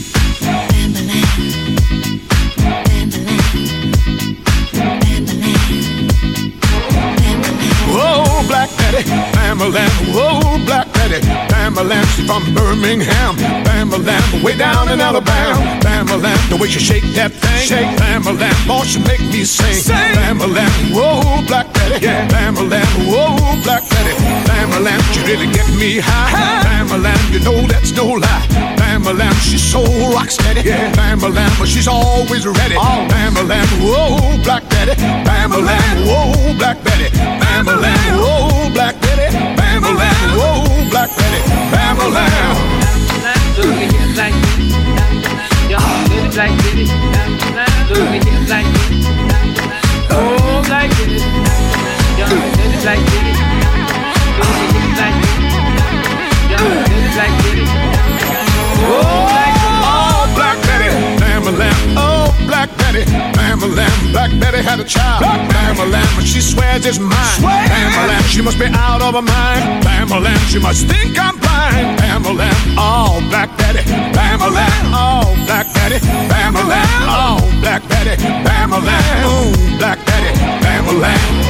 Speaker 17: Whoa, Black Betty, Bam-a-lam. Whoa, Black Betty, Bam-a-lam. She's from Birmingham, Bam-a-lam. Way down in Alabama, Bam-a-lam. The way she shake that thing, shake, Bam-a-lam. Boy, she make me sing, Bam-a-lam. Whoa, Black Betty, yeah, Bam-a-lam. Whoa, Black Betty, Bam-a-lam. She really get me high, Bam-a-lam. You know that's no lie, Bam-a-lam. She's so rock steady, yeah, Bam-a-lam. But she's always ready, Bam-a-lam. Whoa, Black Betty, Bam-a-lam. Whoa, Black Betty, Bam-a-lam. Whoa, Black Betty, Bam-a-lam. Whoa, Black Betty, Bam-a-lam.
Speaker 18: Look at him like this, young little black bitty. Look at him like this, oh like this, young little black bitty. Look at him like this, young little black bitty. Oh like this,
Speaker 17: oh Black Betty, Bam-a-lam. Oh Black Betty, Bam-a-lam. Black Betty had a child, Bam-a-lam, but she swears it's mine. Bam-a-lam, she must be out of her mind. Bam-a-lam, she must think I'm blind. Bam-a-lam, oh Black Betty, Bam-a-lam. Oh Black Betty, Bam-a-lam. Oh Black Betty, Bam-a-lam. Oh Black Betty, Bam-a-lam.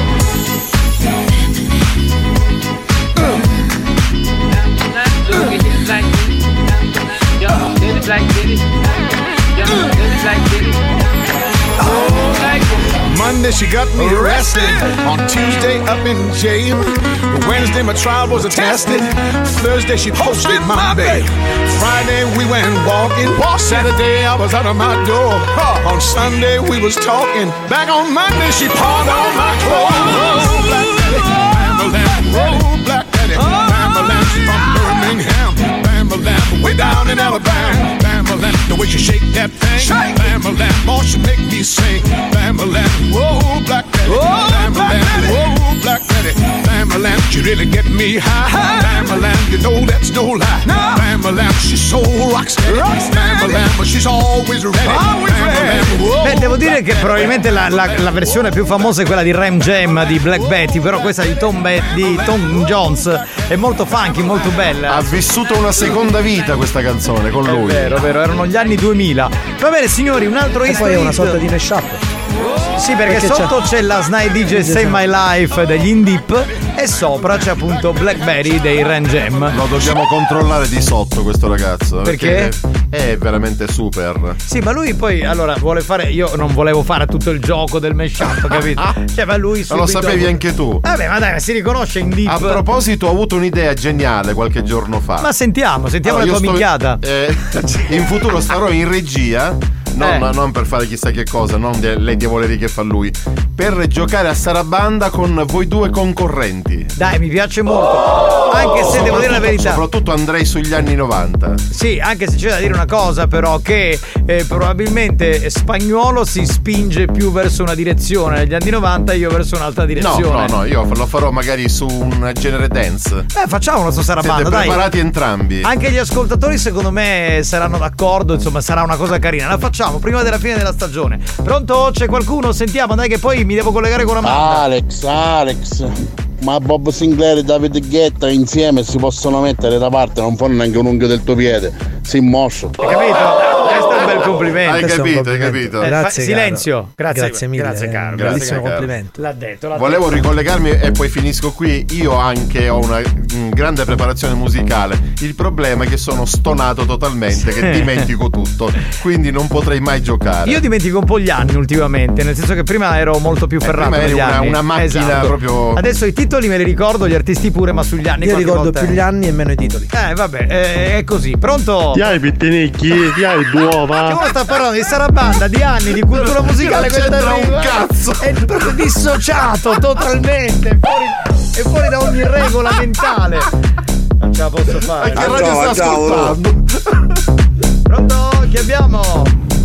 Speaker 18: look at him like this, young little black bitty. Young little black bitty. Oh like this.
Speaker 17: Monday she got me arrested. On Tuesday up in jail. Wednesday my trial was attested. Thursday she posted my bail. Friday we went walking. Saturday I was out of my door. On Sunday we was talking. Back on Monday she pawned all my clothes. Oh, Black Betty, Bam-a-lam. Oh, Black Betty, Bam-a-lam. She's from Birmingham, Bam-a-lam. Way down in Alabama, Bam-a-lam. The way she shake that thing, Bam-a-lam. Boy, she make me sing, Bam-a-lam. Whoa, Black Betty, Bam-a-lam. Whoa, Black Betty, Bam-a-lam. She really get me high, Bam-a-lam. You know that's no lie, Bam-a-lam. She's so rock steady, Bam-a-lam. But she's always ready, Bam-a-lam.
Speaker 8: Beh, devo dire che probabilmente la versione più famosa è quella di Ram Jam di Black Betty, però questa di Tom Jones è molto funky, molto bella.
Speaker 20: Ha vissuto una seconda vita questa canzone con lui.
Speaker 8: È vero, erano gli anni 2000. Va bene signori, un altro
Speaker 15: e poi è una sorta di mashup.
Speaker 8: Sì, perché sotto c'è la Snide DJ Save My Life degli Indip e sopra c'è appunto Blackberry dei Ram Jam.
Speaker 20: Lo dobbiamo controllare di sotto questo ragazzo.
Speaker 8: Perché?
Speaker 20: È veramente super.
Speaker 8: Sì, ma lui poi allora vuole fare. Io non volevo fare tutto il gioco del mashup, capito? Cioè, ma lui subito.
Speaker 20: Ma lo sapevi anche tu.
Speaker 8: Vabbè, ma dai, si riconosce in Deep.
Speaker 20: A proposito, ho avuto un'idea geniale qualche giorno fa.
Speaker 8: Ma sentiamo la tua minchiata.
Speaker 20: In futuro starò in regia Non per fare chissà che cosa, non le diavolerie che fa lui, per giocare a sarabanda con voi due concorrenti.
Speaker 8: Dai, mi piace molto. Anche se devo dire la verità.
Speaker 20: Soprattutto andrei sugli anni 90.
Speaker 8: Sì, anche se c'è da dire una cosa però, che probabilmente Spagnuolo si spinge più verso una direzione negli anni 90 e io verso un'altra direzione.
Speaker 20: No, io lo farò magari su un genere dance.
Speaker 8: Facciamo una sarabanda,
Speaker 20: siete
Speaker 8: dai.
Speaker 20: preparati entrambi.
Speaker 8: Anche gli ascoltatori secondo me saranno d'accordo, insomma sarà una cosa carina. La facciamo prima della fine della stagione. Pronto? C'è qualcuno? Sentiamo, dai, che poi mi devo collegare con Amanda.
Speaker 7: Alex, ma Bob Sinclair e David Guetta insieme si possono mettere da parte, non fanno neanche un'unghio del tuo piede, si mosso.
Speaker 8: Hai capito? Questo è un bel complimento.
Speaker 20: Hai capito.
Speaker 11: Grazie,
Speaker 8: silenzio.
Speaker 11: Grazie mille.
Speaker 8: Grazie caro.
Speaker 11: Bellissimo complimento.
Speaker 8: L'ha detto.
Speaker 20: Volevo ricollegarmi e poi finisco qui. Io anche ho una grande preparazione musicale. Il problema è che sono stonato totalmente, che dimentico tutto, quindi non potrei mai giocare.
Speaker 8: Io dimentico un po' gli anni ultimamente, nel senso che prima ero molto più ferrato.
Speaker 20: Prima eri
Speaker 8: negli anni.
Speaker 20: una macchina,
Speaker 8: esatto.
Speaker 20: Proprio.
Speaker 8: Adesso i titoli me li ricordo, gli artisti pure, ma sugli anni
Speaker 11: io ricordo
Speaker 8: volta
Speaker 11: più gli anni e meno i titoli.
Speaker 8: Vabbè, è così. Pronto?
Speaker 14: Ti hai pittinicchi, ti hai d'uova.
Speaker 8: Che uno sta parlando di sarabanda, di anni, di cultura musicale,
Speaker 20: non c'entra un cazzo.
Speaker 8: È proprio dissociato totalmente, è fuori da ogni regola mentale. Non ce la posso fare.
Speaker 20: Ma che radio sta ascoltando?
Speaker 8: Pronto? Chi abbiamo?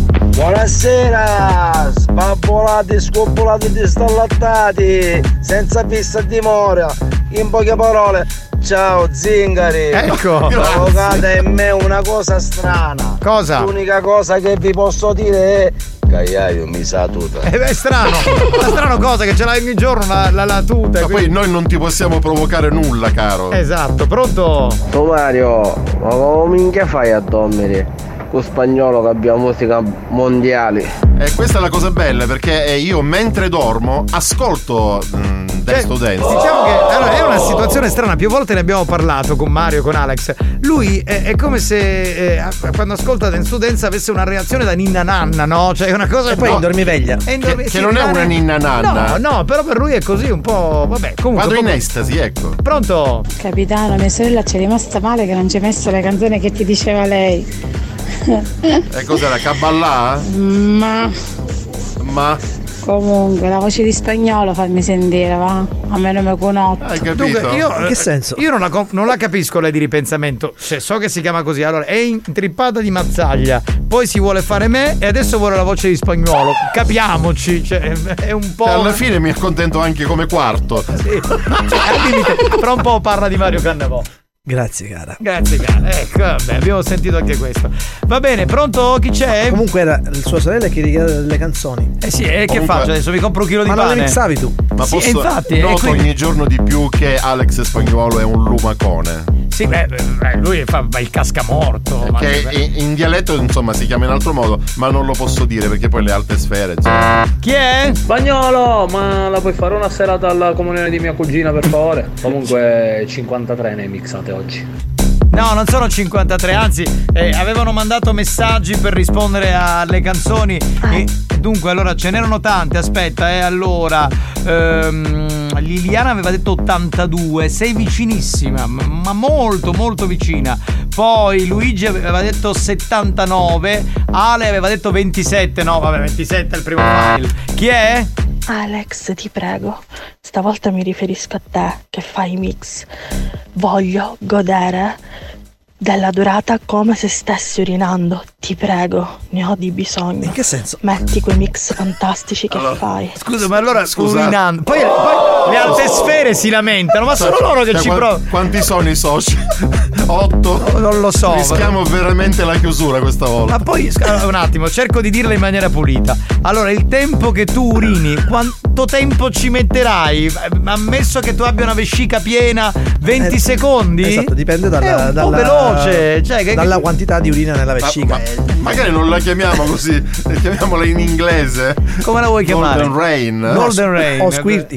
Speaker 15: Buonasera, spapolati, scoppolati, distallattati, senza fissa dimora, in poche parole, ciao zingari.
Speaker 8: Ecco,
Speaker 15: provocate in me una cosa strana.
Speaker 8: Cosa?
Speaker 15: L'unica cosa che vi posso dire è Caiaio mi sa tuta.
Speaker 8: È strano, una strana cosa che ce l'hai ogni giorno la tuta.
Speaker 20: Ma poi noi non ti possiamo provocare nulla, caro.
Speaker 8: Esatto, pronto?
Speaker 10: Tu Mario, ma come minchia fai a dormire? Con Spagnolo che abbiamo musica mondiali.
Speaker 20: E questa è la cosa bella, perché io mentre dormo ascolto Dance to Dance.
Speaker 8: Diciamo che allora, è una situazione strana, più volte ne abbiamo parlato con Mario, con Alex. Lui è come se quando ascolta Dance to Dance avesse una reazione da ninna nanna, no? Cioè è una cosa.
Speaker 11: E poi indormiveglia.
Speaker 20: Che non è una ninna nanna.
Speaker 8: No, però per lui è così un po'. Vabbè, comunque.
Speaker 20: Vado in estasi, ecco.
Speaker 8: Pronto?
Speaker 21: Capitano, mia sorella ci è rimasta male che non ci hai messo le canzoni che ti diceva lei.
Speaker 20: E cos'era? Caballà?
Speaker 21: Ma comunque la voce di Spagnolo fammi sentire, va? A me non mi conosco.
Speaker 20: Hai capito?
Speaker 8: Dunque, io,
Speaker 11: in che senso?
Speaker 8: Io non la capisco lei di ripensamento. Cioè, so che si chiama così. Allora, è intrippata di mazzaglia. Poi si vuole fare me e adesso vuole la voce di Spagnolo. Capiamoci. Cioè, è un po'.
Speaker 20: Alla fine mi accontento anche come quarto.
Speaker 8: Sì. Cioè, fra un po' parla di Mario Cannavò.
Speaker 11: Grazie cara.
Speaker 8: Grazie cara. Ecco, vabbè, abbiamo sentito anche questo. Va bene, pronto? Chi c'è?
Speaker 11: Comunque era sua sorella che richiede le canzoni.
Speaker 8: Sì, che faccio? Adesso mi compro un chilo di pane.
Speaker 11: Ma non le mixavi tu?
Speaker 20: Ma
Speaker 8: sì,
Speaker 20: posso
Speaker 8: infatti,
Speaker 20: noto ogni giorno di più che Alex Spagnuolo è un lumacone.
Speaker 8: Sì, lui fa il cascamorto.
Speaker 20: Che in dialetto insomma si chiama in altro modo, ma non lo posso dire perché poi le alte sfere.
Speaker 8: Chi è?
Speaker 22: Spagnolo, ma la puoi fare una serata alla comunione di mia cugina per favore? Comunque 53 ne hai mixate oggi.
Speaker 8: No, non sono 53, anzi avevano mandato messaggi per rispondere alle canzoni e dunque allora ce n'erano tante, aspetta, allora Liliana aveva detto 82, sei vicinissima, ma molto molto vicina. Poi Luigi aveva detto 79, Ale aveva detto 27, no vabbè 27 è il primo file. Chi è?
Speaker 21: Alex, ti prego, stavolta mi riferisco a te che fai i mix. Voglio godere della durata come se stessi urinando. Ti prego, ne ho di bisogno.
Speaker 11: In che senso?
Speaker 21: Metti quei mix fantastici che fai.
Speaker 8: Scusa, ma allora urinando. Poi le alte sfere si lamentano, ma sono loro che ci provano.
Speaker 20: Quanti sono i soci? 8?
Speaker 8: Non lo so.
Speaker 20: Rischiamo veramente la chiusura questa volta.
Speaker 8: Ma poi un attimo, cerco di dirla in maniera pulita. Allora, il tempo che tu urini, quanto tempo ci metterai? Ammesso che tu abbia una vescica piena, 20 secondi?
Speaker 11: Esatto, dipende
Speaker 8: un po' veloce, cioè,
Speaker 11: dalla quantità di urina nella vescica.
Speaker 20: Magari non la chiamiamo così, chiamiamola in inglese.
Speaker 8: Come la vuoi chiamare?
Speaker 20: Golden Rain.
Speaker 8: Golden Rain.
Speaker 11: O squirting.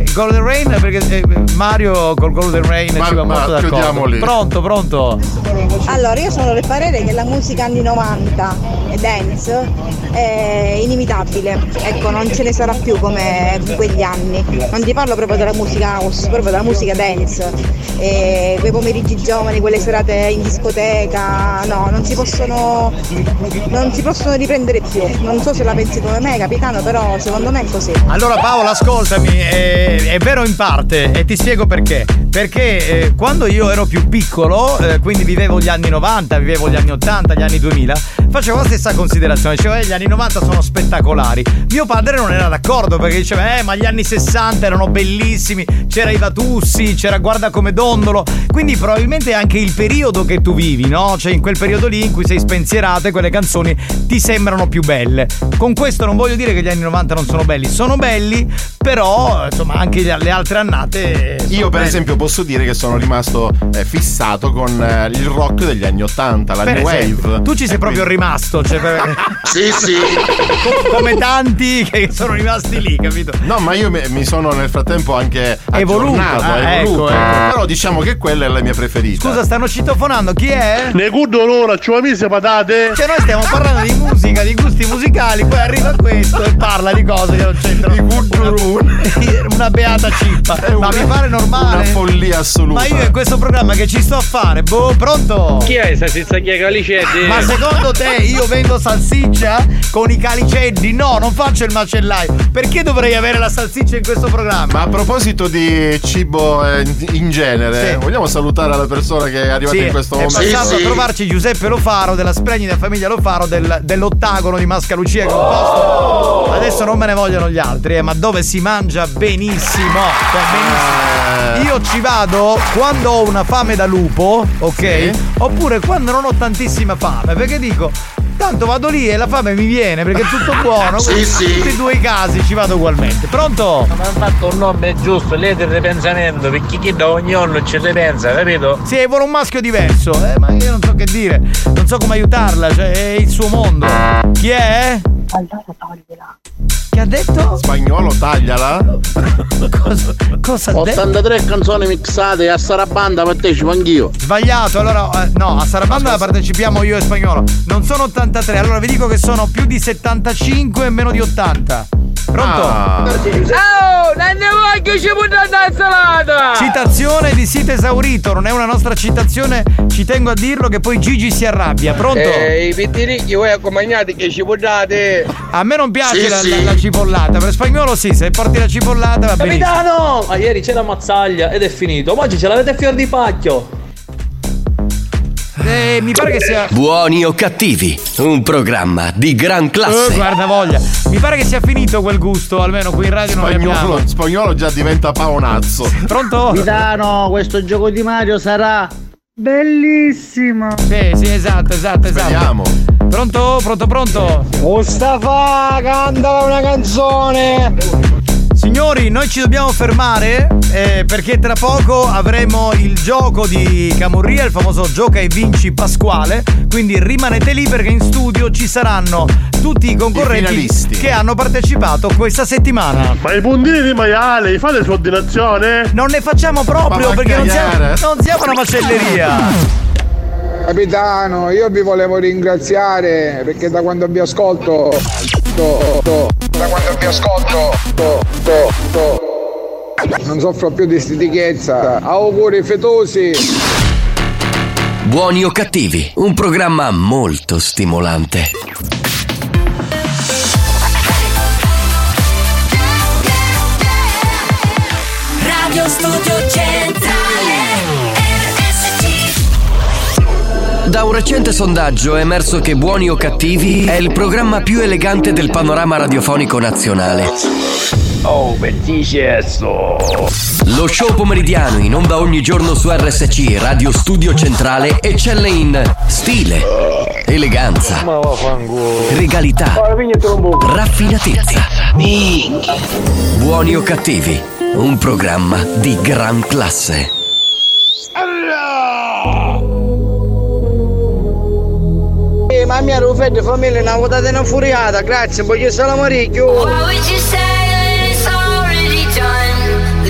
Speaker 8: Golden Rain, perché Mario col Golden Rain ci va molto d'accordo.
Speaker 20: Lì.
Speaker 8: Pronto.
Speaker 3: Allora, io sono del parere che la musica anni 90 e dance è inimitabile. Ecco, non ce ne sarà più come in quegli anni. Non ti parlo proprio della musica house, proprio della musica dance. Quei pomeriggi giovani, quelle serate in discoteca, no, non si possono riprendere più. Non so se la pensi come me, capitano, però secondo me è così.
Speaker 8: Allora Paola, ascoltami, è vero in parte e ti spiego perché. Perché quando io ero più piccolo, quindi vivevo gli anni 90, vivevo gli anni 80, gli anni 2000, facevo la stessa considerazione, dicevo gli anni 90 sono spettacolari. Mio padre non era d'accordo perché diceva ma gli anni 60 erano bellissimi, c'era i Vatussi, c'era Guarda come dondolo, quindi probabilmente è anche il periodo che tu vivi, no? Cioè in quel periodo lì in cui sei spensierato e quelle canzoni ti sembrano più belle. Con questo non voglio dire che gli anni 90 non sono belli, però insomma anche le altre annate
Speaker 20: io per
Speaker 8: belle.
Speaker 20: esempio posso dire che sono rimasto fissato con il rock degli anni 80, la new wave.
Speaker 8: Tu ci sei proprio rimasto, cioè
Speaker 16: sì.
Speaker 8: Come tanti che sono rimasti lì, capito?
Speaker 20: No, ma io mi sono nel frattempo anche
Speaker 8: evoluto.
Speaker 20: Ecco. Però diciamo che quella è la mia preferita.
Speaker 8: Scusa, stanno citofonando, chi è?
Speaker 14: Ne guardo l'ora, ci ho messo patate.
Speaker 8: Cioè noi stiamo parlando di musica, di gusti musicali, poi arriva questo e parla di cose che non c'entrano. Una beata cippa. Ma mi pare normale?
Speaker 20: Una follia assoluta.
Speaker 8: Ma io in questo programma che ci sto a fare? Pronto?
Speaker 22: Chi è salsiccia che caliceddi?
Speaker 8: Ma secondo te io vendo salsiccia con i caliceddi? No, non faccio il macellaio. Perché dovrei avere la salsiccia in questo programma?
Speaker 20: Ma a proposito di cibo in genere, vogliamo salutare la persona che è arrivata in questo momento?
Speaker 8: È passato a trovarci Giuseppe Lo Faro della splendida famiglia Lo Faro dell'Ottagono di Mascalucia, che è un posto. Adesso non me ne vogliono gli altri, ma dove si mangia benissimo. Io ci vado quando ho una fame da lupo, ok? Oppure quando non ho tantissima fame, perché dico tanto vado lì e la fame mi viene perché è tutto buono.
Speaker 16: Sì.
Speaker 8: Tutti e due i casi ci vado ugualmente. Pronto?
Speaker 22: Ma ha fatto un nome giusto, lei del ripensamento, perché chi da ognuno ci ripensa, capito?
Speaker 8: Sì, vuole un maschio diverso, ma io non so che dire, non so come aiutarla, cioè è il suo mondo. Chi è?
Speaker 3: Allora toglila.
Speaker 8: Che ha detto?
Speaker 20: Spagnolo, tagliala.
Speaker 8: Cosa ha detto?
Speaker 7: 83 canzoni mixate e a Sarabanda partecipo anch'io.
Speaker 8: Sbagliato, allora no, a Sarabanda partecipiamo io e Spagnolo. Non sono 83, allora vi dico che sono più di 75 e meno di 80. Pronto?
Speaker 22: Oh, non ne voglio ci buttare la salata!
Speaker 8: Citazione di sito esaurito, non è una nostra citazione, ci tengo a dirlo che poi Gigi si arrabbia. Pronto?
Speaker 10: I pittiricchi voi accompagnati che ci buttate.
Speaker 8: A me non piace la cipollata, per Spagnolo sì, se porti la cipollata va benissimo.
Speaker 22: Capitano! Ma ieri c'era mazzaglia ed è finito, ma oggi ce l'avete fior di pacchio.
Speaker 8: Mi pare che sia
Speaker 1: Buoni o cattivi, un programma di gran classe.
Speaker 8: Guarda voglia. Mi pare che sia finito quel gusto, almeno qui in radio non ne abbiamo.
Speaker 20: Spagnolo già diventa paonazzo.
Speaker 8: Pronto?
Speaker 15: Capitano, questo gioco di Mario sarà bellissimo.
Speaker 8: Sì, esatto.
Speaker 20: Speriamo.
Speaker 8: Pronto?
Speaker 15: Mustafa, canta una canzone.
Speaker 8: Signori, noi ci dobbiamo fermare perché tra poco avremo il gioco di Camurria, il famoso Gioca e Vinci Pasquale. Quindi rimanete lì perché in studio ci saranno tutti i concorrenti che hanno partecipato questa settimana.
Speaker 14: Ma i puntini di maiale, fate su ordinazione?
Speaker 8: Non ne facciamo proprio perché non siamo una macelleria.
Speaker 9: Capitano, io vi volevo ringraziare perché da quando vi ascolto non soffro più di stitichezza. Auguri fetosi.
Speaker 1: Buoni o cattivi, un programma molto stimolante.
Speaker 2: Radio Studio Centrale RSC.
Speaker 1: Da un recente sondaggio è emerso che Buoni o cattivi è il programma più elegante del panorama radiofonico nazionale.
Speaker 22: Oh, bellissimo.
Speaker 1: Lo show pomeridiano in onda ogni giorno su RSC Radio Studio Centrale eccelle in stile, eleganza, regalità, raffinatezza. Buoni o cattivi, un programma di gran classe.
Speaker 15: Ma mia Rufetta famiglia una votata in furiata, grazie, voglio solo moricchio.
Speaker 2: What would you say when it's already done?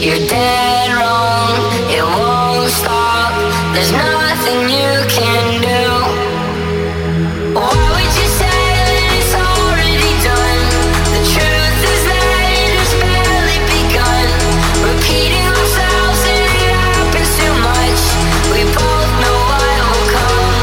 Speaker 2: You're dead wrong, it won't stop. There's nothing you can do. Why would you say that it's already done? The truth is that it has barely begun. Repeating ourselves and it happens too much. We both know what will come.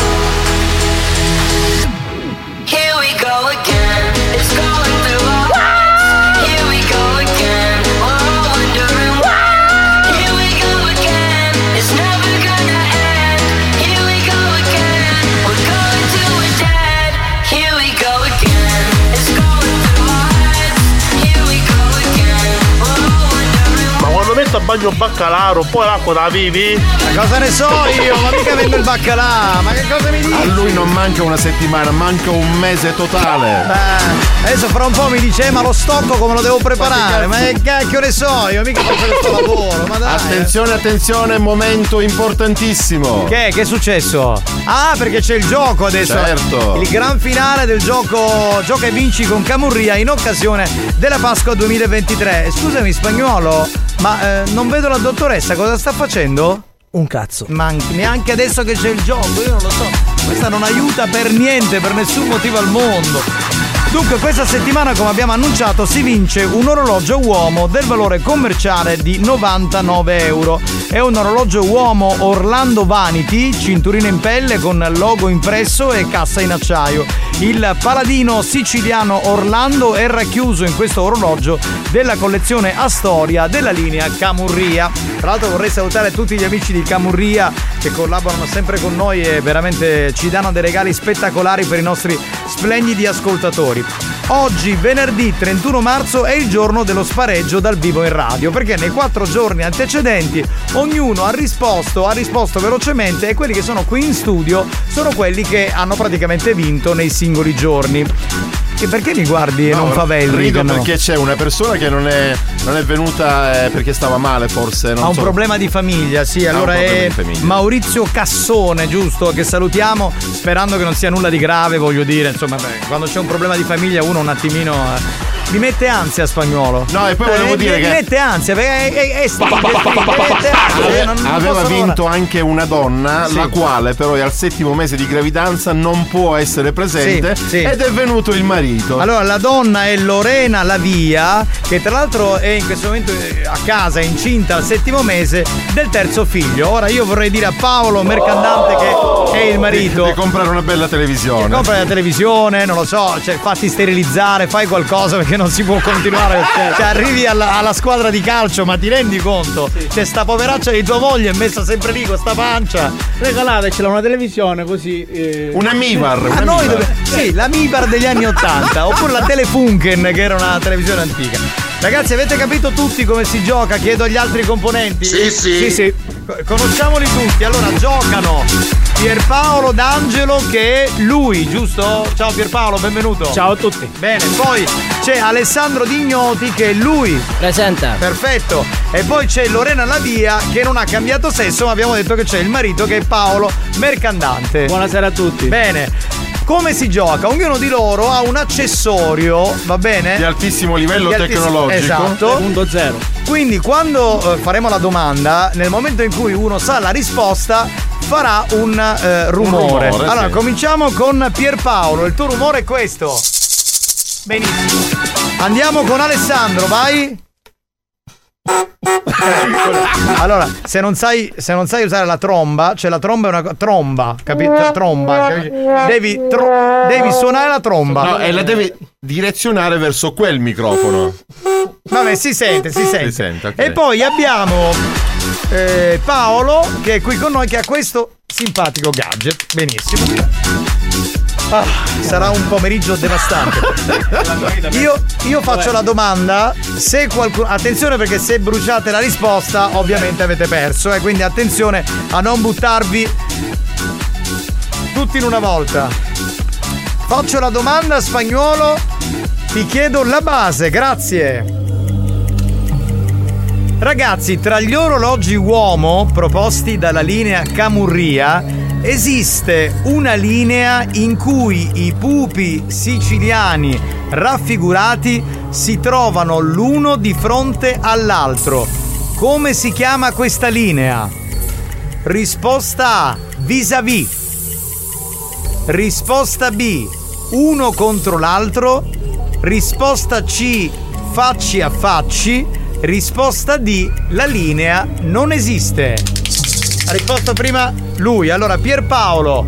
Speaker 2: Here we go again. It's going through our heads. Here we go again. We're all wondering why. Here we go again. It's never gonna end. Here we go again. We're going to a dead. Here we go again. It's going through our heads. Here we go again. We're all wondering
Speaker 14: Ma quando metto a bagno baccalaro, poi l'acqua la vivi?
Speaker 8: Ma cosa ne so io? Ma mica vendo il baccalà, ma che cosa mi dici?
Speaker 20: A lui non manca una settimana, manca un mese totale.
Speaker 8: Adesso fra un po' mi dice ma lo stocco come lo devo preparare? Ma che cacchio ne so, io mica faccio questo lavoro, ma dai.
Speaker 20: Attenzione, attenzione, momento importantissimo.
Speaker 8: Che è successo? Ah, perché c'è il gioco adesso.
Speaker 20: Certo.
Speaker 8: Il gran finale del gioco Gioca e vinci con Camurria in occasione della Pasqua 2023. Scusami Spagnuolo, ma non vedo la dottoressa, cosa sta facendo?
Speaker 11: Un cazzo.
Speaker 8: Ma neanche adesso che c'è il gioco, io non lo so. Questa non aiuta per niente, per nessun motivo al mondo. Dunque questa settimana, come abbiamo annunciato, si vince un orologio uomo del valore commerciale di 99 euro. È un orologio uomo Orlando Vanity, cinturina in pelle con logo impresso e cassa in acciaio. Il paladino siciliano Orlando è racchiuso in questo orologio della collezione Astoria della linea Camurria. Tra l'altro vorrei salutare tutti gli amici di Camurria che collaborano sempre con noi e veramente ci danno dei regali spettacolari per i nostri splendidi ascoltatori. Oggi, venerdì 31 marzo, è il giorno dello spareggio dal vivo in radio, perché nei 4 giorni antecedenti ognuno ha risposto velocemente e quelli che sono qui in studio sono quelli che hanno praticamente vinto nei singoli giorni. E perché mi guardi e non fa belli?
Speaker 20: Rido perché c'è una persona che non è venuta perché stava male, forse.
Speaker 8: Ha un problema di famiglia, sì, allora è Maurizio Cassone, giusto? Che salutiamo, sperando che non sia nulla di grave, voglio dire, insomma, quando c'è un problema di famiglia uno un attimino mi mette ansia Spagnuolo.
Speaker 20: No, e poi volevo dire che
Speaker 8: mi mette ansia perché
Speaker 20: aveva vinto anche una donna,
Speaker 8: sì,
Speaker 20: la quale però è al 7° mese di gravidanza, non può essere presente,
Speaker 8: sì, sì,
Speaker 20: ed è venuto il marito.
Speaker 8: Allora la donna è Lorena Lavia, che tra l'altro è in questo momento a casa, incinta al 7° mese del 3° figlio. Ora io vorrei dire a Paolo Mercandante, che è il marito,
Speaker 20: di comprare una bella televisione.
Speaker 8: Compra la televisione, non lo so, cioè fatti sterilizzare, fai qualcosa, perché non si può continuare. Cioè arrivi alla squadra di calcio, ma ti rendi conto? Sì. Cioè sta poveraccia di tua moglie è messa sempre lì con sta pancia.
Speaker 22: Regalatecela una televisione così.
Speaker 20: Una Mivar.
Speaker 8: Sì, la Mivar degli anni 80, oppure la Telefunken, che era una televisione antica. Ragazzi, avete capito tutti come si gioca? Chiedo agli altri componenti.
Speaker 16: Sì.
Speaker 8: Conosciamoli tutti. Allora giocano Pierpaolo D'Angelo, che è lui, giusto? Ciao Pierpaolo, benvenuto.
Speaker 22: Ciao a tutti.
Speaker 8: Bene, poi c'è Alessandro Dignoti, che è lui.
Speaker 4: Presente.
Speaker 8: Perfetto. E poi c'è Lorena Lavia, che non ha cambiato sesso, ma abbiamo detto che c'è il marito, che è Paolo Mercandante.
Speaker 22: Buonasera a tutti.
Speaker 8: Bene. Come si gioca? Ognuno di loro ha un accessorio, va bene?
Speaker 20: Di altissimo livello tecnologico.
Speaker 8: Esatto.
Speaker 22: 2.0.
Speaker 8: Quindi quando faremo la domanda, nel momento in cui uno sa la risposta, farà un rumore. Allora, sì, cominciamo con Pierpaolo. Il tuo rumore è questo. Benissimo. Andiamo con Alessandro, vai. Allora, se non sai usare la tromba, cioè la tromba è una tromba, capito? Tromba, devi suonare la tromba.
Speaker 20: No, e la devi direzionare verso quel microfono.
Speaker 8: Vabbè, si sente.
Speaker 20: Okay.
Speaker 8: E poi abbiamo Paolo, che è qui con noi, che ha questo simpatico gadget. Benissimo. Sarà un pomeriggio devastante. Io faccio la domanda. Se qualcuno, attenzione, perché se bruciate la risposta ovviamente avete perso, quindi attenzione a non buttarvi tutti in una volta. Faccio la domanda, Spagnuolo, ti chiedo la base, grazie. Ragazzi, tra gli orologi uomo proposti dalla linea Camurria esiste una linea in cui i pupi siciliani raffigurati si trovano l'uno di fronte all'altro. come si chiama questa linea? Risposta A, vis-à-vis. Risposta B, uno contro l'altro. Risposta C, facci a facci. Risposta D, la linea non esiste. Ha risposto prima lui. Allora Pierpaolo.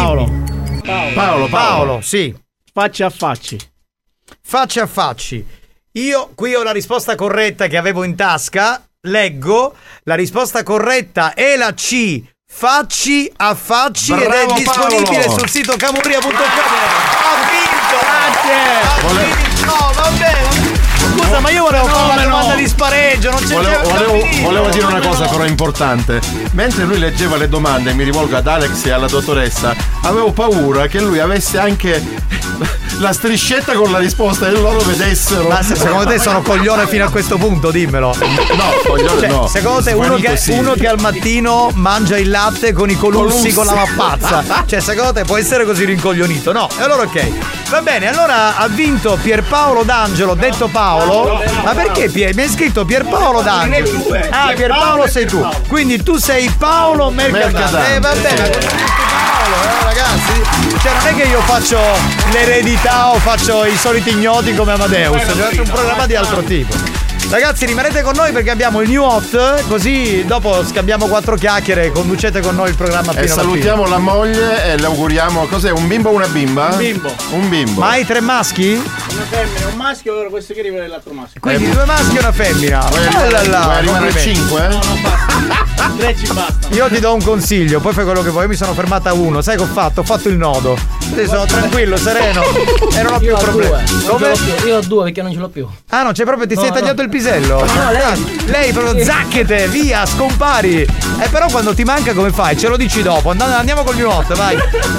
Speaker 8: Paolo, sì.
Speaker 4: Facci a facci.
Speaker 8: Facci a facci. Io qui ho la risposta corretta che avevo in tasca. Leggo. La risposta corretta è la C. Facci a facci.
Speaker 20: Bravo,
Speaker 8: ed è disponibile
Speaker 20: Paolo.
Speaker 8: sul sito camurria.com. Ha vinto! Grazie! No, vabbè. Scusa, ma io volevo fare una domanda di spareggio, non c'è
Speaker 20: Volevo dire una cosa però importante. Mentre lui leggeva le domande, mi rivolgo ad Alex e alla dottoressa, avevo paura che lui avesse anche la striscetta con la risposta e loro vedessero.
Speaker 8: Ma secondo te sono coglione fino a questo punto, dimmelo.
Speaker 20: No, coglione no.
Speaker 8: Secondo te uno che al mattino mangia il latte con i colussi con la mappazza, cioè secondo te può essere così rincoglionito? No. E allora ok. Va bene, allora ha vinto Pierpaolo D'Angelo, detto Paolo. Ma perché mi hai scritto Pierpaolo D'Angelo? Ah, Pierpaolo sei tu. Quindi tu sei Paolo Mercadante. Va bene. Paolo, ragazzi. Cioè non è che io faccio l'eredità o faccio i soliti ignoti come Amadeus, c'è un programma di altro tipo. Ragazzi, rimanete con noi perché abbiamo il New Hot, così dopo scambiamo 4 chiacchiere e conducete con noi il programma
Speaker 20: E salutiamo la moglie e le auguriamo. Cos'è? Un bimbo o una bimba? Un bimbo.
Speaker 8: Ma hai 3 maschi?
Speaker 4: Una femmina, un maschio, ora questo che arriva l'altro maschio.
Speaker 8: Quindi 2 maschi e una femmina.
Speaker 20: Vuoi arrivare a 5?
Speaker 4: No, basta. 3 ci bastano.
Speaker 8: Io ti do un consiglio, poi fai quello che vuoi. Io mi sono fermata a 1. Sai che ho fatto? Ho fatto il nodo. Adesso sono tranquillo, sereno e non ho più problemi.
Speaker 6: Io ho 2 perché non ce l'ho più.
Speaker 8: Ah no, c'è proprio, ti sei tagliato il pisello?
Speaker 6: No,
Speaker 8: lei proprio zacchete, via, scompari. Però quando ti manca come fai? Ce lo dici dopo. Andiamo con gli Hot, vai.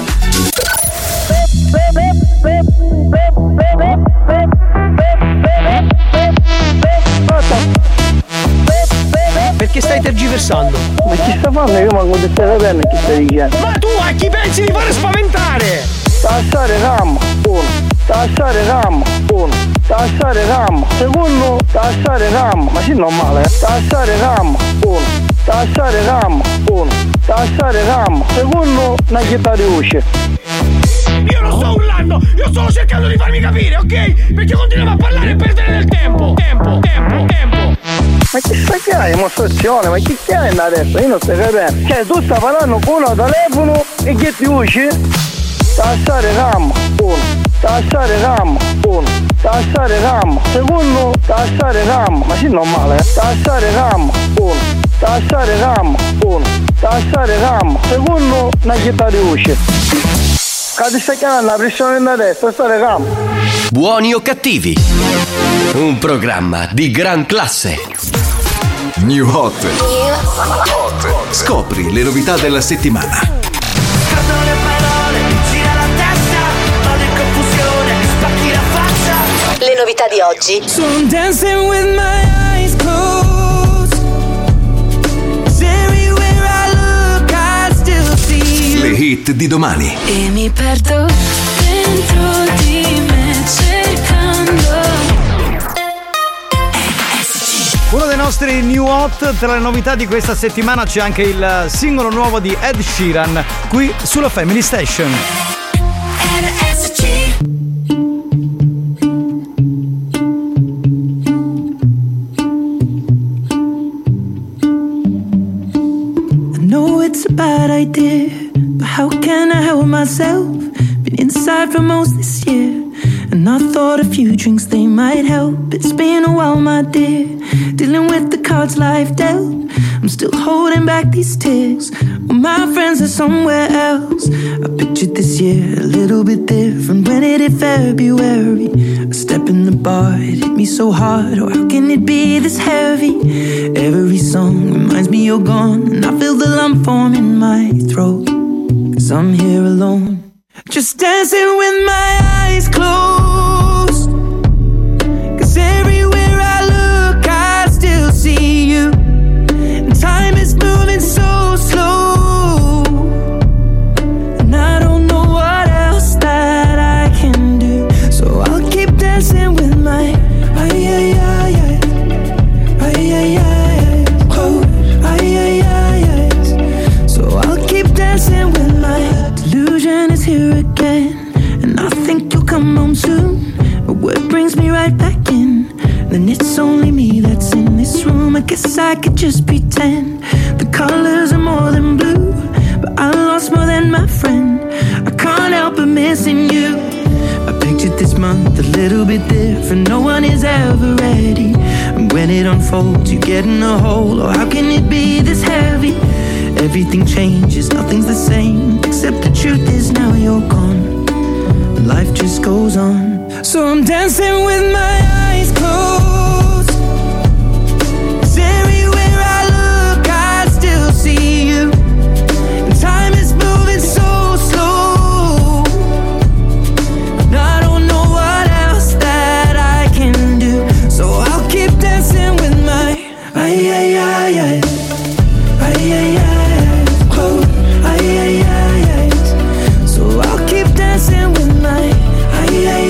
Speaker 6: Perché stai tergiversando?
Speaker 15: Ma chi sta fanno? Io manco di stai capendo chi stai dicendo.
Speaker 6: Ma tu a chi pensi di fare spaventare?
Speaker 15: Tassare RAM, 1. Tassare RAM, 1. Tassare RAM, secondo. Tassare RAM, ma sì normale. Tassare RAM, 1. Tassare RAM, 1. Tassare RAM, secondo. Una chitarra di voce.
Speaker 6: Io non sto urlando, io sto cercando di farmi capire, ok? Perché continuiamo a parlare e perdere del tempo. Tempo.
Speaker 15: Ma che stai che hai? Dimostrazione, ma che hai adesso? Io non stai capendo. Cioè tu stai parlando con uno telefono e che ti voce? Tassare RAM, 1. Tassare RAM, 1. Tassare RAM, secondo. Tassare RAM, ma sì normale. Tassare RAM, 1. Tassare RAM, 1. Tassare RAM, secondo. Una chitarra di voce. Cade stai chiamando la pressione da destra, tassare RAM.
Speaker 1: Buoni o cattivi? Un programma di gran classe.
Speaker 23: New Hot. Scopri le novità della settimana.
Speaker 13: Le novità di oggi.
Speaker 2: So I'm dancing with my eyes closed. 'Cause everywhere I look I still see you.
Speaker 23: Le hit di domani.
Speaker 2: E mi perdo dentro di me cercando.
Speaker 8: Uno dei nostri New Hot, tra le novità di questa settimana c'è anche il singolo nuovo di Ed Sheeran, qui sulla Family Station.
Speaker 2: I know it's a bad idea, but how can I help myself? Been inside for most this year, and I thought a few drinks they might help. It's been a while, my dear, dealing with the cards life dealt. I'm still holding back these tears, well, my friends are somewhere else. I pictured this year a little bit different when it hit February. A step in the bar, it hit me so hard, oh how can it be this heavy? Every song reminds me you're gone, and I feel the lump form in my throat, 'cause I'm here alone, just dancing with my eyes closed. 'Cause everywhere I look I still see you, and time is moving so slow, and I don't know what else that I can do, so I'll keep dancing with my ay ay ay ay ay ay ay. guess I could just pretend the colors are more than blue, but I lost more than my friend. I can't help but missing you. I pictured this month a little bit different. No one is ever ready, and when it unfolds you get in a hole. Oh, how can it be this heavy? Everything changes, nothing's the same, except the truth is now you're gone. Life just goes on. So I'm dancing with my eyes closed, 'cause everywhere I look I still see you. And time is moving so slow, and I don't know what else that I can do. So I'll keep dancing with my eyes closed, eyes. So I'll keep dancing with my eyes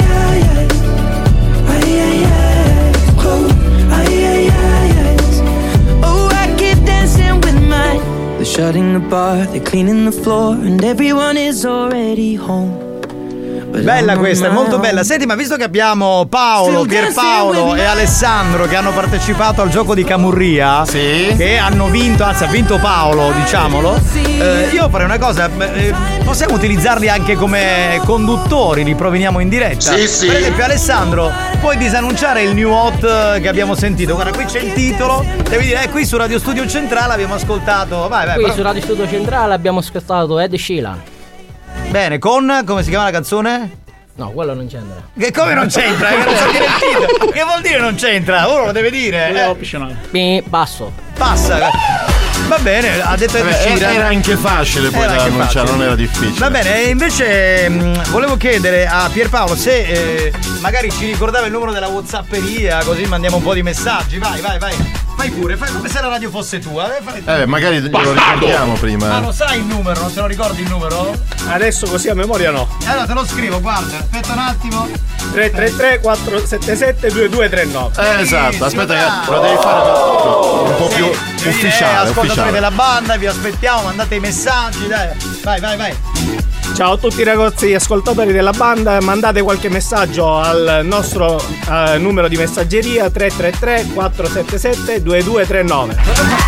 Speaker 2: closed, eyes. Oh, I keep dancing with my. They're shutting the bar, they're cleaning the floor, and everyone is already home.
Speaker 8: Bella questa, è molto bella. Senti, ma visto che abbiamo Paolo, Pierpaolo e Alessandro che hanno partecipato al gioco di Camurria, che hanno vinto, anzi ha vinto Paolo, diciamolo, io farei una cosa, possiamo utilizzarli anche come conduttori, li proveniamo in diretta.
Speaker 7: Sì.
Speaker 8: Per esempio Alessandro, puoi disannunciare il new hot che abbiamo sentito. Guarda, qui c'è il titolo, devi dire, qui su Radio Studio Centrale abbiamo ascoltato. Vai,
Speaker 5: qui su Radio Studio Centrale abbiamo ascoltato Ed Sheeran.
Speaker 8: Bene, con, come si chiama la canzone?
Speaker 5: No, quello non c'entra.
Speaker 8: Che come non c'entra? Che non so dire il titolo. Che vuol dire non c'entra? Uno lo deve dire.
Speaker 5: Passo.
Speaker 8: Passa. Va bene, ha detto Ed Sheeran.
Speaker 20: Era anche facile poi da annunciare, non era difficile.
Speaker 8: Va bene, e invece volevo chiedere a Pierpaolo se magari ci ricordava il numero della WhatsApperia, così mandiamo un po' di messaggi. Vai. Fai pure, fai come se la radio fosse tua.
Speaker 20: Magari glielo ricordiamo prima.
Speaker 8: Ma lo sai il numero? Non te lo ricordi il numero?
Speaker 4: Adesso così a memoria no.
Speaker 8: Allora te lo scrivo, guarda, aspetta un attimo.
Speaker 4: 333 477 2239.
Speaker 20: Esatto, aspetta che lo devi fare un po' più ufficiale.
Speaker 8: Ascoltatori della banda, vi aspettiamo, mandate i messaggi, dai. Vai.
Speaker 4: Ciao a tutti ragazzi ascoltatori della banda, mandate qualche messaggio al nostro numero di messaggeria 333 477 2239.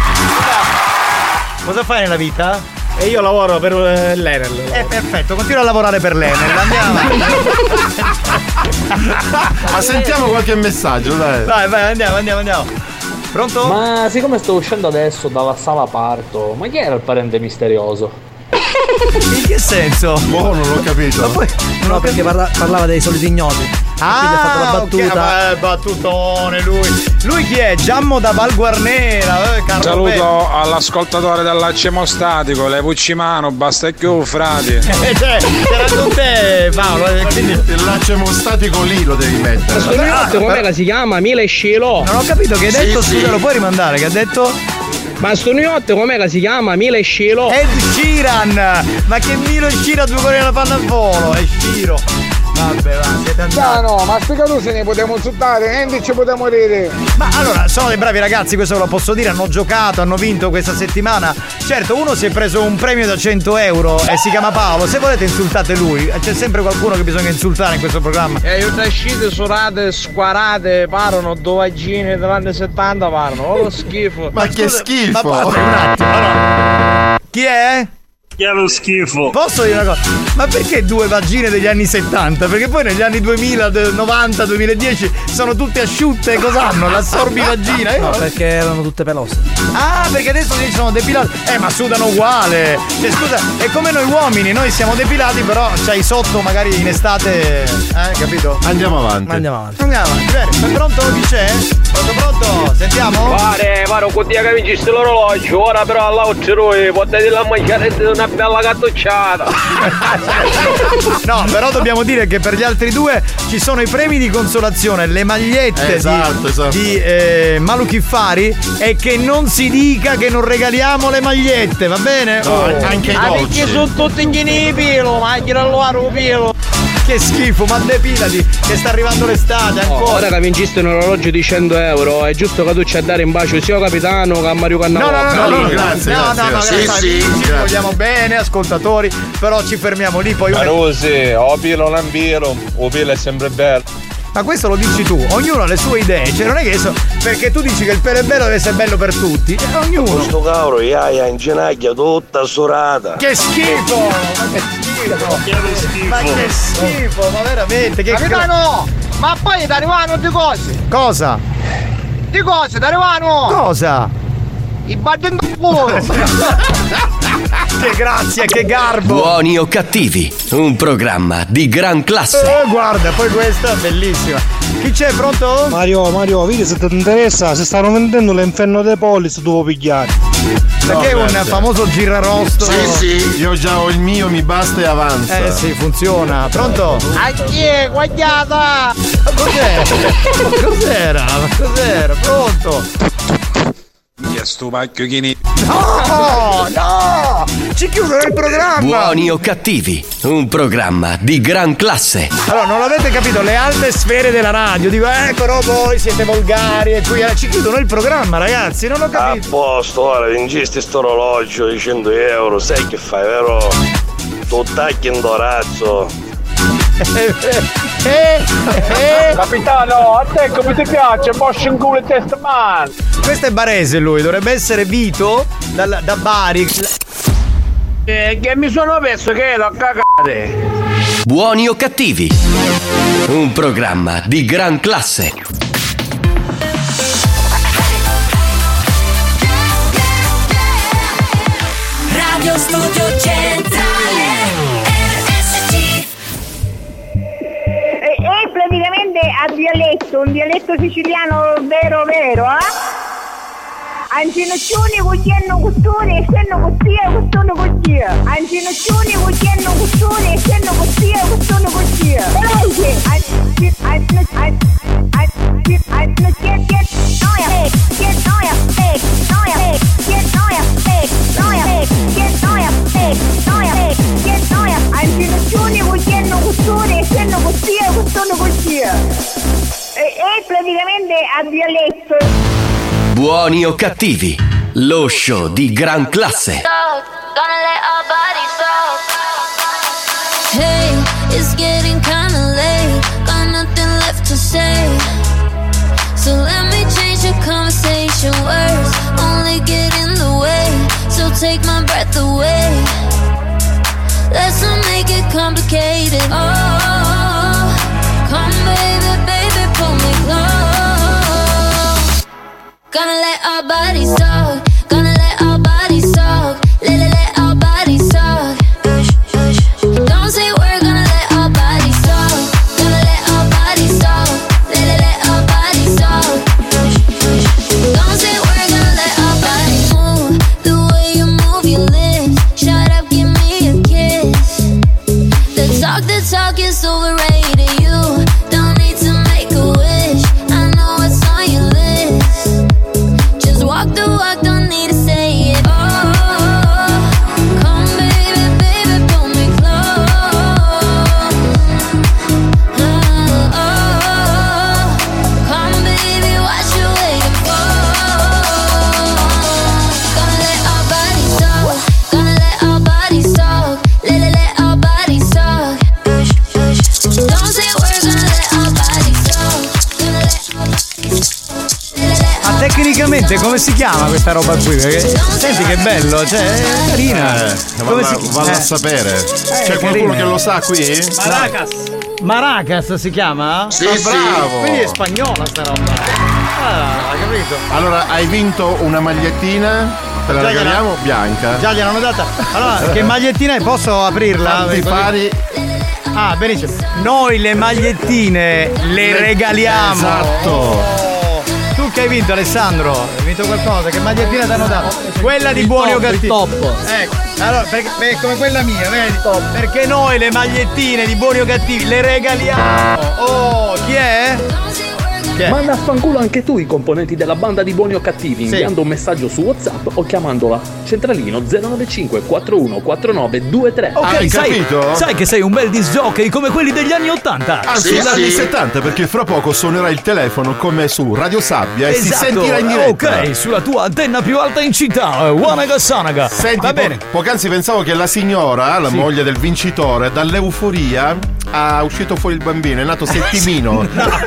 Speaker 8: Cosa fai nella vita?
Speaker 4: E io lavoro per l'Enel.
Speaker 8: Perfetto, continua a lavorare per l'Enel, andiamo avanti.
Speaker 20: Ma sentiamo qualche messaggio, dai.
Speaker 8: Vai, andiamo. Pronto?
Speaker 22: Ma siccome sto uscendo adesso dalla sala parto, ma chi era il parente misterioso?
Speaker 8: In che senso?
Speaker 20: Non l'ho capito.
Speaker 11: Ma poi, no, perché parlava dei soliti ignoti. Quindi ha fatto la battuta.
Speaker 8: Okay, battutone lui chi è? Giammo da Val Guarnera.
Speaker 9: Saluto all'ascoltatore dell'accemostatico, le Puccimano, basta più frati.
Speaker 8: C'era con te Paolo, quindi
Speaker 20: l'accemostatico lì lo devi mettere.
Speaker 22: Come si chiama? Mila Scilo.
Speaker 8: Non ho capito che hai detto, scusa, lo puoi rimandare? Che ha detto?
Speaker 22: Ma sto Niotte com'è si chiama? Mila Scilo.
Speaker 8: Ed Sheeran. Ma che Milo Sciro, due cuori alla pallavolo. È Sciro. Vabbè, siete andati.
Speaker 9: No, ma spiega tu se ne potremmo insultare, e ci potremmo dire.
Speaker 8: Ma allora, sono dei bravi ragazzi, questo ve lo posso dire, hanno giocato, hanno vinto questa settimana. Certo, uno si è preso un premio da 100 euro e si chiama Paolo. Se volete insultate lui, c'è sempre qualcuno che bisogna insultare in questo programma.
Speaker 10: Io uscite surate, squarate, parano, due vagine davanti 70 parano. Oh, lo schifo.
Speaker 20: Ma che schifo!
Speaker 8: Ma guarda un attimo, allora. Chi è?
Speaker 14: Che è lo schifo.
Speaker 8: Posso dire una cosa? Ma perché due vagine degli anni 70? Perché poi negli anni 2000, 90, 2010 sono tutte asciutte. Cos'hanno? L'assorbi vagina?
Speaker 11: No, perché erano tutte pelose.
Speaker 8: Ah, perché adesso sono depilate. Ma sudano uguale. Cioè, scusa, è come noi uomini, noi siamo depilati, però c'hai sotto magari in estate. Capito?
Speaker 20: Andiamo avanti.
Speaker 8: Bene, sei pronto? Chi c'è? Pronto? Sentiamo?
Speaker 10: Guarda, con dia che vinci l'orologio, ora però all'altro lui potete la mangiare di una bella gattucciata.
Speaker 8: No, però dobbiamo dire che per gli altri due ci sono i premi di consolazione, le magliette
Speaker 20: esatto.
Speaker 8: di Malu Kiffari, e che non si dica che non regaliamo le magliette, va bene?
Speaker 20: No, anche i dolci.
Speaker 10: Perché sono tutti in pelo, ma lo pelo.
Speaker 8: Che schifo, ma depilati, che sta arrivando l'estate ancora.
Speaker 22: Ora che vinciste un orologio di 100 euro, è giusto che tu ci a dare in bacio sia capitano che a Mario Cannavò.
Speaker 8: No, grazie. Vogliamo bene, ascoltatori, però ci fermiamo lì poi.
Speaker 12: Carusi, o pelo non pelo, o pelo è sempre bello.
Speaker 8: Ma questo lo dici tu, ognuno ha le sue idee, cioè non è che perché tu dici che il pelo è bello deve essere bello per tutti, ognuno.
Speaker 12: Questo cavolo in ginocchia tutta surata.
Speaker 8: Che schifo! Ma che schifo, ma veramente che
Speaker 15: Capitano! Ma poi ti arrivano di cose!
Speaker 8: Cosa?
Speaker 15: Di cose, ti arrivano!
Speaker 8: Cosa?
Speaker 15: I button culo!
Speaker 8: Che grazia, che garbo!
Speaker 1: Buoni o cattivi, un programma di gran classe.
Speaker 8: Guarda, poi questa è bellissima. Chi c'è, pronto?
Speaker 18: Mario, vedi se ti interessa, se stanno vendendo l'inferno dei Polis, tu puoi pigliare.
Speaker 8: Perché è un famoso girarosto?
Speaker 20: Sì. Io già ho il mio, mi basta e avanza.
Speaker 8: Sì, funziona. Pronto?
Speaker 15: Chi è guagliata?
Speaker 8: Cos'era? Pronto?
Speaker 18: Sto macchiochini.
Speaker 8: No! Ci chiudono il programma!
Speaker 1: Buoni o cattivi, un programma di gran classe.
Speaker 8: Allora, non avete capito, le alte sfere della radio, dico, però voi siete volgari e qui ci chiudono il programma, ragazzi, non ho capito.
Speaker 12: A posto, ora vincisti sto orologio di 100 euro, sai che fai, vero? Tu tacchi in dorazzo.
Speaker 15: Capitano, a te come ti piace? Boscio in culo e testa man.
Speaker 8: Questo è barese lui, dovrebbe essere Vito da Bari.
Speaker 15: Che mi sono messo che ero a cagare.
Speaker 1: Buoni o cattivi, un programma di gran classe.
Speaker 2: Radio Studio Centrale RSC.
Speaker 3: È praticamente a dialetto, un dialetto siciliano vero, Ancinoccioni cucchiano costone, essendo costia, costone costia. Ancinoccioni cucchiano costone, essendo costia, costone costia. Ancinoccioni cucchiano costone, essendo costia, costone costia. È praticamente a dialetto.
Speaker 1: Buoni o cattivi, lo show di gran classe.
Speaker 2: Hey, it's getting kinda late, got nothing left to say. So let me change the conversation, words only get in the way. So take my breath away, let's not make it complicated. Oh, come baby, pull me close. Gonna let our bodies talk, gonna let our bodies talk, let our bodies talk. Don't say we're gonna let our bodies talk, gonna let our bodies talk, let our bodies talk. Don't say we're gonna let our bodies move, the way you move your lips. Shut up, give me a kiss. The talk is overrated. You don't need to make a wish, I know what's on your list. Walk the walk, don't need to say it. Oh, come baby, pull me close. Oh, come baby, what you waiting for? Gonna let our bodies talk, gonna let our bodies talk, let our bodies talk. Don't say we're gonna let our bodies talk, gonna let our bodies talk.
Speaker 8: Ma tecnicamente come si chiama questa roba qui? Perché senti che bello, cioè è carina.
Speaker 20: Valla a sapere. C'è qualcuno che lo sa qui?
Speaker 8: Maracas si chiama?
Speaker 20: Sì,
Speaker 8: bravo.
Speaker 20: sì.
Speaker 8: Quindi è spagnola sta roba. Hai capito?
Speaker 20: Allora, hai vinto una magliettina, te la regaliamo bianca.
Speaker 8: Già gliel'hanno data. Allora, che magliettina è? Posso aprirla?
Speaker 20: Tanti pari.
Speaker 8: Ah, benissimo. Noi le magliettine le regaliamo.
Speaker 20: Esatto.
Speaker 8: Tu che hai vinto, Alessandro? Hai vinto qualcosa? Che magliettina ti hanno dato? Quella di buoni o cattivi?
Speaker 5: Top.
Speaker 8: Ecco, allora, perché come quella mia, vedi? Perché noi le magliettine di buoni o cattivi le regaliamo. Oh, chi è?
Speaker 22: Manda a fanculo anche tu i componenti della banda di Buoni o Cattivi inviando un messaggio su WhatsApp o chiamandola centralino 095 4149 23.
Speaker 17: Ok,
Speaker 20: Hai capito?
Speaker 17: sai che sei un bel disc jockey come quelli degli anni 80.
Speaker 20: Anzi, dagli anni 70, perché fra poco suonerà il telefono come su Radio Sabbia e si sentirà in diretta.
Speaker 17: Ok, sulla tua antenna più alta in città, Wanaga Sanaga.
Speaker 20: Senti,
Speaker 17: va bene.
Speaker 20: Poc'anzi pensavo che la signora, la moglie del vincitore, dall'euforia ha uscito fuori il bambino, è nato settimino.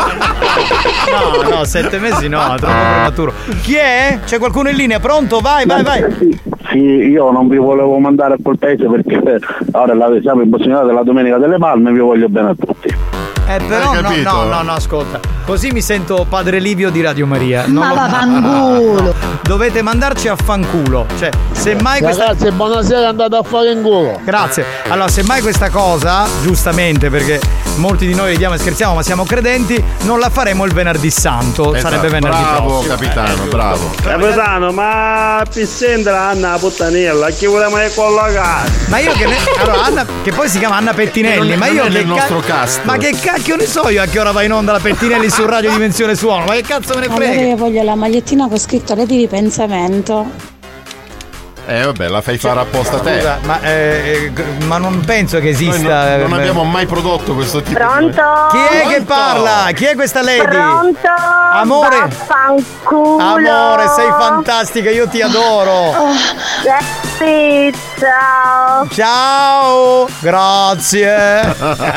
Speaker 8: No, 7 mesi no, troppo prematuro. Chi è? C'è qualcuno in linea? Pronto? Vai.
Speaker 15: Sì, io non vi volevo mandare a quel paese perché ora siamo impossibiti la Domenica delle Palme, vi voglio bene a tutti.
Speaker 8: Però no, ascolta. Così mi sento padre Livio di Radio Maria.
Speaker 3: Ma vaffanculo.
Speaker 8: Dovete mandarci a fanculo. Cioè, semmai questa.
Speaker 7: Ragazzi, buonasera, andate a fare in culo.
Speaker 8: Grazie. Allora, semmai questa cosa, giustamente, perché molti di noi ridiamo e scherziamo, ma siamo credenti, non la faremo il venerdì santo.
Speaker 20: Esatto.
Speaker 8: Sarebbe venerdì
Speaker 20: bravo,
Speaker 8: prossimo.
Speaker 20: capitano, bravo.
Speaker 14: Capitano, ma Pissendra Anna Puttanella, chi voleva collocare?
Speaker 8: Ma io che allora Anna, che poi si chiama Anna Pettinelli, ma io
Speaker 20: non è
Speaker 8: che
Speaker 20: il nostro cast.
Speaker 8: Ma che cacchio ne so io a che ora va in onda la Pettinelli su Radio Dimensione Suono? Ma che cazzo me ne
Speaker 3: Allora
Speaker 8: frega?
Speaker 3: io voglio la magliettina con scritto Reti di Pensamento.
Speaker 20: Vabbè, la fai fare apposta a te.
Speaker 8: Scusa, ma non penso che esista.
Speaker 20: Noi non abbiamo mai prodotto questo tipo
Speaker 19: Pronto?
Speaker 8: Chi è che parla? Chi è questa lady?
Speaker 19: Pronto?
Speaker 8: Amore.
Speaker 19: Vaffanculo.
Speaker 8: Amore, sei fantastica, io ti adoro.
Speaker 19: Sì, ciao.
Speaker 8: Ciao. Grazie.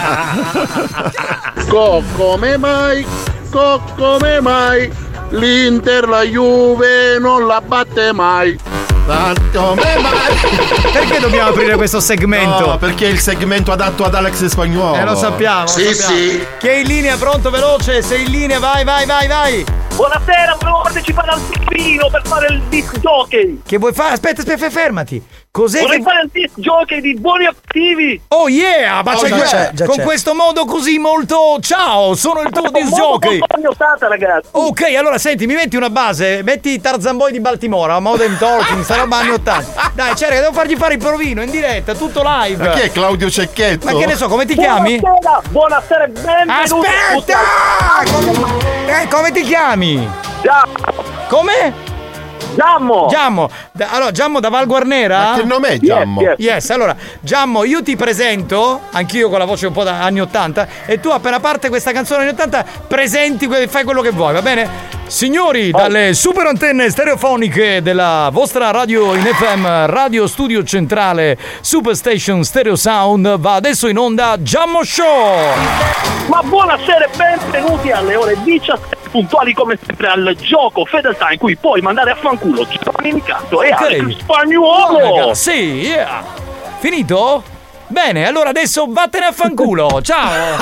Speaker 7: Come mai l'Inter la Juve non la batte mai?
Speaker 8: Perché dobbiamo aprire questo segmento?
Speaker 20: No, perché è il segmento adatto ad Alex Spagnuolo.
Speaker 8: Lo sappiamo.
Speaker 7: Sì.
Speaker 8: Chi è in linea? Pronto, veloce? Sei in linea? Vai.
Speaker 6: Buonasera, volevo partecipare al Pipino per fare il disc jockey.
Speaker 8: Che vuoi fare? Aspetta, fermati. Cos'è
Speaker 6: Vorrei
Speaker 8: che
Speaker 6: fare il disc jockey di Buoni Attivi.
Speaker 8: Oh yeah! Ma
Speaker 11: già
Speaker 8: con
Speaker 11: c'è.
Speaker 8: questo modo così molto. Ciao, sono il tuo disc jockey.
Speaker 6: Ragazzi.
Speaker 8: Ok, allora senti, mi metti una base, metti Tarzan Boy di Baltimora, Modern Talking, sarà anni 80. Dai, cerca, devo fargli fare il provino in diretta, tutto live.
Speaker 20: Ma chi è Claudio Cecchetto?
Speaker 8: Ma che ne so, come ti chiami?
Speaker 6: Buonasera e benvenuti.
Speaker 8: Aspetta! Come ti chiami? Come? Giammo. Allora, Giammo da Val Guarnera?
Speaker 20: Ma che nome è Giammo?
Speaker 8: Yes. Allora, Giammo, io ti presento, anch'io con la voce un po' da anni 80, e tu appena parte questa canzone anni 80, presenti, fai quello che vuoi, va bene? Signori, dalle super antenne stereofoniche della vostra radio in FM, Radio Studio Centrale, Superstation Stereo Sound, va adesso in onda Giammo Show!
Speaker 6: Ma buonasera e benvenuti alle ore 17 puntuali come sempre al gioco fedeltà in cui puoi mandare a fanculo Giovanni Nicastro e Alex Spagnuolo.
Speaker 8: Sì, yeah. Finito? Bene, allora adesso vattene a fanculo. Ciao.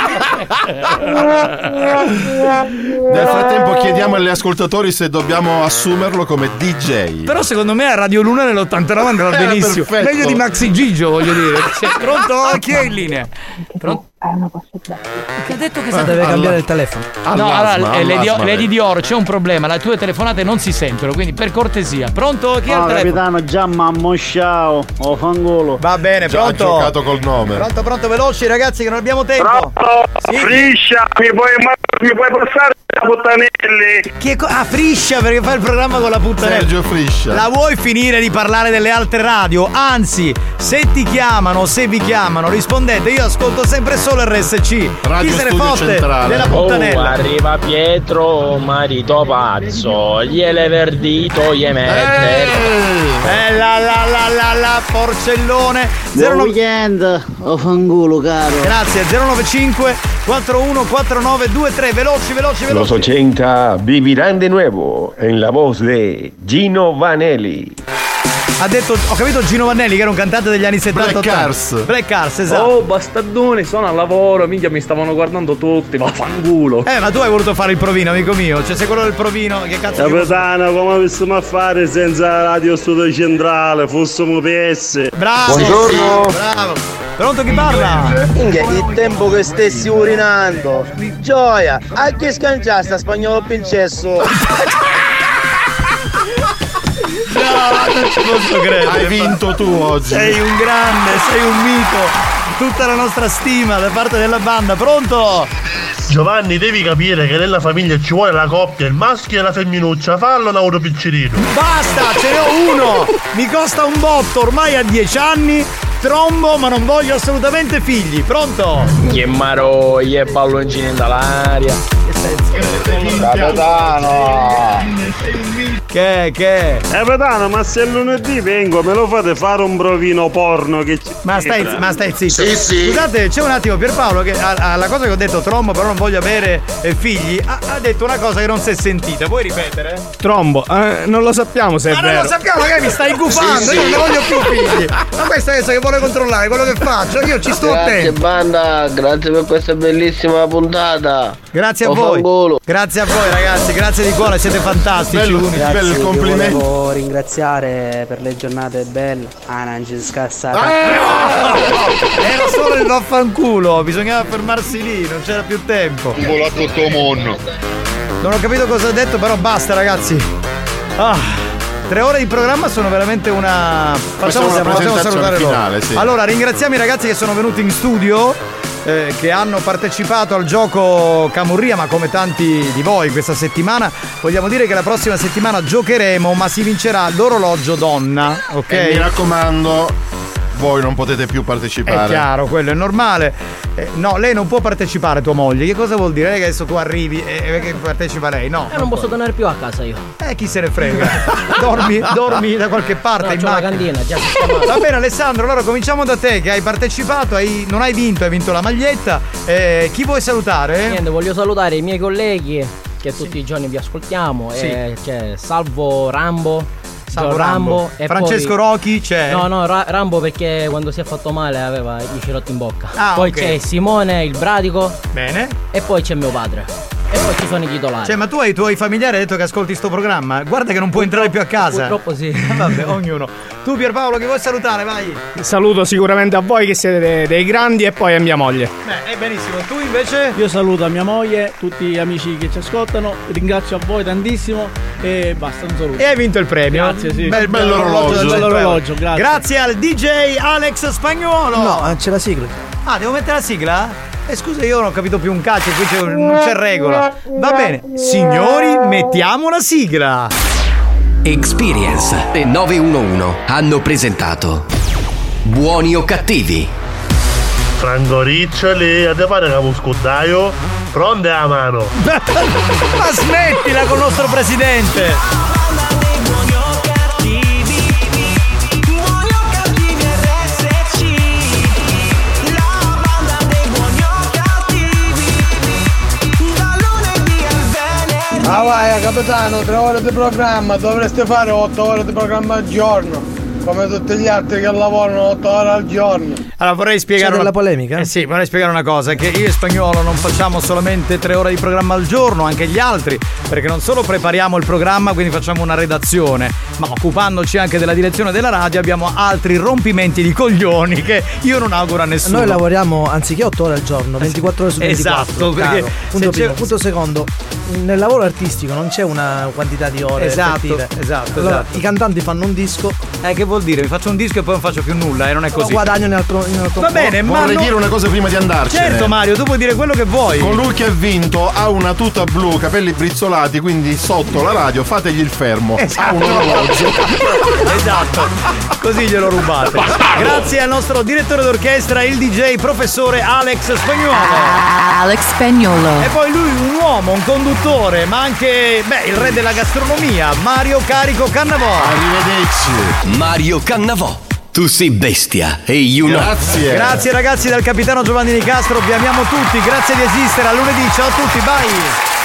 Speaker 20: Nel frattempo chiediamo agli ascoltatori se dobbiamo assumerlo come DJ.
Speaker 8: Però secondo me a Radio Luna nell'89 andava benissimo.
Speaker 20: Perfetto.
Speaker 8: Meglio di Maxi Gigio, voglio dire. Pronto? Chi è in linea? Pronto? Che ha detto che
Speaker 11: deve cambiare il telefono.
Speaker 8: No, allora, Lady Dior, c'è un problema, le tue telefonate non si sentono, quindi per cortesia. Pronto? Chi è al telefono?
Speaker 14: Capitano, già mammo ciao, o fangolo.
Speaker 8: Va bene,
Speaker 20: Già ha
Speaker 8: pronto?
Speaker 20: giocato col nome.
Speaker 8: Pronto, veloci ragazzi che non abbiamo tempo. Sì.
Speaker 6: Friscia, mi puoi passare la Puttanelli?
Speaker 8: Friscia perché fa il programma con la puttanella.
Speaker 20: Sergio Friscia.
Speaker 8: La vuoi finire di parlare delle altre radio? Anzi, se ti chiamano, se vi chiamano, rispondete, io ascolto sempre solo RSC.
Speaker 20: Radio
Speaker 8: Chi se ne
Speaker 20: Studio
Speaker 8: fotte
Speaker 20: Centrale.
Speaker 8: della puttanella?
Speaker 5: Arriva Pietro, marito pazzo, gliele verdito, gli mette.
Speaker 8: La porcellone.
Speaker 14: Buon weekend, o fangulo caro.
Speaker 8: Grazie, 095 414923. Veloci.
Speaker 21: Los 80 vivirán de nuevo en la voz de Gino Vanelli.
Speaker 8: Ha detto, ho capito Gino Vanelli che era un cantante degli anni 70. Black Cars, esatto.
Speaker 22: Oh, bastardoni, sono al lavoro, minchia, mi stavano guardando tutti, ma fangulo.
Speaker 8: Ma tu hai voluto fare il provino, amico mio. Cioè, sei quello del provino, che cazzo
Speaker 14: Capitano, come avessimo a fare senza Radio Studio Centrale, fossimo PS.
Speaker 8: Bravo.
Speaker 21: Buongiorno.
Speaker 8: Sì, bravo. Pronto, chi parla?
Speaker 10: Il tempo che stessi urinando. Gioia, a chi scanciaste a Spagnolo Pincesso?
Speaker 8: No, non ci posso credere.
Speaker 20: Hai vinto tu oggi.
Speaker 8: Sei un grande, sei un mito. Tutta la nostra stima da parte della banda. Pronto?
Speaker 14: Giovanni, devi capire che nella famiglia ci vuole la coppia, il maschio e la femminuccia, fallo un auro piccerino.
Speaker 8: Basta, ce ne ho uno! Mi costa un botto, ormai ha 10 anni, trombo, ma non voglio assolutamente figli. Pronto?
Speaker 5: Che maroglie, palloncini dall'aria.
Speaker 14: Capitano!
Speaker 8: Che?
Speaker 14: Capitano, ma se lunedì vengo, me lo fate fare un provino porno che
Speaker 8: Ma stai zitto.
Speaker 14: Sì.
Speaker 8: Scusate, c'è un attimo, Pierpaolo, che alla cosa che ho detto trombo, però non voglio avere figli, ha detto una cosa che non si è sentita. Puoi ripetere?
Speaker 4: Trombo, non lo sappiamo se è vero.
Speaker 8: Non lo sappiamo, che mi stai gufando,
Speaker 4: Sì.
Speaker 8: io non ne voglio più figli. Ma questo adesso che vuole controllare quello che faccio, io ci sto attento.
Speaker 10: Banda, grazie per questa bellissima puntata.
Speaker 8: Grazie a voi. Grazie a voi ragazzi, grazie di cuore, siete fantastici.
Speaker 13: Grazie,
Speaker 8: Bello il complimento.
Speaker 13: Volevo ringraziare per le giornate belle. non ci scassata.
Speaker 8: Era solo il vaffanculo, bisognava fermarsi lì, non c'era più tempo.
Speaker 7: Un volo a tutto mondo.
Speaker 8: Non ho capito cosa ha detto, però basta ragazzi. 3 ore di programma sono veramente una. Facciamo salutare
Speaker 20: finale,
Speaker 8: loro.
Speaker 20: sì.
Speaker 8: Allora, ringraziamo i ragazzi che sono venuti in studio. Che hanno partecipato al gioco Camurria, ma come tanti di voi questa settimana vogliamo dire che la prossima settimana giocheremo, ma si vincerà l'orologio donna, ok?
Speaker 20: E mi raccomando, voi non potete più partecipare.
Speaker 8: È chiaro, quello è normale. No, lei non può partecipare, tua moglie. Che cosa vuol dire? Lei che adesso tu arrivi e che partecipa lei? No.
Speaker 16: Non posso tornare più a casa io.
Speaker 8: Chi se ne frega? dormi da qualche parte,
Speaker 16: no,
Speaker 8: in
Speaker 16: c'ho la
Speaker 8: macchina.
Speaker 16: cantina, già sistemato.
Speaker 8: Va bene Alessandro, allora cominciamo da te che hai partecipato, non hai vinto, hai vinto la maglietta. Chi vuoi salutare?
Speaker 16: Niente, voglio salutare i miei colleghi che tutti i giorni vi ascoltiamo.
Speaker 8: Sì.
Speaker 16: C'è Salvo Rambo.
Speaker 8: Rambo.
Speaker 16: E
Speaker 8: Francesco
Speaker 16: poi...
Speaker 8: Rocchi c'è.
Speaker 16: No, Rambo perché quando si è fatto male aveva i cerotti in bocca. Poi
Speaker 8: ok.
Speaker 16: c'è Simone il Bradico.
Speaker 8: Bene.
Speaker 16: E poi c'è mio padre. E poi ci sono i titolari.
Speaker 8: Cioè, ma tu ai tuoi familiari hai detto che ascolti sto programma? Guarda che non puoi entrare più a casa.
Speaker 16: Purtroppo sì.
Speaker 8: Vabbè, ognuno. Tu Pierpaolo che vuoi salutare, vai.
Speaker 4: Saluto sicuramente a voi che siete dei grandi e poi a mia moglie.
Speaker 8: Beh, benissimo. Tu invece?
Speaker 23: Io saluto a mia moglie, tutti gli amici che ci ascoltano, ringrazio a voi tantissimo e basta, un saluto.
Speaker 8: E hai vinto il premio.
Speaker 23: Grazie, sì.
Speaker 8: Bello orologio.
Speaker 23: Grazie.
Speaker 8: Grazie al DJ Alex Spagnuolo.
Speaker 11: No, c'è la sigla.
Speaker 8: Devo mettere la sigla? Scusa, io non ho capito più un cacchio, qui non c'è regola. Va bene, signori, mettiamo la sigla.
Speaker 1: Experience e 911 hanno presentato Buoni o cattivi?
Speaker 14: Franco Riccioli, a te pare che avevo scudaio? Pronte a mano.
Speaker 8: Ma smettila con il nostro presidente.
Speaker 9: Vai capitano, 3 ore di programma, dovreste fare 8 ore di programma al giorno, come tutti gli altri che lavorano 8 ore al giorno.
Speaker 8: Allora vorrei spiegare
Speaker 11: della polemica?
Speaker 8: Sì, vorrei spiegare una cosa, che io e Spagnolo non facciamo solamente 3 ore di programma al giorno, anche gli altri, perché non solo prepariamo il programma, quindi facciamo una redazione, ma occupandoci anche della direzione della radio abbiamo altri rompimenti di coglioni che io non auguro a nessuno.
Speaker 11: Noi lavoriamo anziché 8 ore al giorno, 24 ore su 24.
Speaker 8: Esatto, perché
Speaker 11: caro. Punto primo. Punto secondo, nel lavoro artistico non c'è una quantità di ore effettive.
Speaker 8: Esatto.
Speaker 11: Allora, i cantanti fanno un disco.
Speaker 8: Che vuol dire? Mi faccio un disco e poi non faccio più nulla, non è così.
Speaker 11: Guadagno in altro
Speaker 8: Va bene, ma
Speaker 20: vorrei dire una cosa prima di andarcene.
Speaker 8: Certo Mario, tu puoi dire quello che vuoi.
Speaker 20: Colui che ha vinto ha una tuta blu, capelli brizzolati, quindi sotto la radio fategli il fermo. Ha un orologio.
Speaker 8: Esatto, così glielo rubate. Grazie al nostro direttore d'orchestra, il DJ professore Alex Spagnuolo.
Speaker 24: Alex Spagnuolo.
Speaker 8: E poi lui un uomo, un conduttore, ma anche il re della gastronomia, Mario Carico Cannavò.
Speaker 20: Arrivederci.
Speaker 1: Mario Cannavò. Tu sei bestia e io no.
Speaker 8: Grazie ragazzi dal capitano Giovanni Nicastro, vi amiamo tutti, grazie di esistere, a lunedì, ciao a tutti, bye.